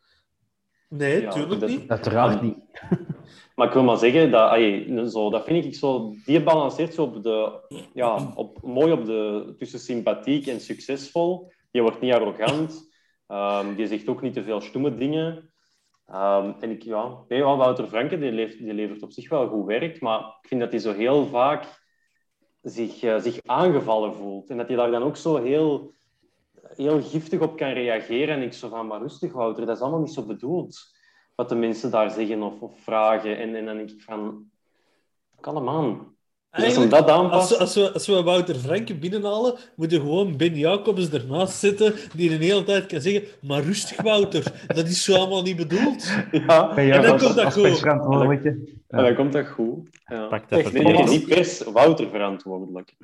Nee, Ja, tuurlijk dat- niet. Uiteraard niet. Maar ik wil maar zeggen, dat, ay, zo, dat vind ik zo... Die balanceert zo op de... Ja, op, mooi op de... Tussen sympathiek en succesvol. Die wordt niet arrogant. Um, die zegt ook niet te veel stomme dingen. Um, en ik, ja... Nee, ja, Wouter Franke, die levert, die levert op zich wel goed werk. Maar ik vind dat hij zo heel vaak zich, uh, zich aangevallen voelt. En dat hij daar dan ook zo heel... heel giftig op kan reageren. En ik zo van, maar rustig Wouter, dat is allemaal niet zo bedoeld. Wat de mensen daar zeggen of, of vragen. En, en dan denk ik van, kalm aan. Dus als hem dat Als, aanpast... we- als, we, als we Wouter Franke binnenhalen, moeten we gewoon Ben Jacobs ernaast zetten, die de hele tijd kan zeggen, maar rustig Wouter, dat is zo allemaal niet bedoeld. Ja, Ben En jij dan als, komt dat als goed. persverantwoordelijke? en dan komt dat goed. Ja. Pak dat Nee, even nee, Thomas. niet pers, Wouter verantwoordelijk.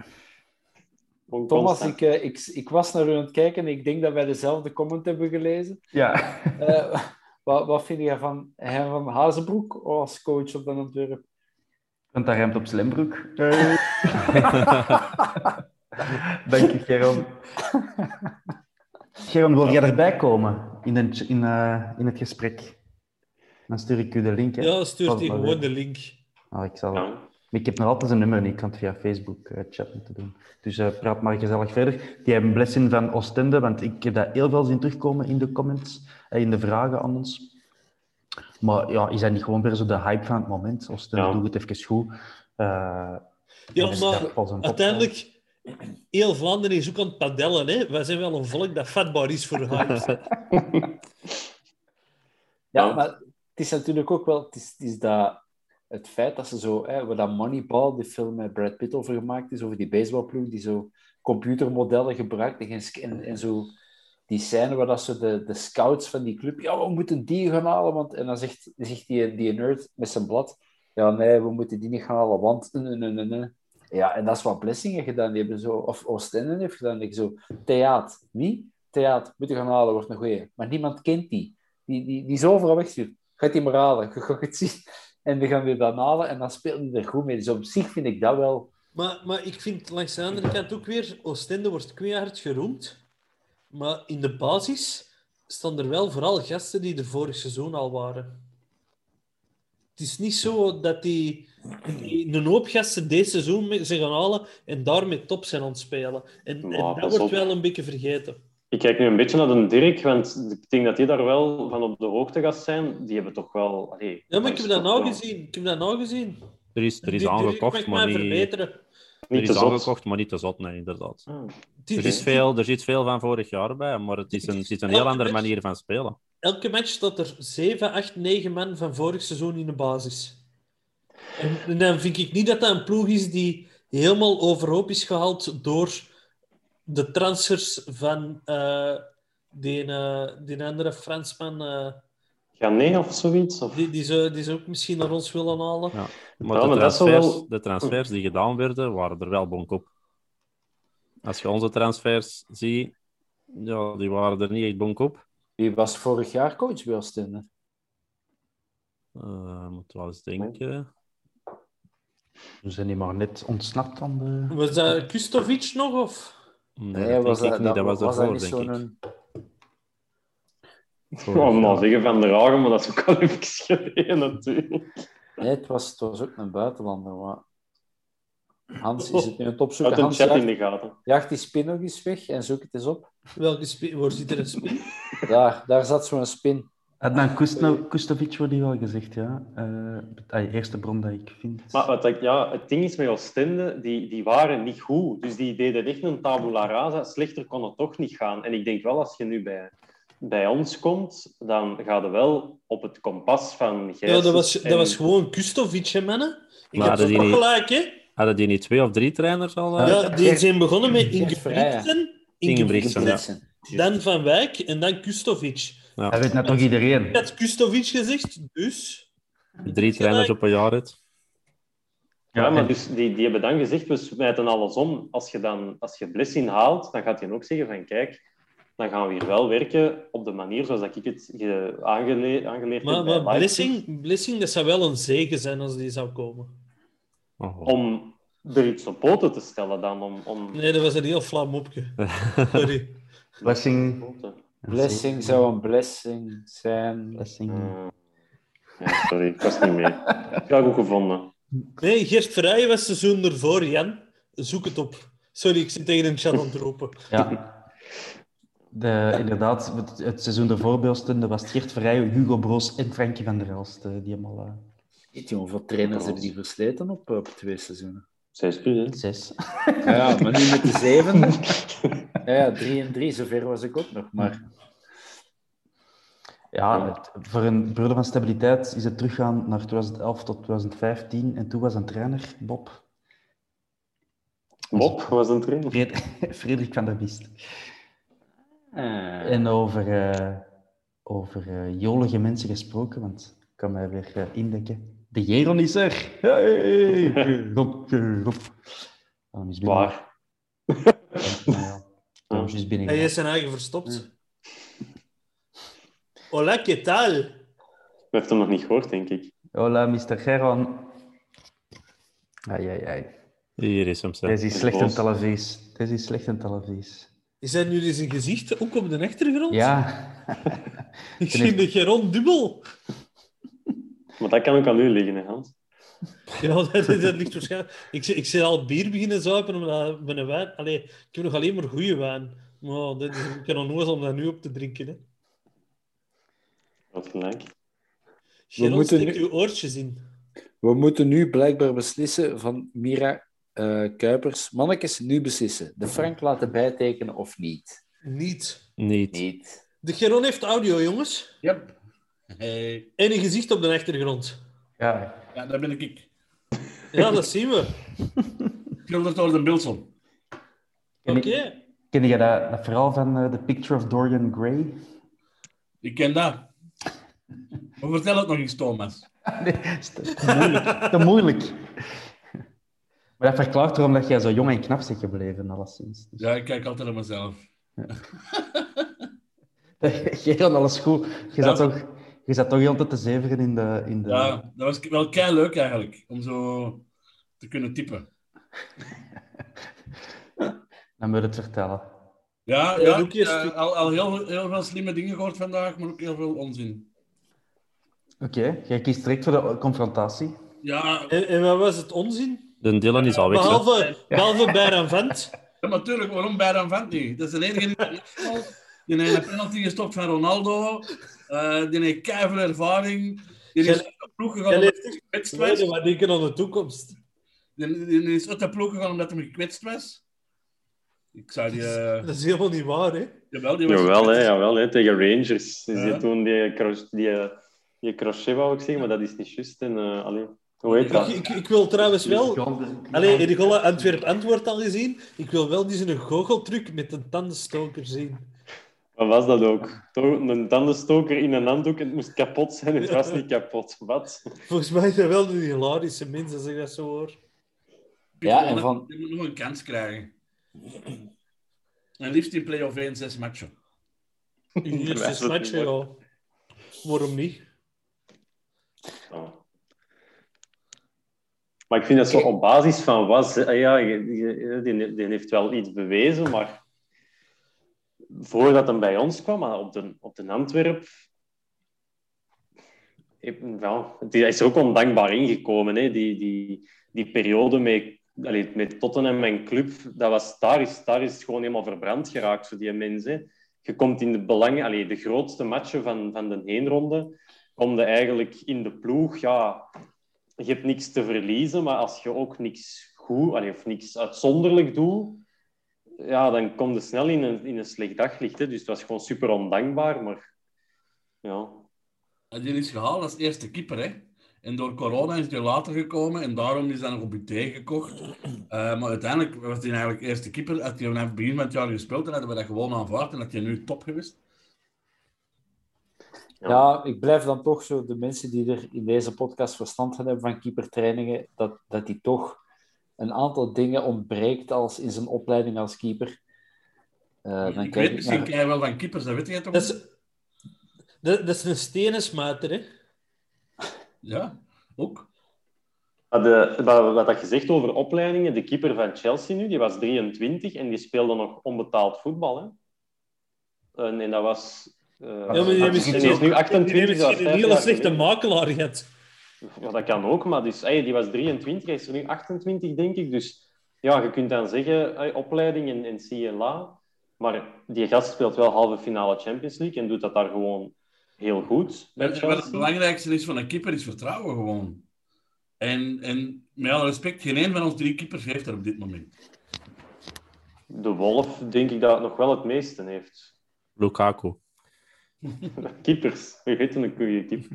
Gewoon Thomas, constant. ik, eh, ik, ik was naar u aan het kijken en ik denk dat wij dezelfde comment hebben gelezen. Ja. Eh, wat, wat vind je van Hein van Hazenbroek als coach op de Antwerpen? Want dat ruimt op Slembroek. Dank je, Geron. Geron, wil jij erbij komen in, de, in, uh, in het gesprek? Dan stuur ik u de link. Hè. Ja, stuurt Zal hij het maar gewoon weten. de link. Oh, ik, zal... Ja. ik heb nog altijd zijn nummer en ik kan het via Facebook uh, chat moeten doen. Dus uh, praat maar gezellig verder. Die hebben een blessing van Oostende, want ik heb dat heel veel zien terugkomen in de comments en in de vragen aan ons. Maar ja, is dat niet gewoon weer zo de hype van het moment? Oostende Ja. doet het even goed. Uh, Ja, en maar dat was een uiteindelijk, heel Vlaanderen is ook aan het padellen. Hè? Wij zijn wel een volk dat vatbaar is voor hype. Ja, Ja. maar het is natuurlijk ook wel... Het is, het is dat, het feit dat ze zo... Hè, waar dat Moneyball, die film met Brad Pitt over gemaakt is, over die baseballploeg, die zo computermodellen gebruikt en, en, en zo... Die scène waar dat ze de, de scouts van die club... Ja, we moeten die gaan halen, want... En dan zegt, zegt die, die nerd met zijn blad... Ja, nee, we moeten die niet gaan halen, want... Nee, nee, nee, nee. Ja, en dat is wat Blessingen gedaan. Die hebben zo... Of Oostende heeft gedaan. Ik zo... Theater. Wie? Theater. Moeten gaan halen, wordt een goeie. Maar niemand kent die. Die, die, die is overal weggestuurd. Gaat die maar halen. Je gaat het zien. En dan gaan we dat halen en dan speelt hij er goed mee. Dus op zich vind ik dat wel Maar, maar ik vind langs de andere kant ook weer... Oostende wordt keihard geroemd. Maar in de basis staan er wel vooral gasten die er vorig seizoen al waren. Het is niet zo dat die, die een hoop gasten dit seizoen zijn gaan halen en daarmee top zijn aan het spelen. En, Maar, en dat pas wordt op. wel een beetje vergeten. Ik kijk nu een beetje naar de Dirk, want ik denk dat die daar wel van op de hoogte gaat zijn. Die hebben toch wel... Allee, Ja, maar ik heb dat toch nou wel- gezien. Ik heb dat nou gezien. Er is, er is Die- die aangekocht, mag maar mij niet... verbeteren. Er Niet te is zot. aangekocht, maar niet te zot, nee, inderdaad. Ah. Die- Er, is veel, er zit veel van vorig jaar bij, maar het is een, het is een heel andere manier van spelen. Elke match staat er zeven, acht, negen man van vorig seizoen in de basis. En, en dan vind ik niet dat dat een ploeg is die helemaal overhoop is gehaald door de transfers van eh, die, eh, die andere Fransman, eh, Ghané of zoiets? Of... die, die, ze, die ze ook misschien naar ons willen halen. Ja. Maar, Ja, de, maar dat zou transfers, wel- de transfers die gedaan werden, waren er wel bonkop. Als je onze transfers ziet, ja, die waren er niet echt bonkop. Wie was vorig jaar coach bij Oostende? Uh, moet wel eens denken. We zijn die maar net ontsnapt aan de... Was dat Kustovic nog? Of? Nee, Nee, dat was denk ik dat, niet. Dat was was ervoor, dat niet denk ik. zo'n... Ik wou maar zeggen Van der Hagen, maar dat is ook al even geleden natuurlijk. Nee, het was, het was ook een buitenlander. Maar... Hans is het nu aan het opzoeken. Uit een Hans, chat in jaagt, de gaten. jaagt die spin nog eens weg en zoek het eens op. Welke spin? Waar zit er een spin? Daar, daar zat zo'n spin. Adnan Kusto- Kustovic wordt die wel gezegd, ja. Uh, de eerste bron dat ik vind. Maar wat ik, ja, het ding is met Oostende, die, die waren niet goed. Dus die deden echt een tabula rasa. Slechter kon het toch niet gaan. En ik denk wel, als je nu bij, bij ons komt, dan ga je wel op het kompas van Gijs. Ja, dat was, en- dat was gewoon Kustovic, hè, mannen? Ik Maar heb hadden toch die nog niet- gelijk, hè? Hadden die niet twee of drie trainers al? Uh, Ja, die zijn begonnen met Gert Vrijen. Ingebrigtsen, Ingebrigtsen, ja. Ingebrigtsen. dan Van Wijk en dan Kustovic. Ja. Dat weet net toch iedereen. Ik had Kustovic gezegd, dus... Drie trainers op een jaar uit. Ja, maar en- dus die, die hebben dan gezegd, we smijten alles om. Als je, dan, als je Blessing haalt, dan gaat hij ook zeggen van kijk, dan gaan we hier wel werken op de manier zoals dat ik het ge- aangele- aangeleerd Maar, heb bij maar Leipzig. Blessing, Blessing, dat zou wel een zegen zijn als die zou komen. Oh, oh. Om er iets op poten te stellen dan. Om, om... Nee, dat was een heel flauw mopje. Sorry. Blessing. Blessing zou een blessing zijn. Blessing. Uh, ja, sorry, ik was niet mee. Ik heb het goed gevonden. Nee, Gert Verrijen was het seizoen ervoor, Jan. Zoek het op. Sorry, ik zit tegen een chat aan het roepen. Ja. De, inderdaad, het, het seizoen ervoor bij Oostende was het Gert Verrijen, Hugo Broos en Frankie van der Elst. eh, Die allemaal uh, Niet, jongen, hoeveel trainers hebben die versleten op, op twee seizoenen? Zes plus, hè? zes. Ja, ja, maar nu met de zeven. Ja, ja, drie en drie, zover was ik ook nog. Maar Ja, het- voor een periode van stabiliteit is het teruggaan naar twintig elf tot twintig vijftien. En toen was een trainer, Bob. Bob was een trainer. Fred- Frederik van der Biest. eh, En over, eh, over eh, jolige mensen gesproken, want ik kan mij weer eh, indekken. De Jeroen is er! Hey, Rob, Rob. Oh, hem is binnen. Waar? Ja, hij is binnen. Hij is zijn eigen verstopt. Hola, ¿qué tal? We hebben hem nog niet gehoord, denk ik. Hola, mister Geron. Ai, ai, ai. Hier is hem, zeg. Deze is slecht in boos. televisie. Deze is slecht in televisie. Is dat nu zijn gezicht ook op de achtergrond? Ja. Ik zie de Geron dubbel. Maar dat kan ook aan u liggen, hè, Hans. Ja, dat, dat ligt waarschijnlijk... Ik, ik zit al bier beginnen zuipen omdat mijn wijn... Allee, ik heb nog alleen maar goede wijn. Maar dat is, ik kan nog nooit om dat nu op te drinken. Hè. Wat gelijk. Geron, moeten steek nu- uw oortjes in. we moeten nu blijkbaar beslissen van Mira eh, Kuipers. Mannetjes, nu beslissen. De Frank laten bijtekenen of niet? Niet. Niet. Niet. De Geron heeft audio, jongens. Yep. Hey. En een gezicht op de achtergrond. Ja. Ja, daar ben ik. Ja, dat zien we. Schilderd door de Bilson. Oké. Okay. Ken je dat, dat verhaal van uh, The Picture of Dorian Gray? Ik ken dat. Maar vertel het nog eens, Thomas. Nee, is te, te moeilijk. Te moeilijk. Maar dat verklaart waarom dat jij zo jong en knap bent gebleven, alleszins. Dus... Ja, ik kijk altijd naar mezelf. Geron, alles goed. Je zat toch, je zat toch heel te zeveren in de... In de... Ja, dat was wel kei leuk eigenlijk, om zo te kunnen typen. Dan moet je het vertellen. Ja, Ja, ja doe ik eerst- eh, al, al heel, heel veel slimme dingen gehoord vandaag, maar ook heel veel onzin. Oké, okay, jij kiest direct voor de confrontatie. Ja, En, en wat was het onzin? De Dylan is al weg. hè. Behalve, behalve bij een vent. ja, maar natuurlijk, waarom bij dan vent niet? Dat is de enige international. Die heeft een penalty gestopt van Ronaldo. Uh, die heeft keiveel ervaring. Die is uit de ploeg gegaan Jij omdat leeft hij echt gekwetst geleden, was. maar denken aan de toekomst. Die, die is uit de ploeg gegaan omdat hij gekwetst was. Ik zou die... Uh... Dat is helemaal niet waar, hè? Jawel, die was Jawel, hè, gekwetst. jawel hè, tegen Rangers. Is Ja. die toen die, cro- die, die crochet, wou ik zeggen, maar dat is niet juist. En, uh, allee, hoe heet Ik, dat? ik, ik wil trouwens wel... Allee, heb je al Antwerp Antwoord al gezien? Ik wil wel die zijn goocheltruc met een tandenstoker zien. Wat was dat ook? Toch een tandenstoker in een handdoek en het moest kapot zijn. Het was niet kapot. Wat? Volgens mij zijn wel de hilarische mensen, als ik dat zo hoor. Ja, en van... Die moet nog een kans krijgen. En liefst in play-off één, zes matchen. In de eerste matchen, ja. Waarom niet? Ja. Maar ik vind dat zo op basis van wat... Ja, die, die, die heeft wel iets bewezen, maar... Voordat hij bij ons kwam, maar op de, op de Antwerp... Ja, hij is er ook ondankbaar ingekomen. Hè. Die, die, die periode met, allee, met Tottenham en club, dat was, daar, is, daar is het gewoon helemaal verbrand geraakt voor die mensen. Je komt in de belangen, allee, de grootste matchen van, van de heenronde, kom je eigenlijk in de ploeg. Ja, je hebt niks te verliezen, maar als je ook niks goed, allee, of niks uitzonderlijk doet, ja, dan kom je snel in een, in een slecht daglicht. Hè. Dus het was gewoon super ondankbaar, maar ja... Die is gehaald als eerste keeper, hè. En door corona is hij later gekomen en daarom is hij nog op U T gekocht. Uh, maar uiteindelijk was hij eigenlijk eerste keeper. Had hij vanaf het begin van het jaar gespeeld, dan hadden we dat gewoon aanvaard en had hij nu top geweest. Ja. ja, ik blijf dan toch zo de mensen die er in deze podcast verstand van hebben van keepertrainingen, dat, dat die toch een aantal dingen ontbreekt als in zijn opleiding als keeper. Uh, dan ik kijk weet ik misschien naar... ken je wel van keepers, dat weet je toch? Dat is, dat, dat is een stenensmater, hè? Ja, ook. De, wat, wat dat je zegt over opleidingen, de keeper van Chelsea nu, die was drieëntwintig en die speelde nog onbetaald voetbal. Hè? En, en dat was... Uh, ja, maar die en die is nu achtentwintig. Die heeft misschien een hele slechte makelaar gehad. Ja, dat kan ook, maar dus, hey, die was drieëntwintig, hij is er nu achtentwintig, denk ik. Dus ja, je kunt dan zeggen, hey, opleiding en, en C L A. Maar die gast speelt wel halve finale Champions League en doet dat daar gewoon heel goed. En, wat het belangrijkste is van een keeper is vertrouwen gewoon. En, en met alle respect, geen een van ons drie keepers heeft er op dit moment. De Wolf, denk ik dat het nog wel het meeste heeft. Lukaku. Keepers. Wie weet een goede keeper.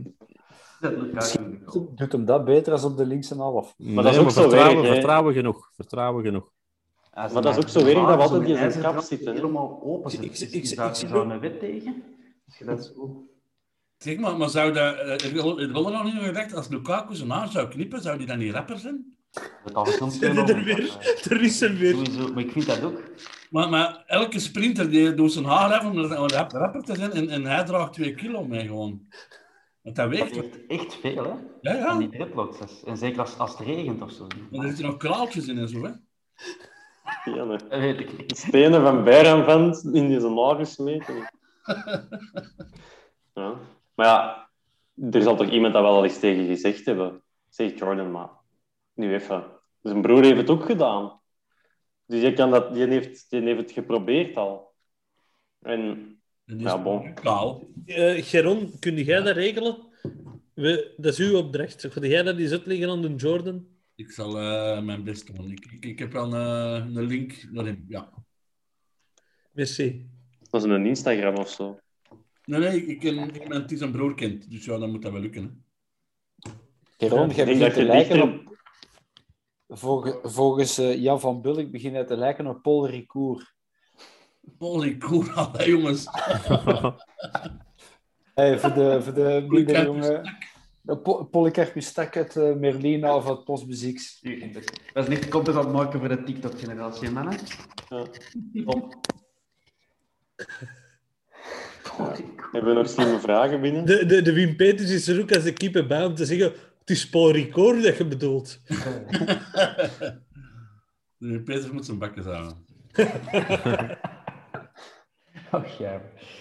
Doet hem dat beter als op de linkse half? Maar nee, dat is ook maar zo vertrouwen, werk, vertrouwen genoeg. Vertrouwen genoeg. Maar dat is ook zo werk dat we altijd in zijn kap zitten. Helemaal open. Ik, ik, ik, ik, ik zou een wet tegen. Als je dat zo... Zeg maar, maar zou dat... Er wil er nog niet gedacht, als Lukaku zijn haar zou knippen, zou die dan niet rapper zijn? Dat is soms er, er, weer, er is hem weer. Sowieso, maar ik vind dat ook. Maar, maar elke sprinter die doet zijn haar af om een rapper te zijn en, en hij draagt twee kilo mee gewoon. Want dat weegt dat echt, echt veel, hè? Ja, ja. Van die dreadlocks. En zeker als, als het regent of zo. Maar er zitten nog kraaltjes in en zo, hè? Ja, nee. Dat weet ik niet. Stenen van Bijraanvent in die zijn haar gesmeten. Ja. Maar ja, er zal toch iemand dat wel al eens tegen gezegd hebben. Zeg Jordan, maar nu even. Zijn broer heeft het ook gedaan. Dus je kan dat, die, heeft, die heeft het geprobeerd al. En, en ja, bon. Kaal. Uh, Geron, kun jij dat regelen? We, dat is uw opdracht. Ga jij dat eens uitleggen aan de Jordan? Ik zal uh, mijn best doen. Ik, ik, ik heb wel een, een link naar hem, ja. Merci. Dat is een Instagram of zo. Nee, nee, ik ken iemand die zijn broer kent. Dus ja, dan moet dat wel lukken. Hè. Geron, ja, jij begint te lijken dichter... op... Volgens, volgens uh, Jan van Bulk begint hij te lijken op Paul Ricoeur. Paul Ricoeur, allee jongens. Hey, voor de, voor de minder jongen... Po Polycarpus Stak uit uh, Merlina of uit Postmuzieks. Dat is niet content aan het maken voor de TikTok-generatie, mannen. Ja. Op. Ja. Hebben we nog slimme vragen binnen? De, de, de Wim Peters is er ook als de keeper bij om te zeggen: het is Paul Ricoeur dat je bedoelt. Peter moet zijn bakken houden. Oh, ja.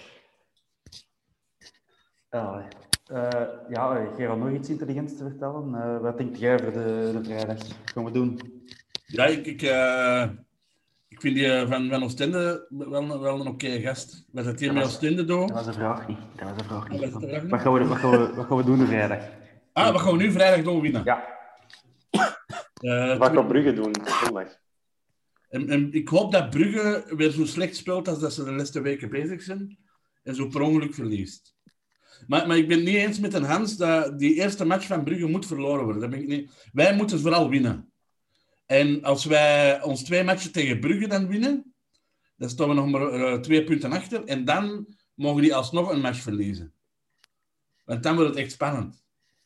Uh, uh, ja, Gerard, nog iets intelligents te vertellen? Uh, wat denk jij voor de, de vrijdag? Wat gaan we doen? Ja, ik, ik, uh, ik vind die uh, van, van Oostende wel, wel een oké gast. Wat het hier met Oostende doen? Dat was een vraag niet. Dat was een vraag niet. Ah, was vraag niet? Wat, gaan we, wat, gaan we, wat gaan we doen de vrijdag? Ah, wat gaan we nu vrijdag doen winnen? Ja. Uh, wat gaat Brugge doen zondag? En, en ik hoop dat Brugge weer zo slecht speelt als dat ze de laatste weken bezig zijn. En zo per ongeluk verliest. Maar, maar ik ben het niet eens met een Hans dat die eerste match van Brugge moet verloren worden. Dat ben ik niet... Wij moeten vooral winnen. En als wij ons twee matchen tegen Brugge dan winnen, dan staan we nog maar uh, twee punten achter. En dan mogen die alsnog een match verliezen. Want dan wordt het echt spannend.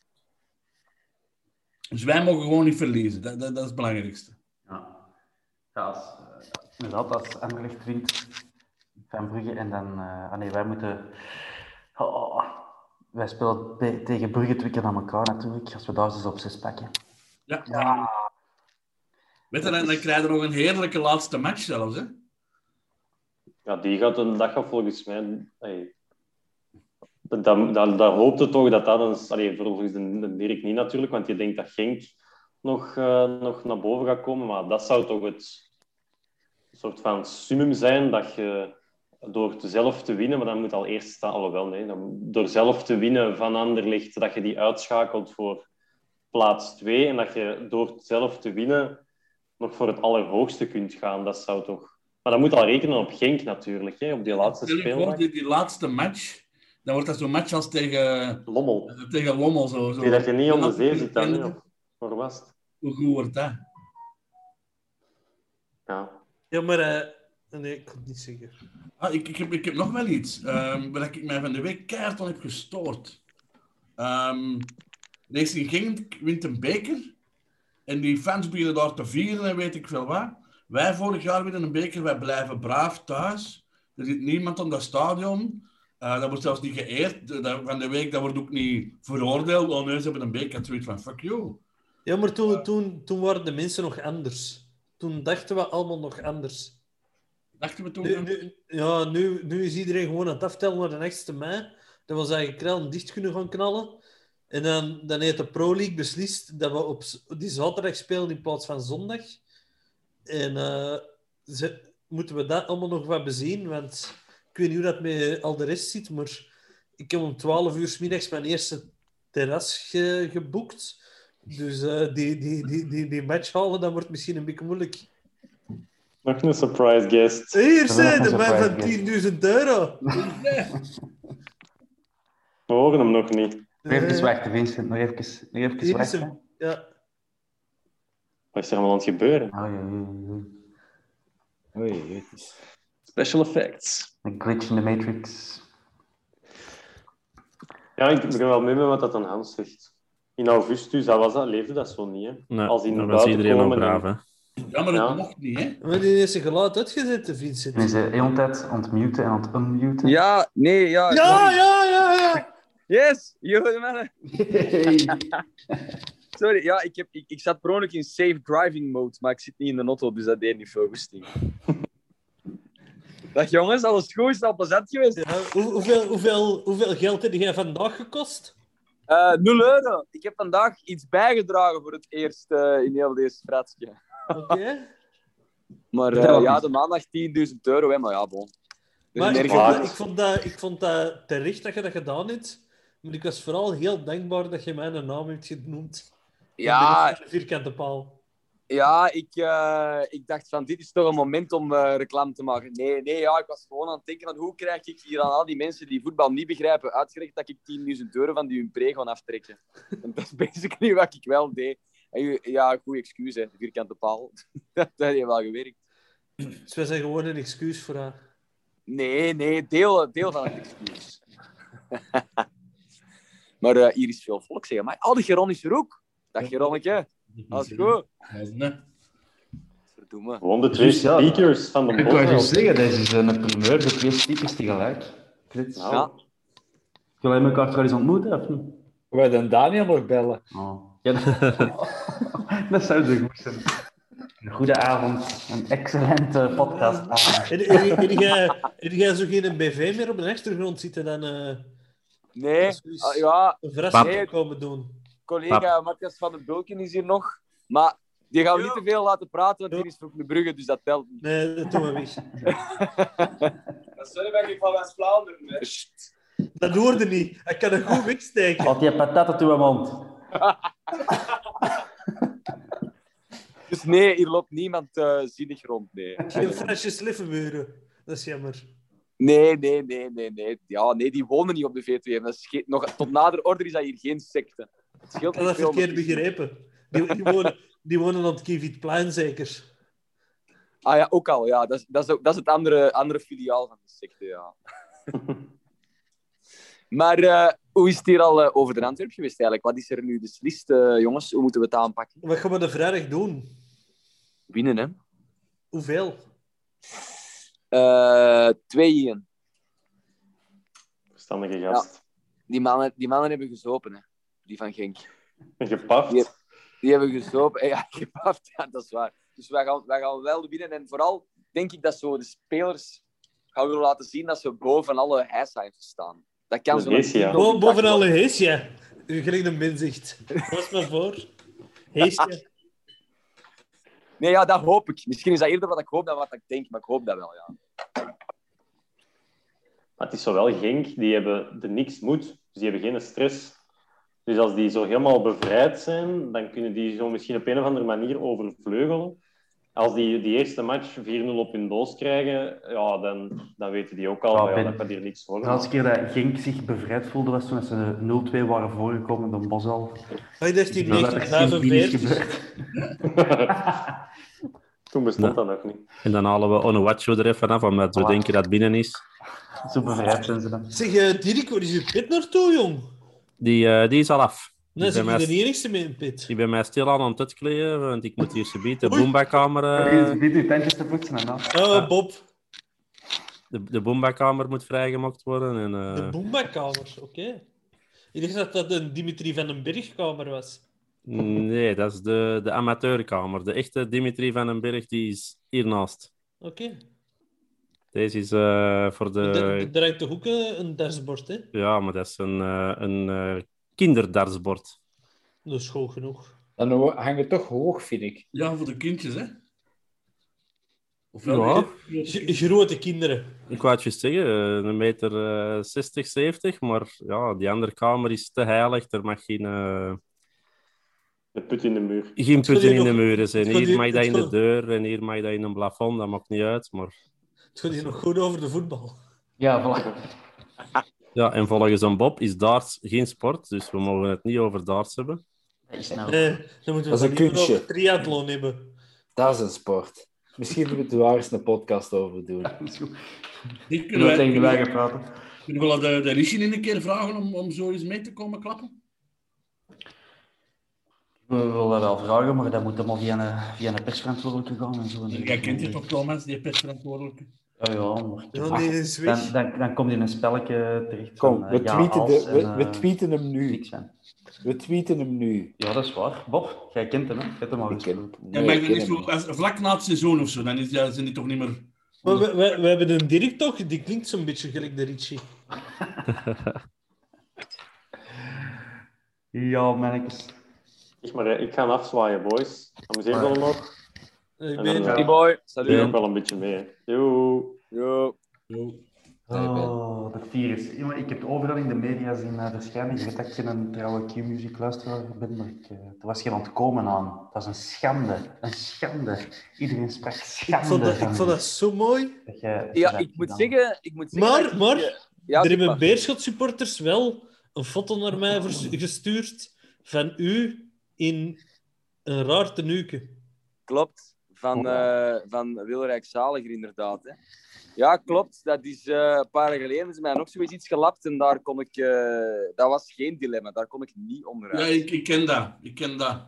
Dus wij mogen gewoon niet verliezen. Dat, dat, dat is het belangrijkste. Ja, ja als, uh, inderdaad, als Anderlecht wint van Brugge en dan... Uh, ah nee, wij moeten... Oh, wij spelen te- tegen Brugge twee keer aan elkaar natuurlijk, als we daar dus op zes pakken. Ja. Ja. Weet je, dan, dan krijg je nog een heerlijke laatste match zelfs, hè? Ja, die gaat een dag gaat volgens mij... Hey, dat, dat, dat, dat hoopte toch dat dat... Een, allee, volgens de, de Dirk niet natuurlijk, want je denkt dat Genk nog, uh, nog naar boven gaat komen. Maar dat zou toch het soort van summum zijn dat je door zelf te winnen, maar dan moet al eerst staan... Alhoewel, nee. Dan, door zelf te winnen van Anderlecht, dat je die uitschakelt voor plaats twee en dat je door zelf te winnen nog voor het allerhoogste kunt gaan. Dat zou toch... Maar dan moet al rekenen op Genk natuurlijk, hè, op die laatste speeldag. Die, die laatste match, dan wordt dat zo'n match als tegen Lommel. Tegen Lommel zo. zo. Die dat je niet om de zee zit dan, hè? Waar was het? Hoe goed wordt dat? Ja. Ja, maar... Uh, nee, ik kan het niet zeggen. Ah, ik, ik, heb, ik heb nog wel iets. Um, waar ik mij van de week keihard aan heb gestoord. Um, Racing Genk wint een beker. En die fans beginnen daar te vieren en weet ik veel wat. Wij vorig jaar winnen een beker. Wij blijven braaf thuis. Er zit niemand aan dat stadion. Uh, dat wordt zelfs niet geëerd. Dat, van de week dat wordt ook niet veroordeeld. Oh nee, ze hebben een beker. Zoiets van, fuck you. Ja, maar toen, toen, toen waren de mensen nog anders. Toen dachten we allemaal nog anders. Dachten we toen? Nu, nu, ja, nu, nu is iedereen gewoon aan het aftellen naar de achtste mei. Dat we zijn kralen dicht kunnen gaan knallen. En dan, dan heeft de Pro League beslist dat we op die zaterdag spelen in plaats van zondag. En uh, ze, moeten we dat allemaal nog wat bezien, want ik weet niet hoe dat met al de rest zit, maar ik heb om twaalf uur 's middags mijn eerste terras ge, geboekt. Dus uh, die, die, die, die, die match halen, dat wordt misschien een beetje moeilijk. Nog een surprise guest. Hier zijn de man van tienduizend euro. We horen hem nog niet. Nog even wachten, Vincent. Nog even, nog even Hier is wachten. hem. Ja. Wat is er allemaal aan het gebeuren? Oh, ja, ja, ja. Oei, oei, het is... Special effects. Een glitch in de Matrix. Ja, ik ben wel mee met wat dat aan Hans zegt. In augustus, dat was dat, leefde dat zo niet. Hè? Nee, Als die dan naar was buiten iedereen nog komen braaf, en- hè. Ja, maar dat Ja. mocht niet, hè? Maar die heeft zijn geluid uitgezet, Vincent. En ze de hele tijd aan het muten en aan het unmuten. Ja, nee, ja. Ja, sorry. ja, ja, ja. Yes, yo, mannen. Hey. Sorry, ja, ik, heb, ik, ik zat per ongeluk in safe driving mode, maar ik zit niet in de auto, dus dat deed niet veel goesting. Dag jongens, alles goed? Is het al plezant geweest? Ja, hoe, hoeveel, hoeveel, hoeveel geld heb jij vandaag gekost? Uh, nul euro. Ik heb vandaag iets bijgedragen voor het eerst uh, in heel deze fratje. Oké. Okay. Maar uh, Vertel ja, eens. de maandag tienduizend euro, hè, maar ja, bon. Dus Maar ik nergens- vond, dat, ik, vond dat, ik vond dat terecht dat je dat gedaan hebt. Maar ik was vooral heel dankbaar dat je mijn naam hebt genoemd. Ja, De vierkante paal. ja ik, uh, ik dacht van, dit is toch een moment om uh, reclame te maken. Nee, nee, ja, ik was gewoon aan het denken van, hoe krijg ik hier aan al die mensen die voetbal niet begrijpen uitgelegd dat ik tienduizend euro van die hun pre ga aftrekken. En dat is basically wat ik wel deed. En, ja, goed excuus, hè, de vierkante paal. Dat heeft wel gewerkt. Dus wij zijn gewoon een excuus voor haar. Nee, nee, deel, deel van het excuus. Maar uh, hier is veel volk, zeg maar. Oh, de Geron is er ook. Dag Geronnetje. Alles goed? Verdomme. Gewoon de twee Dus ja, speakers van de Ik wou Bos. juist zeggen, deze is een primeur, de twee speakers tegelijk. Klits. Nou, Ja. Jullie elkaar toch al eens ontmoeten, of niet? We gaan Daniel nog bellen. Oh. Ja, dat... dat zou zo goed zijn. Een goede avond, een excellente podcast. Heb jij- heb jij- heb jij zo geen B V meer op de achtergrond zitten dan eh, Nee, als we eens ah, ja. een verrassing Nee, komen doen? collega Matthias van den Bulken is hier nog. Maar die gaan we niet te veel laten praten, want hier is voor de Brugge, dus dat telt niet. Nee, dat doen we weg. Sorry dat ik van West-Vlaanderen ben. Dat hoorde niet. Ik kan het goed wegsteken. Had je patat uit uw mond? Dus nee, hier loopt niemand uh, zinnig rond, nee. Geen Frans Sliffenburen. Dat is jammer. Nee, nee, nee, nee, nee. Ja, nee, die wonen niet op de V twee. Dat is geen... Nog, tot nader order is dat hier geen secte. Het scheelt Ik had dat niet veel, verkeerd maar- begrepen. Die, die, wonen, die wonen op het Kievietplein zeker. Ah ja, ook al. Ja. Dat, is, dat, is, ook- dat is het andere, andere filiaal van de secte, ja. Maar eh, hoe is het hier al uh, over de Antwerp geweest eigenlijk? Wat is er nu beslist, uh, jongens? Hoe moeten we het aanpakken? Wat gaan we de vrijdag doen? Winnen, hè? Hoeveel? Uh, twee-één. Verstandige gast. Ja. Die, mannen, die mannen hebben gezopen, hè. Die van Genk. Gepaft. Die, die hebben gezopen. Ja, gepaft, ja, dat is waar. Dus wij gaan, wij gaan wel winnen. En vooral denk ik dat zo de spelers gaan willen laten zien dat ze boven alle hijscijfers staan. Dat kan zo. Heesja. Bo boven alle Heesja. Gelijk een min zegt. Was maar voor. Heesja. Nee, ja, dat hoop ik. Misschien is dat eerder wat ik hoop dan wat ik denk, maar ik hoop dat wel, ja. Maar het is zowel Genk, die hebben de niks moet, dus die hebben geen stress. Dus als die zo helemaal bevrijd zijn, dan kunnen die zo misschien op een of andere manier overvleugelen. Als die die eerste match vier nul op hun doos krijgen, ja, dan, dan weten die ook al, Ja, maar ja, ben- dat kan hier niks De worden. laatste keer dat Genk zich bevrijd voelde was toen ze nul twee waren voorgekomen door Bosal. Hij dacht in Dat er sindsdien is gebeurd. Toen bestond Ja. dat nog niet. En dan halen we Onuachu er even af, omdat we Voilà. denken dat het binnen is. Zo bevrijd zijn ze dan. Zeg, uh, Dirk, waar is je pit naartoe, jong? Die, eh, die is al af. Nee, Die zeg bij je mij- de enigste mee in pit. Die bij mij stil aan aan het uitkleden, want ik moet hier subiet de Oei. Boomba-kamer... Uh, eh, Biedt uw tandjes te poetsen en dan. Oh, Bob. de de Boomba-kamer moet vrijgemaakt worden. En, eh, De Boomba-kamer, oké. Ik dacht dat dat een Dimitri van den Berg-kamer was. Nee, dat is de, de amateurkamer. De echte Dimitri van den Berg die is hiernaast. Oké. Deze is eh, voor Er de... er hangt toch ook eh, een dashboard, hè? Ja, maar dat is een, eh, een eh, kinderdartsbord. Dat is goed genoeg. Dan hangt het toch hoog, vind ik. Ja, voor de kindjes, hè? Of Ja. wel? G- grote kinderen. Ik wou het juist zeggen, eh, een meter eh, zestig, zeventig, maar ja, die andere kamer is te heilig. Er mag geen, eh, De put in de muur. geen gaat putten hier in de nog- muren zijn. het gaat Hier hier- mag dat het in de gaat- deur en hier mag dat in een plafond. Dat maakt niet uit, maar... Het gaat hier nog goed over de voetbal. Ja, voilà. Ja, en volgens een Bob is darts geen sport, dus we mogen het niet over darts hebben. Dat is nou... Nee, dan moeten we Dat is het een liever kunstje. over triathlon hebben. Dat is een sport. Misschien moeten we daar eens een podcast over doen. Die Kunnen kunnen we tegen de wij, wijgen praten? kunnen we de, de Richie in een keer vragen om, om zo eens mee te komen klappen? We willen wel vragen, maar dat moet allemaal via een, via een persverantwoordelijke gaan. En zo. En Jij kent je toch, Thomas, die persverantwoordelijke? Ja, ja, maar... Ja, die is weg. Dan, dan, dan komt in een spelletje terecht. Kom, van, we eh, ja, tweeten, als de, we, en, we eh, tweeten hem nu. niks van. We tweeten hem nu. Ja, dat is waar. Bob, jij kent hem, hè? Je hebt hem al Ik gespeeld. ken, Ja, nee, maar ik dan ken is hem zo, niet. als- vlak na het seizoen of zo, dan is, ja, zijn die toch niet meer... Maar we, we, we hebben een Dirk toch? Die klinkt zo'n beetje gelijk de Richie. Ja, mannetjes. Zeg maar, eh, ik ga afzwaaien, boys. Amuseer wel nog. Ik En ben... dan, Hey eh, boy, doe salut. je ook wel een beetje mee. hè. Yo. Yo. Oh, dat virus. Ja, maar ik heb overal in de media zien uh, verschijnen. Ik weet dat ik geen trouwe Q-music luisteraar ben, maar ik, uh, er was geen ontkomen aan. Dat is een schande. Een schande. Iedereen sprak schande. Ik vond, dat, van ik vond dat zo mooi. dat jij- dat Ja, jij ik dat moet gedaan zeggen... Ik moet zeggen Maar, dat ik, maar, eh, ja, er zeg hebben maar. Beerschot supporters wel een foto naar mij vers- gestuurd van u in een raar tenuke. Klopt. Van, eh van Wilrijk Zaliger, inderdaad. Hè. Ja, klopt. Dat is eh, een paar jaar geleden is mij nog zoiets iets gelapt en daar kon ik... eh, dat was geen dilemma. Daar kon ik niet Ja, onderuit. ik, ik ken dat. Ik ken dat.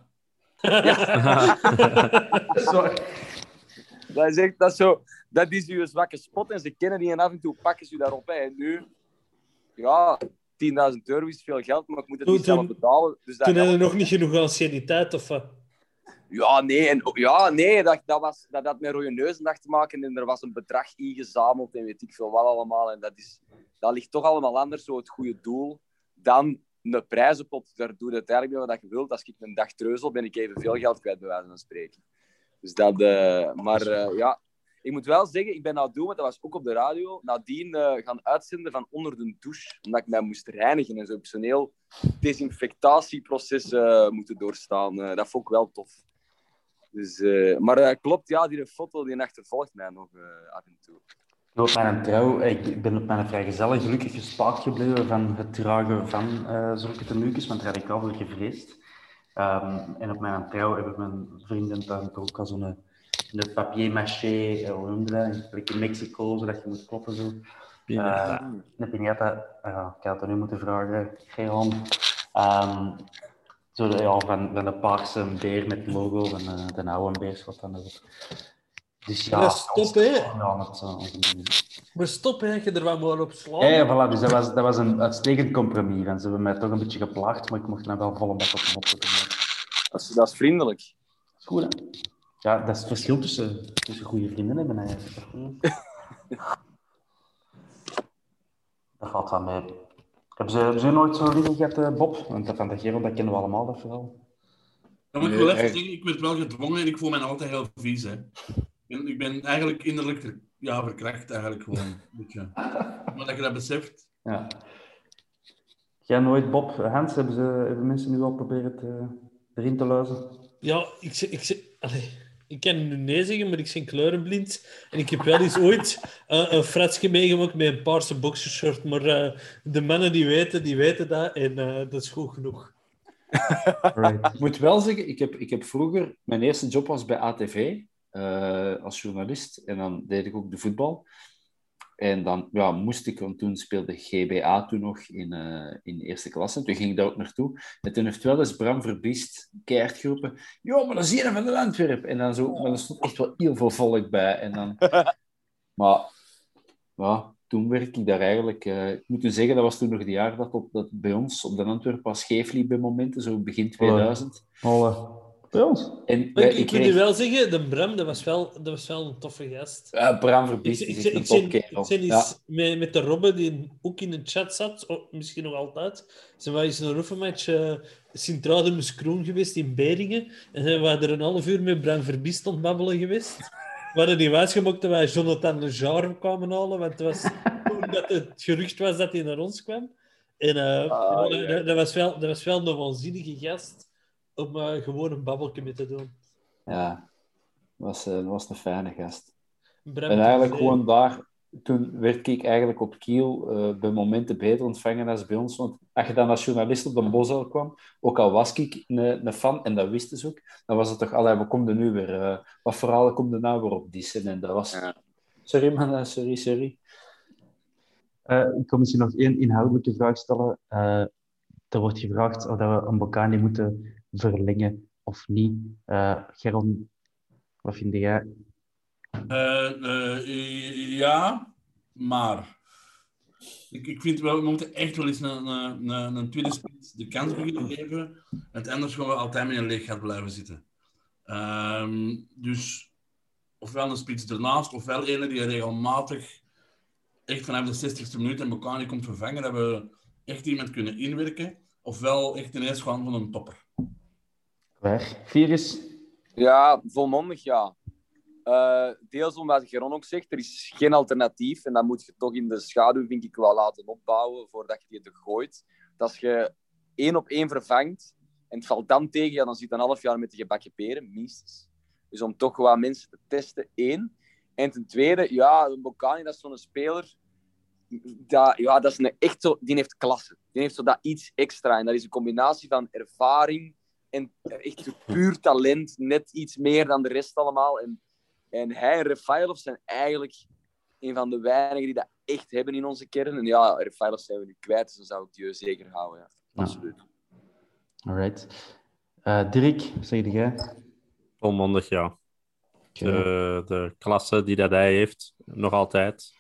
Zo. Dat is echt... Dat is, zo, dat is uw zwakke spot en ze kennen die en af en toe pakken ze u daarop. Hè. En nu... Ja, tienduizend euro is veel geld, maar ik moet het Toen- niet zelf toen- betalen. Dus dat Toen hadden we helpt. nog niet genoeg anciëniteit, of wat? Ja, nee, en, ja, nee dat, dat, was, dat had met rode neuzendag te maken en er was een bedrag ingezameld en weet ik veel wat allemaal. En dat, is, dat ligt toch allemaal anders, zo het goede doel, dan een prijzenpot. Daar doe je uiteindelijk mee wat je wilt. Als ik een dag treuzel, ben ik evenveel geld kwijt, bij wijze van spreken. Dus dat, uh, maar uh, ja, ik moet wel zeggen, ik ben nou doen, want dat was ook op de radio, nadien uh, gaan uitzenden van onder de douche, omdat ik mij moest reinigen en zo heb ik zo'n heel desinfectatieproces uh, moeten doorstaan. Uh, dat vond ik wel tof. Dus, uh, maar uh, klopt, ja, die foto die achtervolgt mij nog uh, af en toe. Op mijn trouw, ik ben op mijn vrijgezellen gelukkig gespaard gebleven van het dragen van uh, zulke tenuukjes, want daar had ik al voor gevreesd. Um, en op mijn trouw hebben mijn vrienden dan ook al zo'n een papier-mâché, hoe noemde dat, een plek in Mexico, zodat je moet kloppen. Zo. Uh, een piñata, uh, ik had het nu moeten vragen, Geron. Um, zo de, ja, van, van de paarse beer met het logo van uh, de oude beerschot dan erop. Dus ja, ja stop hè. Ja, met, uh, maar stop hè, je er wel maar op slaan. Ja, ja, voilà, dus dat was, dat was een uitstekend compromis. En ze hebben mij toch een beetje geplaagd, maar ik mocht nou wel volle bak op de mop zetten. Dat is, dat is vriendelijk. Dat is goed, hè? Ja, dat is het verschil tussen, tussen goede vrienden hebben eigenlijk. Dat valt wel mee. Hebben ze, hebben ze nooit zo liggen gehad, uh, Bob? Want dat van de Gerald, dat kennen we allemaal, dat vooral. Ja, maar ik wil even zeggen, ik werd wel gedwongen en ik voel mij altijd heel vies. Hè. En ik ben eigenlijk innerlijk ja, verkracht, eigenlijk gewoon. Een beetje. Maar dat je dat beseft. Ja. Jij nooit, Bob? Hans, hebben, ze, hebben mensen nu al proberen te, erin te luizen? Ja, ik, ik, allez, ik kan nu nee zeggen, maar ik ben kleurenblind. En ik heb wel eens ooit uh, een fratsje meegemaakt met een paarse boxershort. Maar uh, de mannen die weten, die weten dat. En uh, dat is goed genoeg. Right. Ik moet wel zeggen, ik heb, ik heb vroeger... Mijn eerste job was bij A T V, uh, als journalist. En dan deed ik ook de voetbal. En dan ja, moest ik, want toen speelde G B A toen nog in, uh, in eerste klasse. Toen ging ik daar ook naartoe. En toen heeft wel eens Bram Verbiest keihard geroepen. Jo, maar dat is hier van de Antwerpen. En dan zo, maar er stond echt wel heel veel volk bij. En dan... Maar ja, toen werkte ik daar eigenlijk... Uh, ik moet u zeggen, dat was toen nog het jaar dat, op, dat bij ons op de Antwerpen was scheef liep bij momenten, zo begin tweeduizend. Alle. Bij ons. En, Maar uh, ik, ik kreeg... moet u wel zeggen, de Bram, dat was wel, dat was wel een toffe gast. Ja, Bram Verbiest is echt een topkerel. Ik ben eens met, met de Robbe, die ook in de chat zat, oh, misschien nog altijd, zijn wij eens een roevenmatch uh, Sint-Truidenmus-Kroen geweest in Beringen. En zijn we er een half uur met Bram Verbiest aan het babbelen geweest. We hadden die wijsgemaakt dat wij Jonathan Lejar kwamen halen, want het was toen dat het gerucht was dat hij naar ons kwam. En uh, Ah, ja, ja. dat, dat, was wel, dat was wel een waanzinnige gast om uh, gewoon een babbelje mee te doen. Ja, dat was, uh, dat was een fijne gast. Bram En eigenlijk Verveen. gewoon daar... Toen werd ik eigenlijk op Kiel uh, bij momenten beter ontvangen als bij ons. Want als je dan als journalist op de Bosuil kwam, ook al was ik een, een fan, en dat wisten ze ook, dan was het toch, allee, wat komt er nu weer? Uh, wat verhalen komt er nou weer op dissen? En dat was... Ja. Sorry man, uh, sorry, sorry. Uh, ik kan misschien nog één inhoudelijke vraag stellen. Uh, er wordt gevraagd of dat we een Bocani moeten verlengen of niet. Uh, Geron, wat vind jij? Uh, uh, ja, maar ik, ik vind wel, we moeten echt wel eens een, een, een, een tweede spits de kans beginnen geven. Want anders gaan we altijd met een leeg gat blijven zitten. Um, dus ofwel een spits ernaast, ofwel een die regelmatig echt vanaf de zestigste minuut en Bocani komt vervangen, dat we echt iemand kunnen inwerken. Ofwel echt ineens gewoon van een topper. Waar? Virus? Ja, volmondig ja. Uh, deels omdat Geron ook zegt, er is geen alternatief. En dat moet je toch in de schaduw, vind ik, wel laten opbouwen voordat je die er gooit. Dat als je één op één vervangt en het valt dan tegen, ja, dan zit je een half jaar met de gebakken peren, minstens. Dus om toch gewoon mensen te testen, één. En ten tweede, ja, Bocani, dat is zo'n speler... Dat, ja, dat is een echt zo... Die heeft klasse. Die heeft zo dat iets extra. En dat is een combinatie van ervaring en echt puur talent. Net iets meer dan de rest allemaal. En, en hij en Refailov zijn eigenlijk een van de weinigen die dat echt hebben in onze kern. En ja, Refailov zijn we nu kwijt, dus dan zou ik die zeker houden. Ja. Absoluut. Alright. Uh, Dirk, wat zeg jij? Volmondig, ja. De, de klasse die dat hij heeft, nog altijd.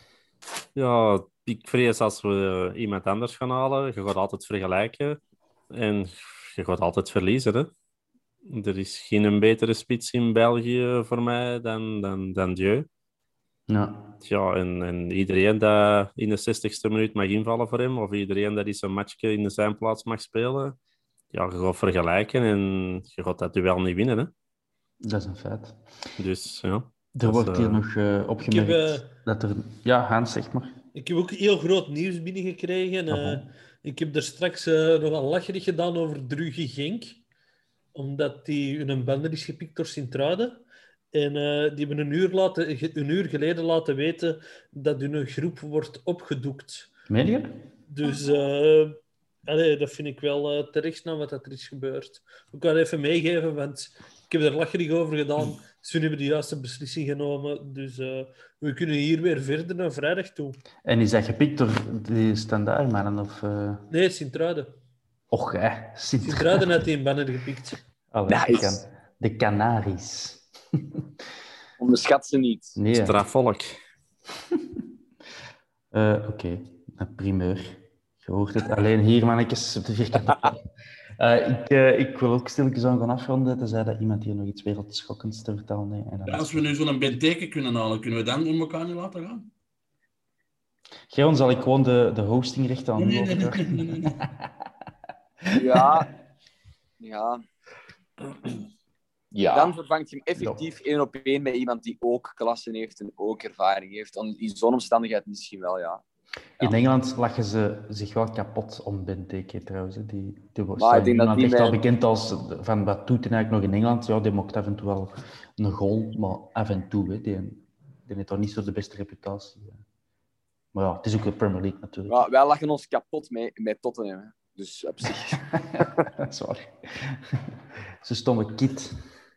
Ja, ik vrees als we iemand anders gaan halen, je gaat altijd vergelijken en je gaat altijd verliezen. Hè? Er is geen betere spits in België voor mij dan, dan, dan Dieu. Ja. Ja, en, en iedereen dat in de zestigste minuut mag invallen voor hem, of iedereen dat eens een matchje in zijn plaats mag spelen, ja, je gaat vergelijken en je gaat dat duel niet winnen. Hè? Dat is een feit. Dus, ja. Er wordt is, hier uh... nog uh, opgemerkt heb, uh... dat er... Ja, Hans, zeg maar. Ik heb ook heel groot nieuws binnengekregen. Uh, ik heb er straks uh, nogal lacherig gedaan over Drugge Genk. Omdat die in een bende is gepikt door Sint-Truiden. En uh, die hebben een uur, laten, een uur geleden laten weten dat hun groep wordt opgedoekt. Meen je? Dus uh, allee, dat vind ik wel uh, terecht na wat er is gebeurd. Ik kan het even meegeven, want ik heb er lacherig over gedaan. Ze hebben de juiste beslissing genomen. Dus uh, we kunnen hier weer verder naar vrijdag toe. En is dat gepikt door die standaardmannen? Of, uh... Nee, Sint-Truiden. Och, hè. Sint-Truiden. Sint-Truiden had die een banner gepikt. Allee, nice. De Canaries. Onderschat ze niet. Nee. Strafvolk. uh, Oké, okay. Een primeur. Je hoort het alleen hier, mannetjes, op de vierkante. Uh, ik, uh, ik wil ook stilletjes aan gaan afronden, tenzij dat iemand hier nog iets wereldschokkends te vertellen heeft. En ja, als we nu zo'n benteken kunnen halen, kunnen we dan in elkaar niet laten gaan? Geron, zal ik gewoon de, de hostingrechten aan nee, nee, nee, nee, nee, nee, nee. Ja. Ja. Ja. Dan vervangt je hem effectief één op één met iemand die ook klassen heeft en ook ervaring heeft. In zo'n omstandigheid misschien wel, ja. In Engeland lachen ze zich wel kapot om Benteke trouwens. Die, die maar ik denk dat die echt mij... al bekend als van wat doet hij eigenlijk nog in Engeland. Ja, die maakt af en toe wel een goal, maar af en toe. Hè. Die, die heeft toch niet zo de beste reputatie. Maar ja, het is ook de Premier League natuurlijk. Ja, wij lachen ons kapot met, met Tottenham. Hè. Dus op zich. Sorry. Ze stomme kid.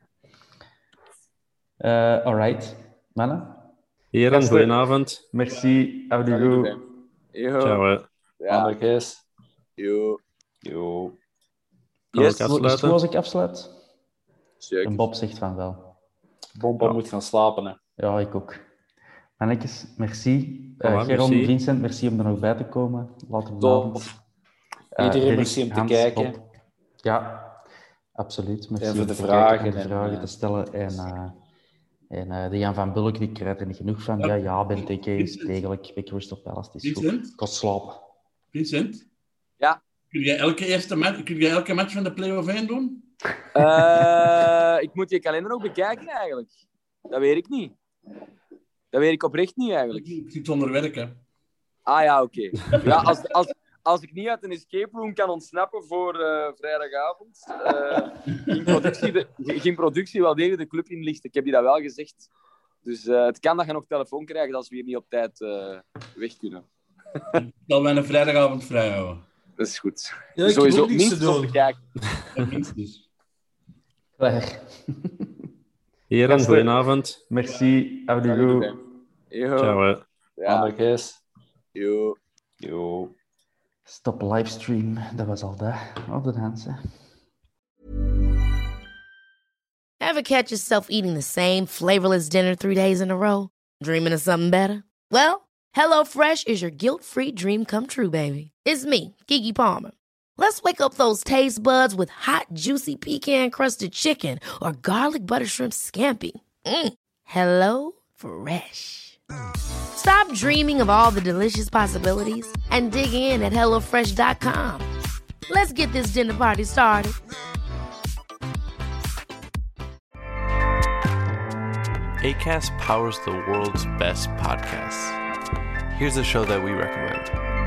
Uh, alright, mannen. Heren, goedenavond. Merci. Abdou. Ciao. Ja. Kees. Yo. Yo. Yes. Is het goed als ik afsluit? Zeker. En Bob zegt van wel. Bob ja. moet gaan slapen, hè. Ja, ik ook. Mannetjes, merci. Uh, voilà, Geron, merci. Vincent, merci om er nog bij te komen. Later vanavond. Uh, Iedereen merci om te Hans, kijken. Bob. Ja, absoluut. Merci en voor de te vragen. Kijken, en de vragen en, te stellen. En... Uh, En uh, de Jan van Bulk, die krijgt er niet genoeg van. Ja, ja, Benteke is degelijk. Bij Crystal Palace, is goed. Ik ga slapen. Vincent? Ja? Kun jij elke, eerste match, kun jij elke match van de play-off één doen? Uh, ik moet je kalender nog bekijken, eigenlijk. Dat weet ik niet. Dat weet ik oprecht niet, eigenlijk. Ik zit onder werken. Ah ja, oké. Okay. Ja, als, als, als ik niet uit een escape room kan ontsnappen voor uh, vrijdagavond, uh, ging, productie de, ging productie wel degelijk de club inlichten. Ik heb je dat wel gezegd. Dus uh, het kan dat je nog telefoon krijgt als we hier niet op tijd uh, weg kunnen. Dat wij een vrijdagavond vrij houden. Dat is goed. Ja, ik sowieso niets te doen. Te kijken. Ja, minstens. Klaar. Heren, goedenavond. Merci. Abdou. Ciao. Ja. Kees. Yo. Yo. Stop livestream, dat was al dat. Oh, de Hans, hè. Ever catch yourself eating the same flavorless dinner three days in a row? Dreaming of something better? Well, HelloFresh is your guilt-free dream come true, baby. It's me, Keke Palmer. Let's wake up those taste buds with hot, juicy pecan-crusted chicken or garlic butter shrimp scampi. Mm. Hello Fresh. Stop dreaming of all the delicious possibilities and dig in at hello fresh dot com. Let's get this dinner party started. Acast powers the world's best podcasts. Here's a show that we recommend.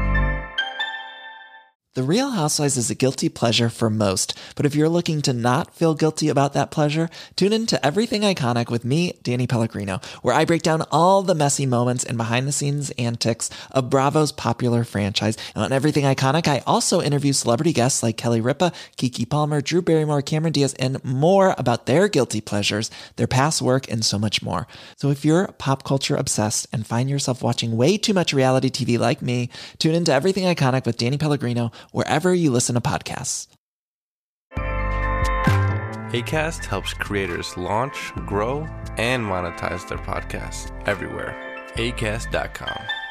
The Real Housewives is a guilty pleasure for most, but if you're looking to not feel guilty about that pleasure, tune in to Everything Iconic with me, Danny Pellegrino, where I break down all the messy moments and behind-the-scenes antics of Bravo's popular franchise. And on Everything Iconic, I also interview celebrity guests like Kelly Ripa, Keke Palmer, Drew Barrymore, Cameron Diaz, and more about their guilty pleasures, their past work, and so much more. So if you're pop culture obsessed and find yourself watching way too much reality T V like me, tune in to Everything Iconic with Danny Pellegrino, wherever you listen to podcasts. Acast helps creators launch, grow, and monetize their podcasts everywhere. acast dot com.